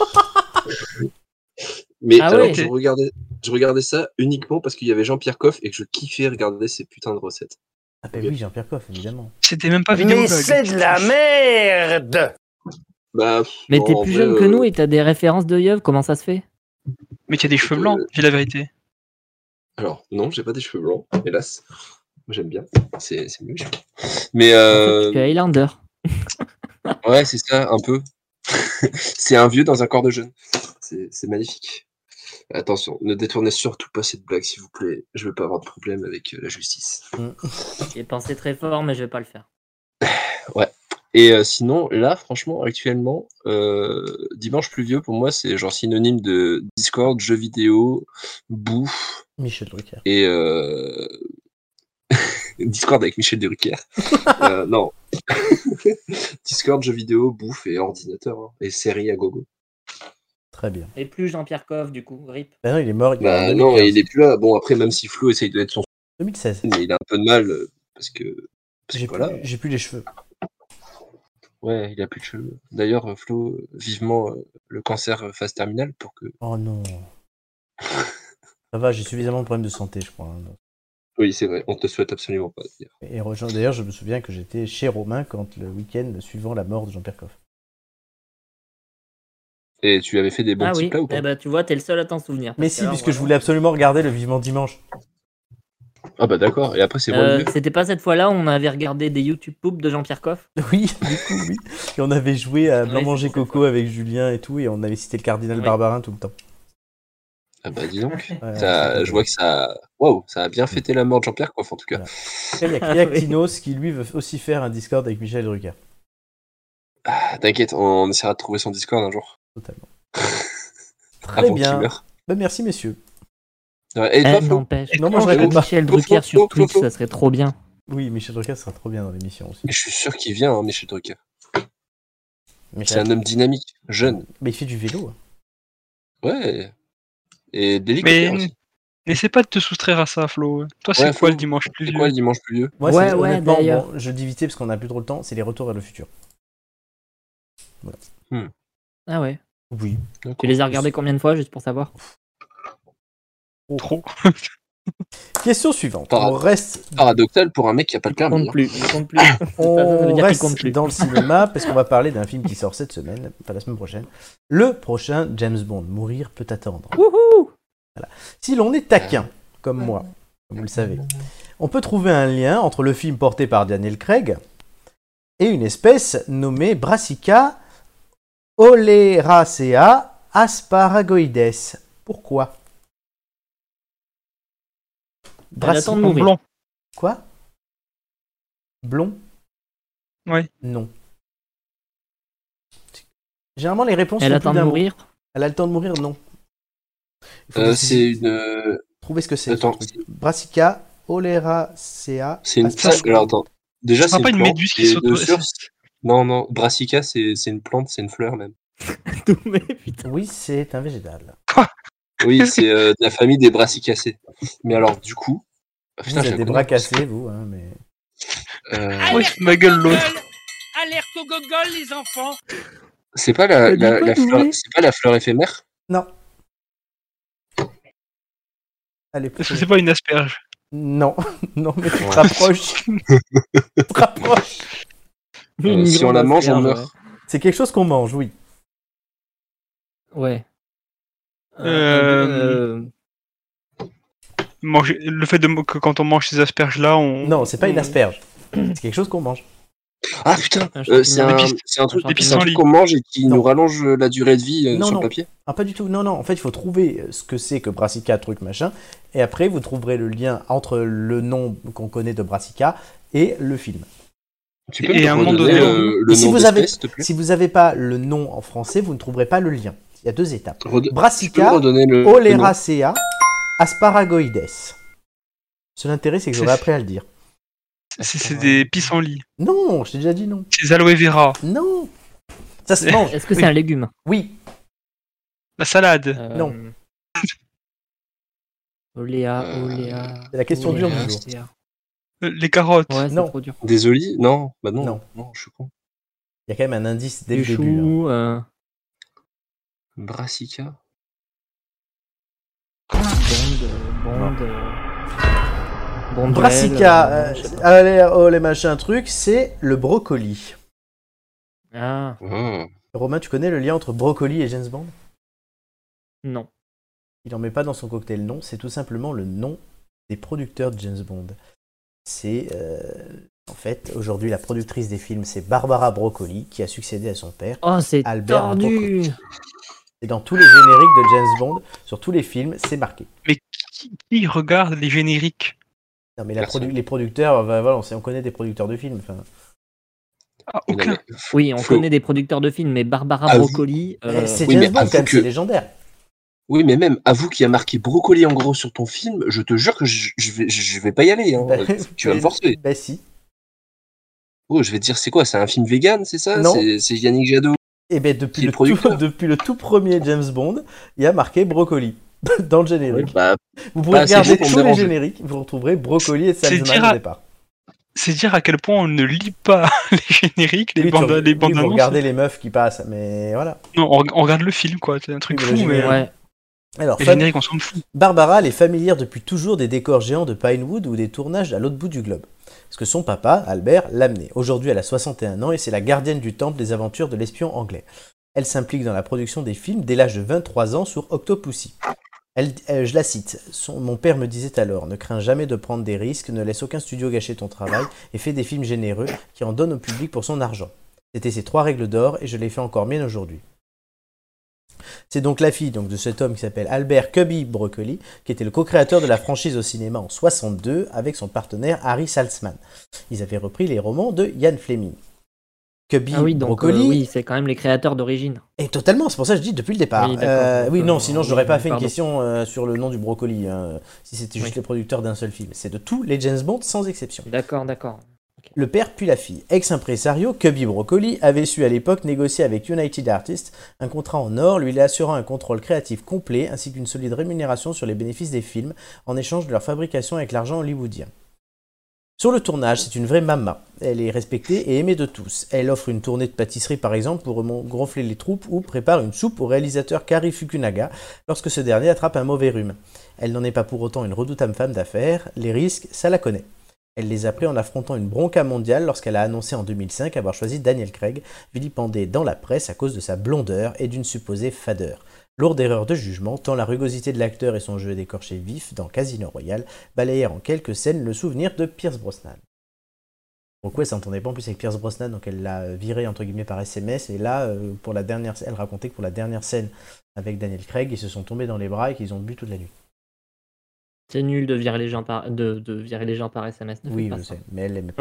Mais Ah alors, ouais. je regardais ça uniquement parce qu'il y avait Jean-Pierre Coff et que je kiffais regarder ces putains de recettes. Ah bah oui, Jean-Pierre Coff, évidemment. C'était même pas vidéo. Mais c'est de la merde! Bah, Mais non, t'es en plus vrai, jeune que nous et t'as des références de Yeuve, comment ça se fait? Mais tu as des cheveux blancs, dis la vérité. Alors, non, j'ai pas des cheveux blancs, hélas. J'aime bien, c'est mieux. Mais En fait, tu es Highlander. ouais, c'est ça, un peu. C'est un vieux dans un corps de jeune. C'est magnifique. Attention, ne détournez surtout pas cette blague, s'il vous plaît. Je veux pas avoir de problème avec la justice. J'ai pensé très fort, mais je vais pas le faire. Ouais. Et sinon, là, franchement, actuellement, Dimanche pluvieux, pour moi, c'est genre synonyme de Discord, jeux vidéo, bouffe Michel Drucker. et Discord avec Michel Drucker. Non. Discord, jeux vidéo, bouffe et ordinateur. Hein. Et série à gogo. Très bien. Et plus Jean-Pierre Coff, du coup, RIP. Bah non, il est mort il y a Bah en non, 2015. il est plus là. Bon, après, même si Flo essaye de être son 2016. mais il a un peu de mal parce que J'ai voilà. plus les cheveux. Ouais, il a plus de cheveux. D'ailleurs, Flo, vivement le cancer phase terminale pour que. Oh non. Ça va, j'ai suffisamment de problèmes de santé, je crois. Hein. Oui, c'est vrai, on te souhaite absolument pas. Et d'ailleurs, je me souviens que j'étais chez Romain quand le week-end suivant la mort de Jean-Pierre Coff. Et tu avais fait des bons Ah petits oui, plats ou pas? eh ben, tu vois, t'es le seul à t'en souvenir. Mais parce si, qu'alors, puisque je vraiment- voulais absolument regarder le Vivement Dimanche. Ah bah d'accord, et après c'est moins vieux. C'était pas cette fois-là où on avait regardé des YouTube poop de Jean-Pierre Coff? Oui, du coup, oui. Et on avait joué à Blanc Ouais, Manger c'est Coco avec Julien et tout, et on avait cité le cardinal Oui. Barbarin tout le temps. Ah bah dis donc. Ouais, Ça, c'était je vois que ça. Waouh, ça a bien fêté la mort de Jean-Pierre Coff en tout cas. Voilà. Il y a Kriaktinos qui lui veut aussi faire un Discord avec Michel Drucker. Ah, t'inquiète, on essaiera de trouver son Discord un jour. Totalement. Très Avant qu'il bien. meure. Bah, merci, messieurs. Ouais, et toi, Flo N'empêche. Non, moi, je Ouais, réponds pas. Michel Drucker sur Twitch, ça serait trop bien. Oui, Michel Drucker sera trop bien dans l'émission aussi. Je suis sûr qu'il vient, hein, Michel Drucker. C'est Michel... un homme dynamique, jeune. Mais il fait du vélo. Ouais. Et d'hélicoptère Mais aussi. n'essaie pas de te soustraire à ça, Flo. Toi, c'est Ouais, quoi Flo, le dimanche C'est pluvieux? quoi le dimanche pluvieux? Moi, Ouais, c'est ouais, honnêtement, d'ailleurs. bon, je dis vite parce qu'on n'a plus trop le temps, c'est les retours vers le futur. Ah ouais. Oui. Tu les as regardés combien de fois, juste pour savoir? Trop. Question suivante. Par- On reste, Paradoxal pour un mec qui a pas le Il permis. compte hein. plus. Il compte plus. Ça veut on dire qu'il reste compte plus. dans le cinéma parce qu'on va parler d'un film qui sort cette semaine, pas la semaine prochaine. Le prochain James Bond, Mourir peut attendre. Wouhou! Si l'on est taquin, comme moi, comme vous le savez, on peut trouver un lien entre le film porté par Daniel Craig et une espèce nommée Brassica oleracea asparagoides. Pourquoi? Elle attend de En mourir. blanc. Quoi? Blond? Ouais. Non. Généralement, les réponses Elle sont attend plus de d'un mot. mourir. Elle a le temps de mourir? Non. Il faut que C'est vous une. trouvez ce que c'est. Attends, ce truc. Brassica oleracea. C'est une asparagoides. plante. Alors attends. Déjà, Ce sera c'est pas une une plante. méduse qui Et saute- de sûr, non, non. Brassica, c'est une plante, c'est une fleur même. Mais putain. Oui, c'est un végétal. Oui, c'est de la famille des brassicacées. Mais alors, du coup. Vous avez des bras cassés, vous, hein, mais. Ouais, ma gueule, l'autre. Alerte au gogol, les enfants! C'est pas T'as dit quoi, la fleur, Doublé c'est pas la fleur éphémère? Non. Allez, Est-ce que c'est pas une asperge? Non, non, mais tu te Ouais. rapproches. Tu te rapproches. Une Si on grande la mange, on asperge, meurt. C'est quelque chose qu'on mange, oui. Ouais. Le fait que quand on mange ces asperges-là, on. Non, c'est pas une Mm. asperge. C'est quelque chose qu'on mange. Ah putain, Un champignon. c'est un truc, c'est un Des truc qu'on mange et qui Non. nous rallonge la durée de vie Non, sur non. le papier. Ah, pas du tout. Non, non. En fait, il faut trouver ce que c'est que Brassica, truc machin. Et après, vous trouverez le lien entre le nom qu'on connaît de Brassica et le film. Tu peux Et me à un moment redonner donné, le Et si nom vous avez- d'espèce, s'il te plaît? Si vous n'avez pas le nom en français, vous ne trouverez pas le lien. Il y a deux étapes. Tu peux me Brassica redonner le nom? oleracea asparagoides. Seul intérêt, c'est que j'aurais appris à le dire. c'est des pissenlits. Non, je t'ai déjà dit non. C'est des aloe vera. Non. Ça se mange. Est-ce que c'est un légume? Oui. La salade. Non. Oléa. C'est la question dure du jour. Les carottes. Ouais, c'est Non. trop dur. Des olives? Non, bah non. Non. Non, je suis con. Il y a quand même un indice dès Du le début. hein. chou, Brassica? Bondel, Brassica, je sais pas. allez, oh, les machins trucs, c'est le brocoli. Ah, Romain, tu connais le lien entre brocoli et James Bond? non. Il en met pas dans son cocktail, non, c'est tout simplement le nom des producteurs de James Bond. C'est en fait aujourd'hui la productrice des films, c'est Barbara Broccoli qui a succédé à son père. Oh, c'est Albert tordu. Et dans tous les génériques de James Bond, sur tous les films, c'est marqué. Mais qui regarde les génériques? Non mais Personne. les producteurs, voilà, on connaît des producteurs de films. Enfin, Ah, aucun. Oui, on Flo. connaît des producteurs de films, mais Barbara Ah, Broccoli. c'est oui, James mais Bond avoue quand même, que- c'est légendaire. Oui, mais même, avoue qu'il y a marqué brocoli en gros sur ton film, je te jure que je vais pas y aller. Hein. Tu vas me forcer. Bah si. Oh, je vais te dire, c'est quoi? C'est un film vegan, c'est ça? Non. C'est Yannick Jadot. Et bien Qui est depuis le tout premier James Bond, il y a marqué Brocoli dans le générique. Bah, Vous pouvez Bah, c'est regarder juste pour me tous les déranger. génériques, vous retrouverez Brocoli et C'est Salzman dire au à- départ. C'est dire à quel point on ne lit pas les génériques, les Oui, bandes oui, vous annonces. regardez les meufs qui passent, mais voilà. Non, on regarde le film, quoi. C'est un truc Oui, fou, mais le mais générique. Ouais. Alors, les génériques, on s'en fout. Barbara, elle est familière depuis toujours des décors géants de Pinewood ou des tournages à l'autre bout du globe. Parce que son papa, Albert, l'amenait. Aujourd'hui, elle a 61 ans et c'est la gardienne du temple des aventures de l'espion anglais. Elle s'implique dans la production des films dès l'âge de 23 ans sur Octopussy. Je la cite. Mon père me disait alors, ne crains jamais de prendre des risques, ne laisse aucun studio gâcher ton travail et fais des films généreux qui en donnent au public pour son argent. C'était ces 3 règles d'or et je les fais encore miennes aujourd'hui. C'est donc la fille de cet homme qui s'appelle Albert Cubby Broccoli, qui était le co-créateur de la franchise au cinéma en 62 avec son partenaire Harry Saltzman. Ils avaient repris les romans de Ian Fleming. Cubby Ah oui, donc Broccoli oui, c'est quand même les créateurs d'origine. et totalement, c'est pour ça que je dis depuis le départ. Oui, d'accord. Oui, non, sinon je n'aurais pas fait une pardon. question sur le nom du brocoli, hein, si c'était juste Oui. les producteurs d'un seul film. C'est de tous les James Bond sans exception. D'accord. Le père puis la fille. Ex-impresario, Cubby Broccoli avait su à l'époque négocier avec United Artists un contrat en or lui assurant un contrôle créatif complet ainsi qu'une solide rémunération sur les bénéfices des films en échange de leur fabrication avec l'argent hollywoodien. Sur le tournage, c'est une vraie mama. Elle est respectée et aimée de tous. Elle offre une tournée de pâtisserie par exemple pour gonfler les troupes ou prépare une soupe au réalisateur Kari Fukunaga lorsque ce dernier attrape un mauvais rhume. Elle n'en est pas pour autant une redoutable femme d'affaires, les risques, ça la connaît. Elle les a pris en affrontant une bronca mondiale lorsqu'elle a annoncé en 2005 avoir choisi Daniel Craig, vilipendé dans la presse à cause de sa blondeur et d'une supposée fadeur. Lourde erreur de jugement, tant la rugosité de l'acteur et son jeu d'écorché vif dans Casino Royale balayèrent en quelques scènes le souvenir de Pierce Brosnan. Donc ouais, ça n'entendait pas en plus avec Pierce Brosnan, donc elle l'a viré entre guillemets par SMS, et là, pour la dernière, elle racontait que pour la dernière scène avec Daniel Craig, ils se sont tombés dans les bras et qu'ils ont bu toute la nuit. C'est nul de virer les gens par, de virer les gens par SMS. Ne faites Oui, pas je ça. sais, mais elle l'aimait pas.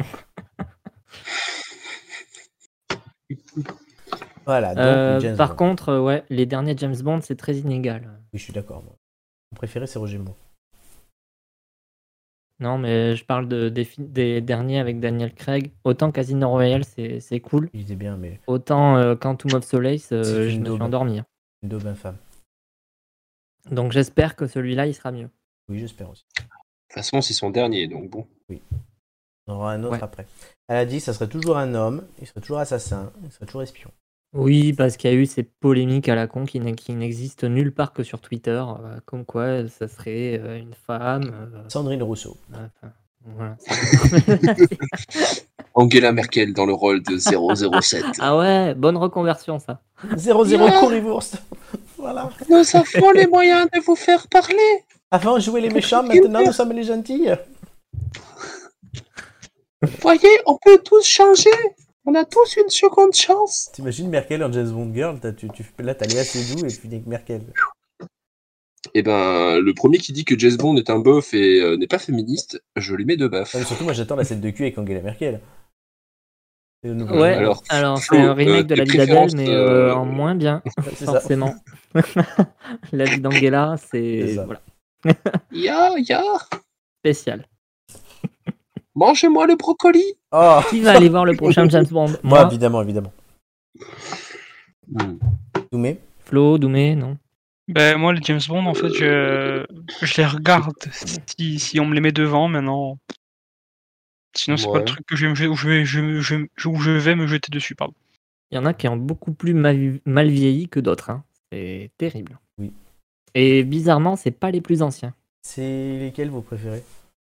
Voilà, donc James Par Bond. contre, ouais, les derniers James Bond, c'est très inégal. Oui, je suis d'accord. Moi. Mon préféré, c'est Roger Moore. Non, mais je parle des derniers avec Daniel Craig. Autant Casino Royale, c'est cool. Il était bien, mais Autant Quantum of Solace, C'est je une me suis daube. endormi. une daube infâme. Donc j'espère que celui-là, il sera mieux. Oui, j'espère aussi. de toute façon, c'est son dernier, donc bon. On aura un autre Ouais. après. Elle a dit que ça serait toujours un homme, il serait toujours assassin, il serait toujours espion. Oui, parce qu'il y a eu ces polémiques à la con qui n'existent nulle part que sur Twitter, comme quoi ça serait une femme. Sandrine Rousseau. Enfin, voilà. Angela Merkel dans le rôle de 007. Ah ouais, bonne reconversion ça. 0-0 Currywurst. Voilà. Nous avons les moyens de vous faire parler. Avant, on jouait les méchants, maintenant nous sommes les gentils. Voyez, on peut tous changer. On a tous une seconde chance. T'imagines Merkel en James Bond Girl, là t'as Léa Seydoux et tu finis avec Merkel. Eh ben, le premier qui dit que James Bond est un bof et n'est pas féministe, je lui mets 2 baffes. Ouais, mais surtout, moi j'attends la scène de cul avec Angela Merkel. C'est le nouveau Ouais, genre. Alors, c'est un remake de tes La vie d'Adèle, préférences, mais en moins bien, C'est ça. forcément. La vie d'Angela, C'est c'est ça. voilà, Ya, spécial. mangez-moi le brocoli. Oh, Qui va aller voir le prochain James Bond? moi, Moi, évidemment. Doumé. Flo, Doumé, non? Ben, moi, les James Bond, en fait, je les regarde si on me les met devant maintenant. Sinon, c'est pas le Ouais. truc que où je vais me jeter dessus, pardon. Il y en a qui ont beaucoup plus mal vieilli que d'autres. Hein. C'est terrible. Oui. Et bizarrement, c'est pas les plus anciens. C'est lesquels vos préférés?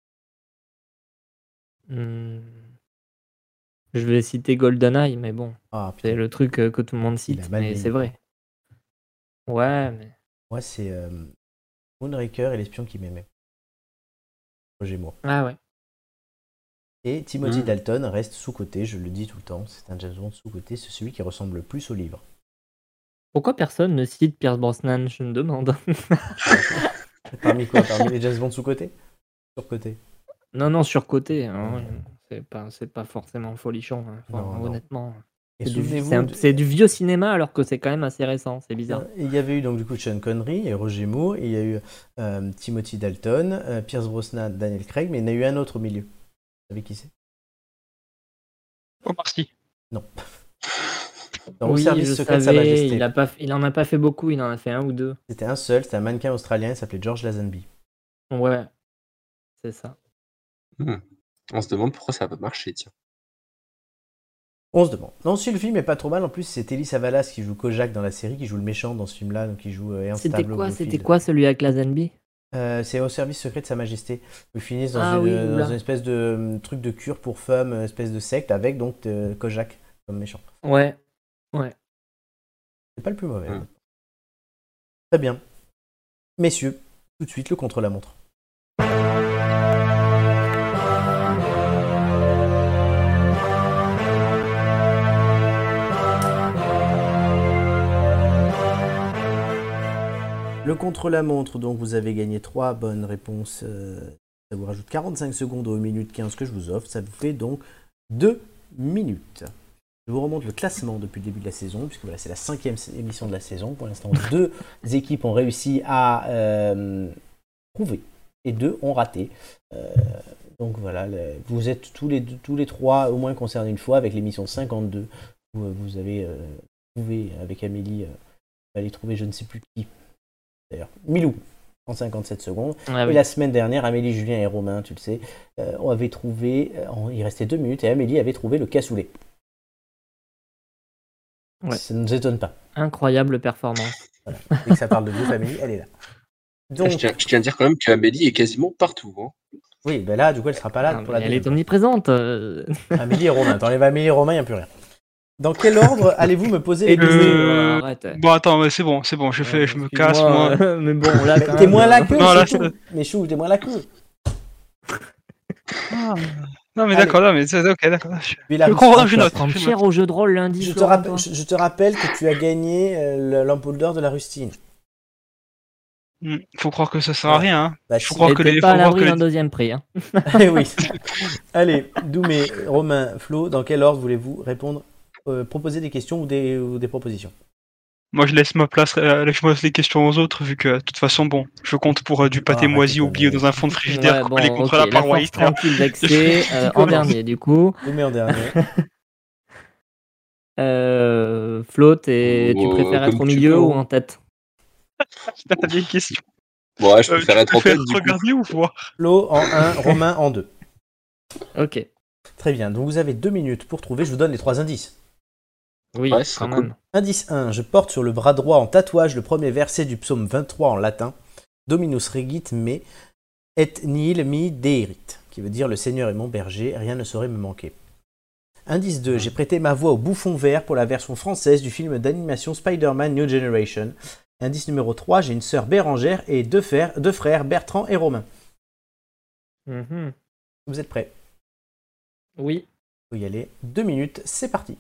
Hmm. Je vais citer GoldenEye, mais bon, Ah, c'est putain. le truc que tout le monde Il cite, a mal mais vieilli. c'est vrai. Ouais, mais Moi, c'est Moonraker et l'espion qui m'aimait. Roger Moore. ah ouais. Et Timothy Dalton reste sous-coté, je le dis tout le temps. C'est un James Bond sous-coté, c'est celui qui ressemble le plus au livre. Pourquoi personne ne cite Pierce Brosnan, je me demande. Parmi quoi? Parmi les James Bond sous-coté? Sur-coté? Non, surcoté. Hein, Ouais. c'est pas forcément folichon, hein, Non, non. honnêtement. Et C'est du, souvenez-vous, c'est du vieux cinéma alors que c'est quand même assez récent, c'est bizarre. il y avait eu donc du coup Sean Connery et Roger Moore, et il y a eu Timothy Dalton, Pierce Brosnan, Daniel Craig, mais il y en a eu un autre au milieu. Vous savez qui c'est? Omar Sy. Non. Dans Au Oui, service je secret de Sa savais, Majesté. il en a pas fait beaucoup, il en a fait un ou deux. C'était un seul, c'était un mannequin australien, il s'appelait George Lazenby. Ouais, c'est ça. On se demande pourquoi ça va pas marcher, tiens. On se demande. Non, si le film est pas trop mal, en plus c'est Telly Savalas qui joue Kojak dans la série, qui joue le méchant dans ce film-là, donc il joue Ernst C'était Pablo quoi, Blofeld. c'était quoi celui avec Lazenby? C'est Au service secret de Sa Majesté. Ils finissent dans, Ah oui, dans oula. une espèce de truc de cure pour femmes, espèce de secte, avec donc Kojak comme méchant. Ouais. C'est pas le plus mauvais. Mm. Très bien. Messieurs, tout de suite le contre-la-montre. Le contre-la-montre, donc vous avez gagné 3 bonnes réponses. Ça vous rajoute 45 secondes aux minutes 15 que je vous offre. Ça vous fait donc 2 minutes. Je vous remonte le classement depuis le début de la saison, puisque voilà, c'est la 5e émission de la saison. Pour l'instant, 2 équipes ont réussi à prouver et 2 ont raté. Donc voilà, vous êtes tous les 3 au moins concernés une fois avec l'émission 52, où vous avez trouvé avec Amélie, aller trouver je ne sais plus qui. D'ailleurs, Milou, en 57 secondes. Ah Et oui. la semaine dernière, Amélie, Julien et Romain, tu le sais, on avait trouvé, il restait 2 minutes, et Amélie avait trouvé le cassoulet. Ouais. Ça ne nous étonne pas. Incroyable performance. Voilà. Dès que ça parle de bouffe, Amélie, elle est là. Donc, Je tiens à dire quand même qu'Amélie est quasiment partout. Hein. oui, ben là, du coup, elle sera pas là Ah, pour la mais elle deuxième. est omniprésente. Amélie et Romain. T'enlèves Amélie et Romain, il n'y a plus rien. Dans quel ordre allez-vous me poser les questions Arrête. Bon, attends, mais c'est bon, je me casse, Excuse-moi, moi. mais bon, là, quand T'es même, moins la queue, Non, là, c'est tout. Mais chou, t'es moins la queue. Non, mais Allez. d'accord, non, mais c'est ok, d'accord. Puis la Je Russie, comprends, je note. prendre je cher note. au jeu de rôle lundi. Je te, Florent, rappelle, toi. je te rappelle que tu as gagné l'ampoule d'or de la rustine. Faut croire que ça sert à rien. Hein. Bah, Faut si. croire Et que t'es les. pas Faut à voir l'abri que d'un les. deuxième prix. Hein. Eh oui. Allez, Doumé, Romain, Flo, dans quel ordre voulez-vous répondre, proposer des questions ou des propositions? Moi, je laisse les questions aux autres, vu que, de toute façon, bon, je compte pour du pâté arrête tes moisi oublié conneries. dans un fond de frigidaire Ouais, collé bon, contre ok, la la paroi force externe. tranquille vexée. En commence dernier, du coup. Doumé en dernier. Flo, tu préfères comme être au tu milieu veux, ou hein. en tête? T'as des questions. Ouais, je Tu préfère être en préfères tête du coup. regarder ou voir? Flo en 1, Romain en 2. Ok. Très bien, donc vous avez 2 minutes pour trouver, je vous donne les 3 indices. Oui, Ouais, ce quand serait même. Indice 1, je porte sur le bras droit en tatouage le premier verset du psaume 23 en latin, Dominus regit me et nihil mi deirit, qui veut dire le Seigneur est mon berger, rien ne saurait me manquer. Indice 2, j'ai prêté ma voix au bouffon vert pour la version française du film d'animation Spider-Man New Generation. Indice numéro 3, j'ai une sœur Bérangère et deux frères Bertrand et Romain. Mhm. Vous êtes prêts? Oui. Faut y aller. 2 minutes, c'est parti.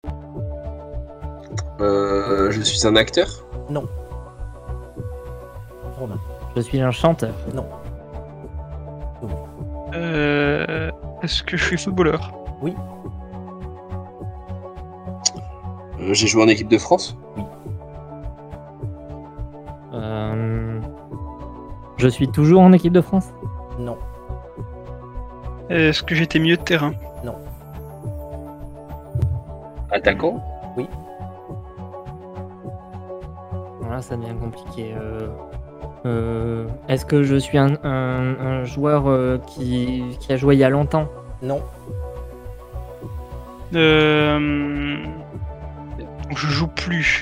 Je suis un acteur. Romain. Je suis un chanteur. Est-ce que je suis footballeur? J'ai joué en équipe de France. Je suis toujours en équipe de France. Non. Est-ce que j'étais milieu de terrain? Attaquant. Ouais, Là, ça devient compliqué. Est-ce que je suis un joueur qui a joué il y a longtemps? Non. Donc je joue plus.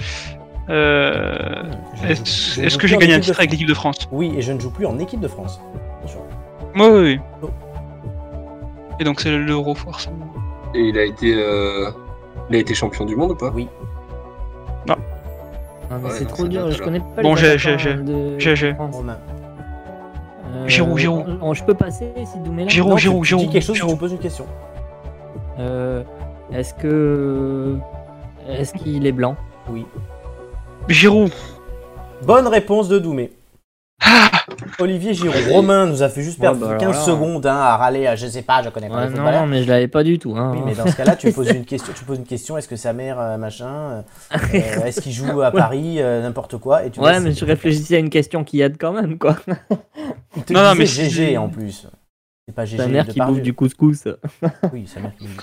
Est-ce que j'ai gagné un titre avec l'équipe de France? Oui, et je ne joue plus en équipe de France. Attention. Oui. Oh. Et donc c'est l'Euro forcément. Et il a été champion du monde ou pas? Oui. Ah, mais Ouais, c'est non, trop ça dur, doit je être connais pas Bon, les attaquants de j'ai. France. Romain. Giroud. Je peux passer si Doumé là. Giroud. Non, tu dis quelque chose, tu poses une question. Est-ce qu'il est blanc? Oui. Giroud. Bonne réponse de Doumé. Olivier Giroud. Romain nous a fait juste perdre 15 secondes à râler à je sais pas, je connais pas les footballeurs. Non, mais je l'avais pas du tout. Hein. Oui, mais dans ce cas-là, tu poses une question, est-ce que sa mère, machin, est-ce qu'il joue à Paris, n'importe quoi, et tu Ouais, mais je réfléchissais à une question qui aide quand même, quoi. Il te Non, disait mais GG en plus. C'est pas GG Sa mère de qui Pardieu. bouffe du couscous. Oui, sa mère qui bouffe.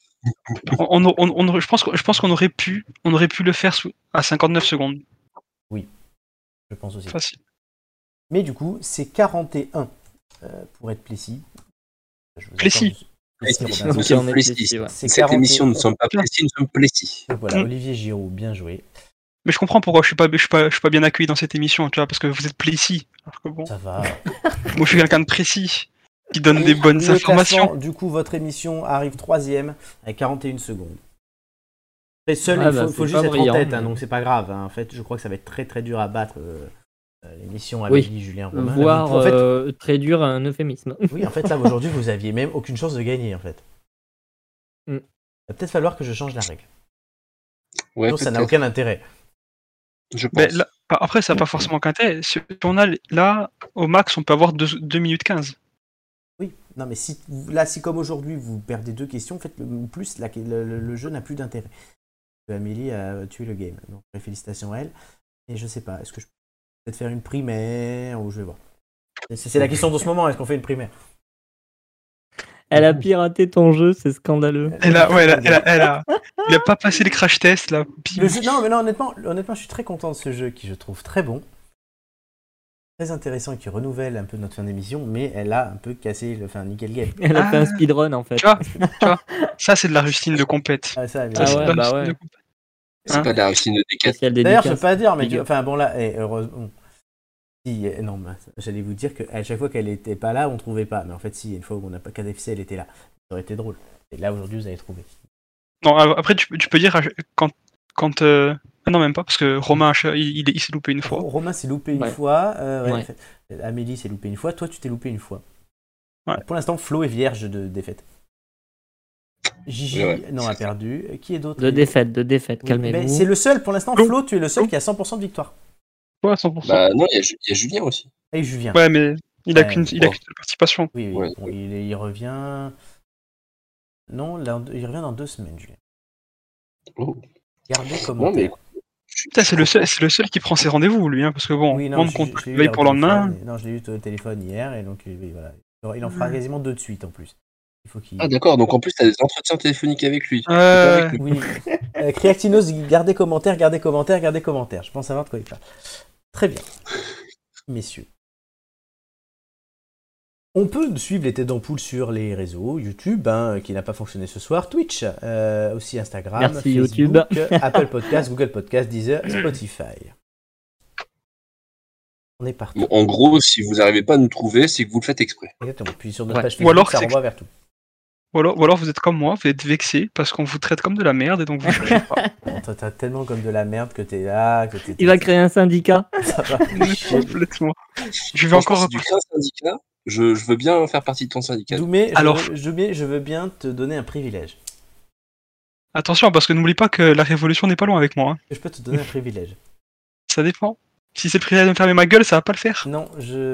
Je pense qu'on aurait pu le faire à 59 secondes. Je pense aussi. Facile. Mais du coup, c'est 41 pour être précis. Précis. Robinson. Nous Ok, sommes on est précis. précis, ouais. C'est Cette 41. émission, nous ne sommes pas précis, nous sommes précis. Donc voilà, Olivier Giroud, bien joué. Mais je comprends pourquoi je suis pas bien accueilli dans cette émission, tu vois, parce que vous êtes précis. Alors que bon, Ça va. moi je suis quelqu'un de précis qui donne des bonnes Le informations. classement, du coup, votre émission arrive 3ème avec 41 secondes. Et seul, Ah il bah, faut c'est juste pas être brillant, en tête, mais- donc c'est pas grave. Hein. En fait, je crois que ça va être très très dur à battre l'émission Oui. Amélie, Julien, Romain. Voire En fait, très dur, un euphémisme. oui, en fait, là, aujourd'hui, vous aviez même aucune chance de gagner, en fait. Mm. Il va peut-être falloir que je change la règle. Ouais, Sinon, ça n'a peut-être, aucun intérêt. je pense. Mais là, après, ça n'a pas forcément qu'intérêt. Si on a là, au max, on peut avoir 2 minutes 15. Oui, non, mais si comme aujourd'hui, vous perdez 2 questions, en fait, ou plus, le jeu n'a plus d'intérêt. Amélie a tué le game. Donc, félicitations à elle. Et je sais pas, est-ce que je peux peut-être faire une primaire ou je vais voir. C'est la question de ce moment, est-ce qu'on fait une primaire? Elle a piraté ton jeu, c'est scandaleux. Il a pas passé les crash tests là. Le jeu, non, mais non, honnêtement, je suis très content de ce jeu qui je trouve très bon, très intéressant et qui renouvelle un peu notre fin d'émission, mais elle a un peu cassé nickel game. Elle a fait un speedrun en fait. Tu vois, ça c'est de la rustine de compète. Ah, ça, Ça, c'est ouais, de la bah rustine ouais. de compète. C'est pas de la rustine de décade. Spécial D'ailleurs, je dédicace. peux pas dire, mais Big up. enfin bon là, heureusement. Si, non, j'allais vous dire qu'à chaque fois qu'elle était pas là, on trouvait pas. Mais en fait, si, une fois où on n'a pas KDFC, elle était là. Ça aurait été drôle. Et là, aujourd'hui, vous avez trouvé. Non, après tu peux dire quand ah non, même pas, parce que Romain il s'est loupé une fois. Romain s'est loupé une Ouais. fois. Ouais. En fait, Amélie s'est loupé une fois. Toi, tu t'es loupé une fois. Ouais. Pour l'instant, Flo est vierge de défaite. Gigi, Ouais. non, a perdu. Qui est d'autre? De défaite, Oui, calmez-vous. mais c'est le seul, pour l'instant, Flo. Flo, tu es le seul qui a 100% de victoire. Ouais, 100%. Bah non, il y a Julien aussi. Et Julien. Ouais, mais il a Ouais, qu'une seule participation. Oui, oui. Ouais. Bon, il revient. Non, là, il revient dans 2 semaines, Julien. Oh. Gardez Non, mais commentaire. écoute, Putain, c'est le seul qui prend ses rendez-vous, lui, hein, parce que bon, Oui, moi, on me je compte l'ai eu veille au pour le lendemain. téléphone, non, je l'ai eu au téléphone hier, et donc oui, voilà. Il en fera quasiment 2 de suite en plus. Il faut qu'il. Ah d'accord, donc en plus t'as des entretiens téléphoniques avec lui. Euh, Avec lui. Oui. Creatinos, gardez commentaire. Je pense savoir de quoi il parle. Très bien. Messieurs. On peut suivre les têtes d'ampoule sur les réseaux, YouTube, qui n'a pas fonctionné ce soir, Twitch, aussi Instagram, Merci, Facebook, YouTube. Apple Podcast, Google Podcast, Deezer, Spotify. On est parti. Bon, en gros, si vous n'arrivez pas à nous trouver, c'est que vous le faites exprès. Exactement. Puis sur notre Ouais. page Ou Facebook, alors ça c'est- renvoie vers tout. ou alors vous êtes comme moi, vous êtes vexé parce qu'on vous traite comme de la merde et donc vous cherchez pas. Bon, toi, t'as tellement comme de la merde que t'es là, que t'es. Il va créer un syndicat. Ça va. Complètement. Je vais Franchement, encore. si tu crées un syndicat, je veux bien faire partie de ton syndicat. Doumé, Alors- je veux bien te donner un privilège. Attention, parce que n'oublie pas que la révolution n'est pas loin avec moi. Hein. Je peux te donner un privilège. Ça dépend. Si c'est le privilège de me fermer ma gueule, ça va pas le faire. Non,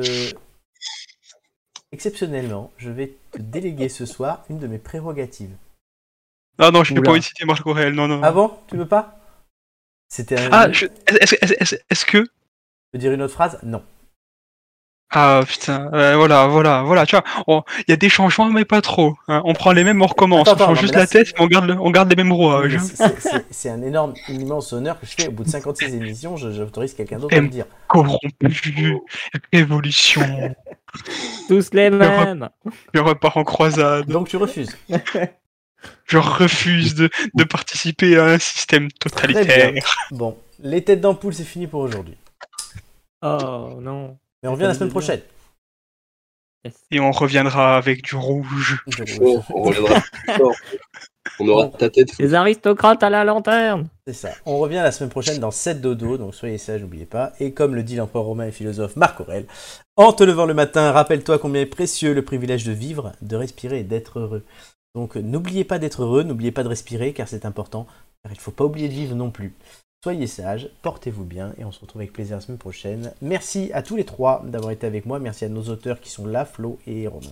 exceptionnellement, je vais te déléguer ce soir une de mes prérogatives. Ah non, je peux Oula. pas envie de citer Marc Aurèle, non. Ah bon? Tu veux pas? C'était un. Ah, est-ce que. Tu veux dire une autre phrase? Non. Ah putain, voilà, tu vois, il y a des changements, mais pas trop. Hein. On prend les mêmes, on recommence. Attends, On change non, juste mais là, la tête, mais on garde les mêmes Oui, rouages. mais c'est un énorme, une immense honneur que je fais. Au bout de 56 émissions, j'autorise quelqu'un d'autre à le dire. Corrompu, révolution, Tous les mêmes. je repars en croisade. Donc tu refuses. Je refuse de participer à un système Très bien. totalitaire. Bon, les têtes d'ampoule, c'est fini pour aujourd'hui. Oh non. Mais on revient la semaine prochaine. Yes. Et on reviendra avec du rouge. On reviendra plus fort. On aura ta tête. Les aristocrates à la lanterne. C'est ça. On revient la semaine prochaine dans 7 dodo, donc soyez sages, n'oubliez pas. Et comme le dit l'empereur romain et philosophe Marc Aurèle, en te levant le matin, rappelle-toi combien est précieux le privilège de vivre, de respirer et d'être heureux. Donc n'oubliez pas d'être heureux, n'oubliez pas de respirer, car c'est important, car il ne faut pas oublier de vivre non plus. Soyez sages, portez-vous bien, et on se retrouve avec plaisir la semaine prochaine. Merci à tous les trois d'avoir été avec moi, merci à nos auteurs qui sont là, Flo et Romain.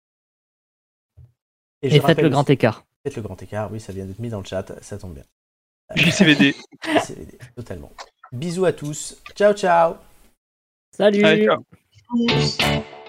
je Et faites rappelle le grand aussi- écart. Faites le grand écart, oui, ça vient d'être mis dans le chat, ça tombe bien. JCVD. CVD, totalement. Bisous à tous. Ciao, ciao. Salut. Allez, ciao.